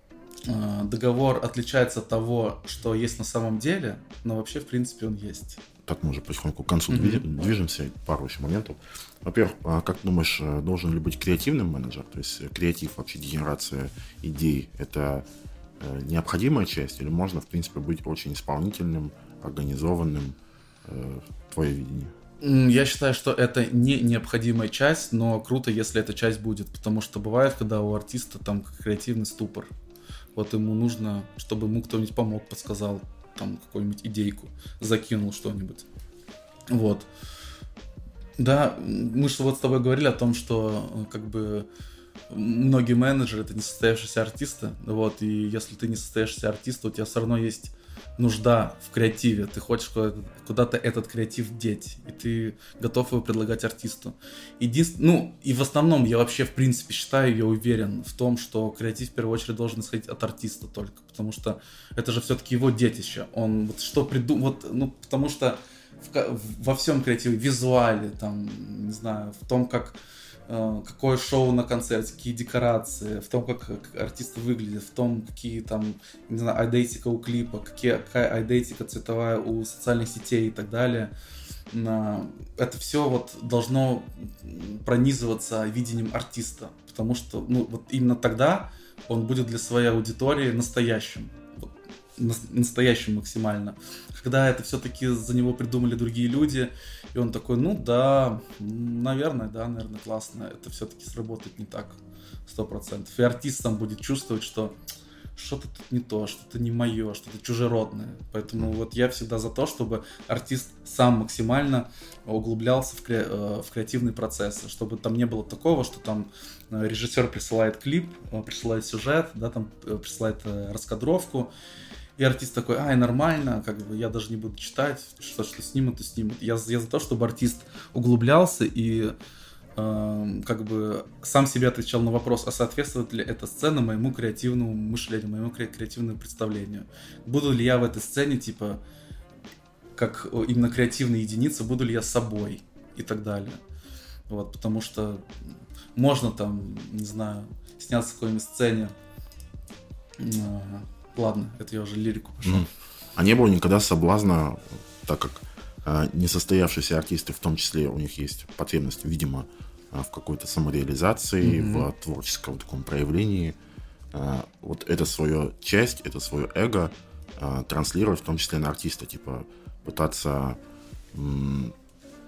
договор отличается от того, что есть на самом деле, но вообще, в принципе, он есть. Так мы уже потихоньку к концу движемся, пару еще моментов. Во-первых, как думаешь, должен ли быть креативный менеджер? То есть креатив, вообще генерация идей, это необходимая часть? Или можно, в принципе, быть очень исполнительным, организованным? Твое видение? Я считаю, что это не необходимая часть, но круто, если эта часть будет, потому что бывает, когда у артиста там креативный ступор. Вот ему нужно, чтобы ему кто-нибудь помог, подсказал там какую-нибудь идейку, закинул что-нибудь. Вот. Да, мы же вот с тобой говорили о том, что как бы многие менеджеры — это несостоявшиеся артисты, вот, и если ты несостоявшийся артист, у тебя все равно есть нужда в креативе, ты хочешь куда-то этот креатив деть, и ты готов его предлагать артисту. Ну, и в основном я вообще, в принципе, считаю, я уверен в том, что креатив в первую очередь должен исходить от артиста только, потому что это же все-таки его детище, он вот что придумал, вот, ну, потому что во всем креативе, визуале, там, не знаю, в том, какое шоу на концерте, какие декорации, в том, как артисты выглядят, в том, какие там, не знаю, айдентика у клипа, какая айдентика цветовая у социальных сетей и так далее. Это все вот должно пронизываться видением артиста, потому что, ну, вот именно тогда он будет для своей аудитории настоящим. Настоящим максимально. Когда это все-таки за него придумали другие люди, и он такой, ну да, наверное, классно, это все-таки сработает не так 100%. И артист там будет чувствовать, что что-то тут не то, что-то не мое, что-то чужеродное. Поэтому вот я всегда за то, чтобы артист сам максимально углублялся в креативный процесс, чтобы там не было такого, что там режиссер присылает клип, присылает сюжет, да, там присылает раскадровку, и артист такой, нормально, как бы я даже не буду читать, что снимут, то снимут. Я за то, чтобы артист углублялся и как бы сам себе отвечал на вопрос, а соответствует ли эта сцена моему креативному мышлению, моему креативному представлению. Буду ли я в этой сцене, типа, как именно креативная единица, буду ли я собой и так далее. Вот, потому что можно там, не знаю, сняться в какой-нибудь сцене. Ладно, это я уже лирику пошел. А не было никогда соблазна, так как несостоявшиеся артисты, в том числе, у них есть потребность, видимо, в какой-то самореализации, в творческом таком проявлении, вот это свою часть, это свое эго транслировать, в том числе на артиста, типа пытаться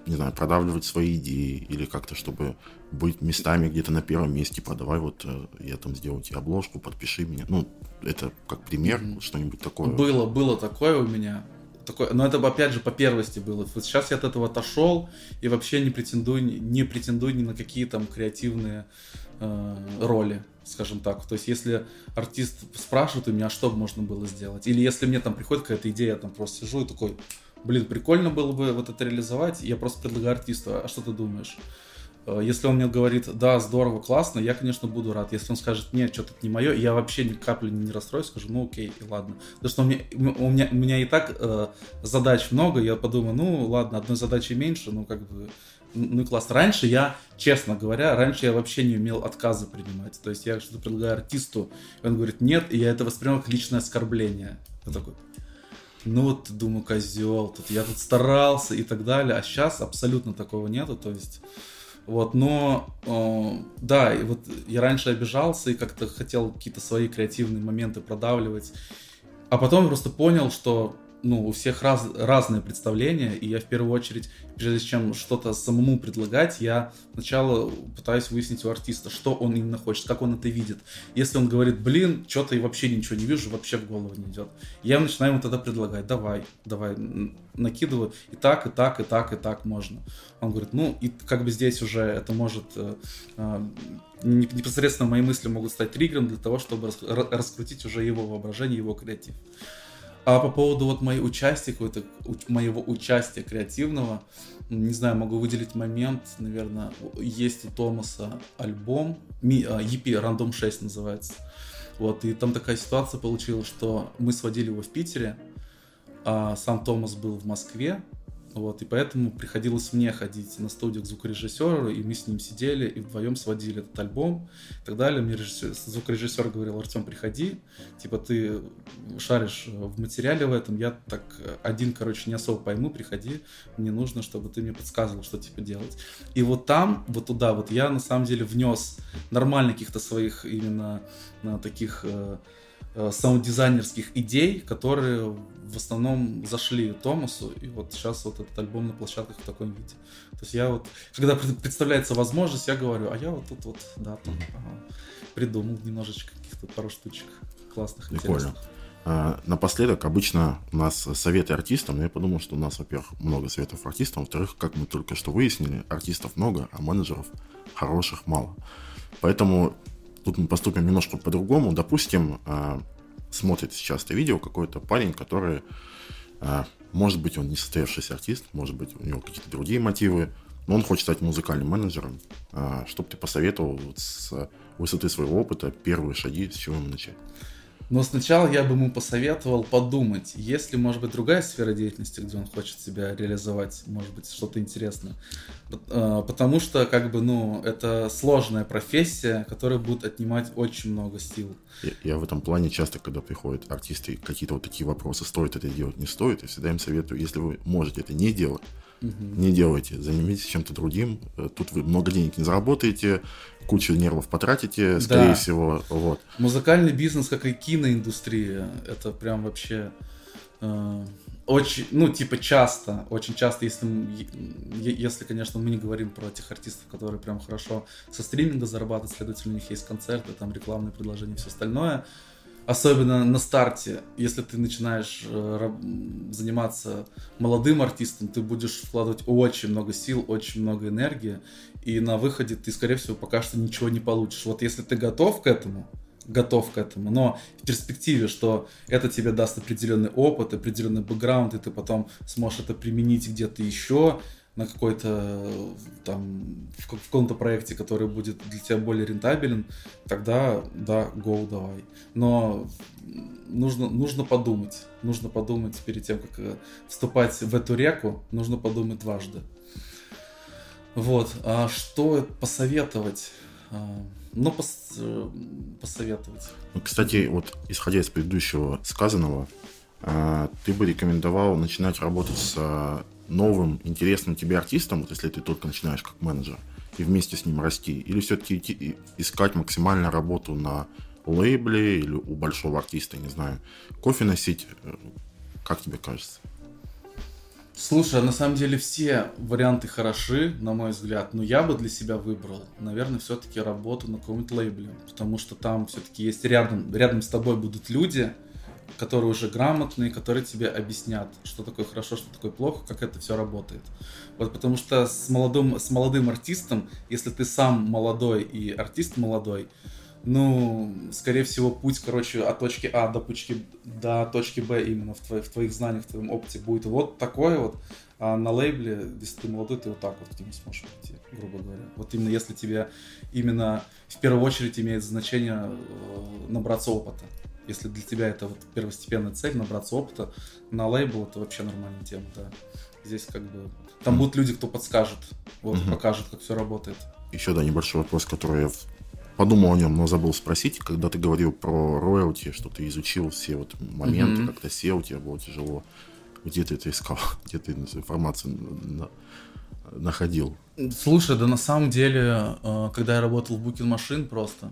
не знаю, продавливать свои идеи или как-то, чтобы быть местами где-то на первом месте, подавай, вот я там сделаю тебе обложку, подпиши меня. Ну, это как пример, что-нибудь такое. Было такое у меня. Такое, но это, опять же, по первости было. Вот сейчас я от этого отошел и вообще не претендую ни на какие там креативные роли, скажем так. То есть, если артист спрашивает у меня, что можно было сделать, или если мне там приходит какая-то идея, я там просто сижу и такой, блин, прикольно было бы вот это реализовать, я просто предлагаю артисту, а что ты думаешь? Если он мне говорит, да, здорово, классно, я, конечно, буду рад. Если он скажет, нет, что-то не мое, я вообще ни капли не расстроюсь, скажу, ну окей, и ладно. Потому что у меня и так задач много, я подумаю, ну ладно, одной задачи меньше, ну как бы, ну и классно. Раньше я, честно говоря, вообще не умел отказы принимать. То есть я что-то предлагаю артисту, и он говорит, нет, и я это воспринимал как личное оскорбление. Я такой, ну вот, думаю, козел, я тут старался и так далее, а сейчас абсолютно такого нету, то есть... Вот, но да, и вот я раньше обижался и как-то хотел какие-то свои креативные моменты продавливать, а потом просто понял, что ну, у всех разные представления, и я в первую очередь, прежде чем что-то самому предлагать, я сначала пытаюсь выяснить у артиста, что он именно хочет, как он это видит. Если он говорит, блин, что-то я вообще ничего не вижу, вообще в голову не идет, я начинаю ему тогда предлагать, давай, накидываю, и так, и так, и так, и так можно. Он говорит, ну, и как бы здесь уже это может... непосредственно мои мысли могут стать триггером для того, чтобы раскрутить уже его воображение, его креатив. А по поводу вот моего участия креативного, не знаю, могу выделить момент, наверное, есть у Томаса альбом, EP Random 6 называется. Вот, и там такая ситуация получилась, что мы сводили его в Питере, а сам Томас был в Москве. Вот, и поэтому приходилось мне ходить на студию к звукорежиссеру, и мы с ним сидели и вдвоем сводили этот альбом и так далее. Мне звукорежиссер говорил, Артем, приходи, типа ты шаришь в материале в этом, я так один, не особо пойму, приходи, мне нужно, чтобы ты мне подсказывал, что типа делать. И вот там, вот туда вот я на самом деле внес нормально каких-то своих именно таких... саунд-дизайнерских идей, которые в основном зашли Томасу, и вот сейчас вот этот альбом на площадках в таком виде. То есть я вот, когда представляется возможность, я говорю, а я вот тут вот, да, там, придумал немножечко каких-то пару штучек классных, прикольно. Интересных. Напоследок, обычно у нас советы артистам, но я подумал, что у нас, во-первых, много советов артистам, во-вторых, как мы только что выяснили, артистов много, а менеджеров хороших мало. Поэтому тут мы поступим немножко по-другому. Допустим, смотрит сейчас это видео какой-то парень, который, может быть, он не состоявшийся артист, может быть, у него какие-то другие мотивы, но он хочет стать музыкальным менеджером. Что бы ты посоветовал вот с высоты своего опыта, первые шаги, с чего ему начать? Но сначала я бы ему посоветовал подумать, есть ли, может быть, другая сфера деятельности, где он хочет себя реализовать, может быть, что-то интересное. Потому что, это сложная профессия, которая будет отнимать очень много сил. Я в этом плане часто, когда приходят артисты, какие-то вот такие вопросы, стоит это делать, не стоит, я всегда им советую, если вы можете это не делать, не делайте, занимайтесь чем-то другим. Тут вы много денег не заработаете, кучу нервов потратите, скорее всего. Вот. Музыкальный бизнес, как и киноиндустрия, это прям вообще очень, часто, очень часто, если, конечно, мы не говорим про тех артистов, которые прям хорошо со стриминга зарабатывают, следовательно, у них есть концерты, там рекламные предложения и все остальное. Особенно на старте, если ты начинаешь заниматься молодым артистом, ты будешь вкладывать очень много сил, очень много энергии, и на выходе ты, скорее всего, пока что ничего не получишь. Вот если ты готов к этому, но в перспективе, что это тебе даст определенный опыт, определенный бэкграунд, и ты потом сможешь это применить где-то еще, на какой-то там, в каком-то проекте, который будет для тебя более рентабелен, тогда, да, go, давай. Но нужно подумать перед тем, как вступать в эту реку, нужно подумать дважды. Вот, а что посоветовать? Посоветовать. Кстати, вот исходя из предыдущего сказанного, ты бы рекомендовал начинать работать с новым, интересным тебе артистом, вот если ты только начинаешь как менеджер, и вместе с ним расти, или все-таки идти искать максимально работу на лейбле или у большого артиста, не знаю, кофе носить, как тебе кажется? Слушай, на самом деле все варианты хороши, на мой взгляд, но я бы для себя выбрал, наверное, все-таки работу на каком-нибудь лейбле, потому что там все-таки есть рядом с тобой будут люди, которые уже грамотные, которые тебе объяснят, что такое хорошо, что такое плохо, как это все работает. Вот потому что с молодым артистом, если ты сам молодой и артист молодой, ну, скорее всего, путь, короче, от точки А до точки Б именно в твоих знаниях, в твоем опыте будет вот такой вот, а на лейбле, если ты молодой, ты вот так вот к нему сможешь прийти, грубо говоря. Вот именно если тебе именно в первую очередь имеет значение набраться опыта. Если для тебя это вот первостепенная цель, набраться опыта, на лейбл это вообще нормальная тема, да. Здесь как бы... Там будут люди, кто подскажет, вот, покажет, как все работает. Еще, да, небольшой вопрос, который я подумал о нем, но забыл спросить. Когда ты говорил про роялти, что ты изучил все вот моменты, как-то сел, тебе было тяжело. Где ты это искал? Где ты информацию находил? Слушай, да на самом деле, когда я работал в Booking Machine просто,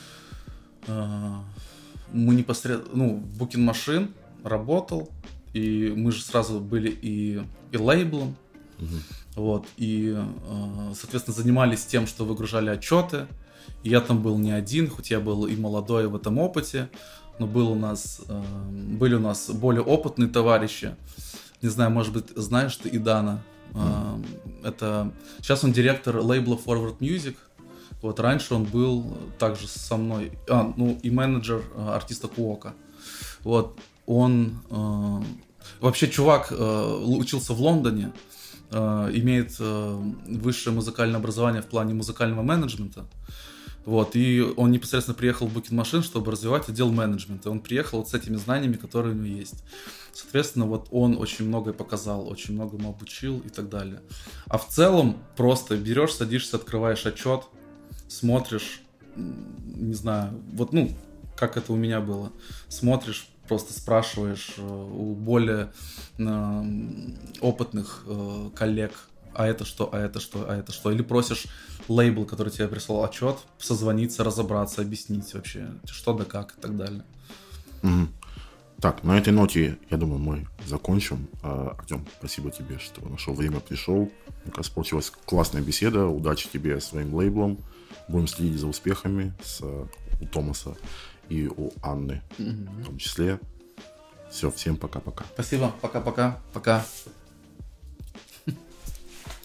мы непосредственно, в Booking Machine работал, и мы же сразу были и лейблом, вот, и, соответственно, занимались тем, что выгружали отчеты. И я там был не один, хоть я был и молодой в этом опыте, но были у нас более опытные товарищи. Не знаю, может быть, знаешь ты Идана. Это сейчас он директор лейбла Forward Music. Вот раньше он был также со мной, и менеджер артиста Куока. Вот он вообще чувак учился в Лондоне, имеет высшее музыкальное образование в плане музыкального менеджмента. Вот, и он непосредственно приехал в Booking Machine, чтобы развивать отдел менеджмента. Он приехал вот с этими знаниями, которые у него есть. Соответственно, вот он очень многое показал, очень многому обучил и так далее. А в целом просто берешь, садишься, открываешь отчет, смотришь, не знаю, вот, как это у меня было. Смотришь, просто спрашиваешь у более опытных коллег, а это что, а это что, а это что. Или просишь лейбл, который тебе прислал отчет, созвониться, разобраться, объяснить вообще, что да как и так далее. Так, на этой ноте, я думаю, мы закончим. Артем, спасибо тебе, что нашел время, пришел. Мне кажется, получилась классная беседа. Удачи тебе своим лейблом. Будем следить за успехами у Томаса и у Анны в том числе. Все, всем пока-пока. Спасибо, пока-пока. Пока.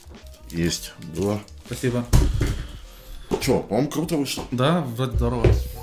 Есть, было. Спасибо. Че, по-моему, круто вышло. Да, вроде здорово.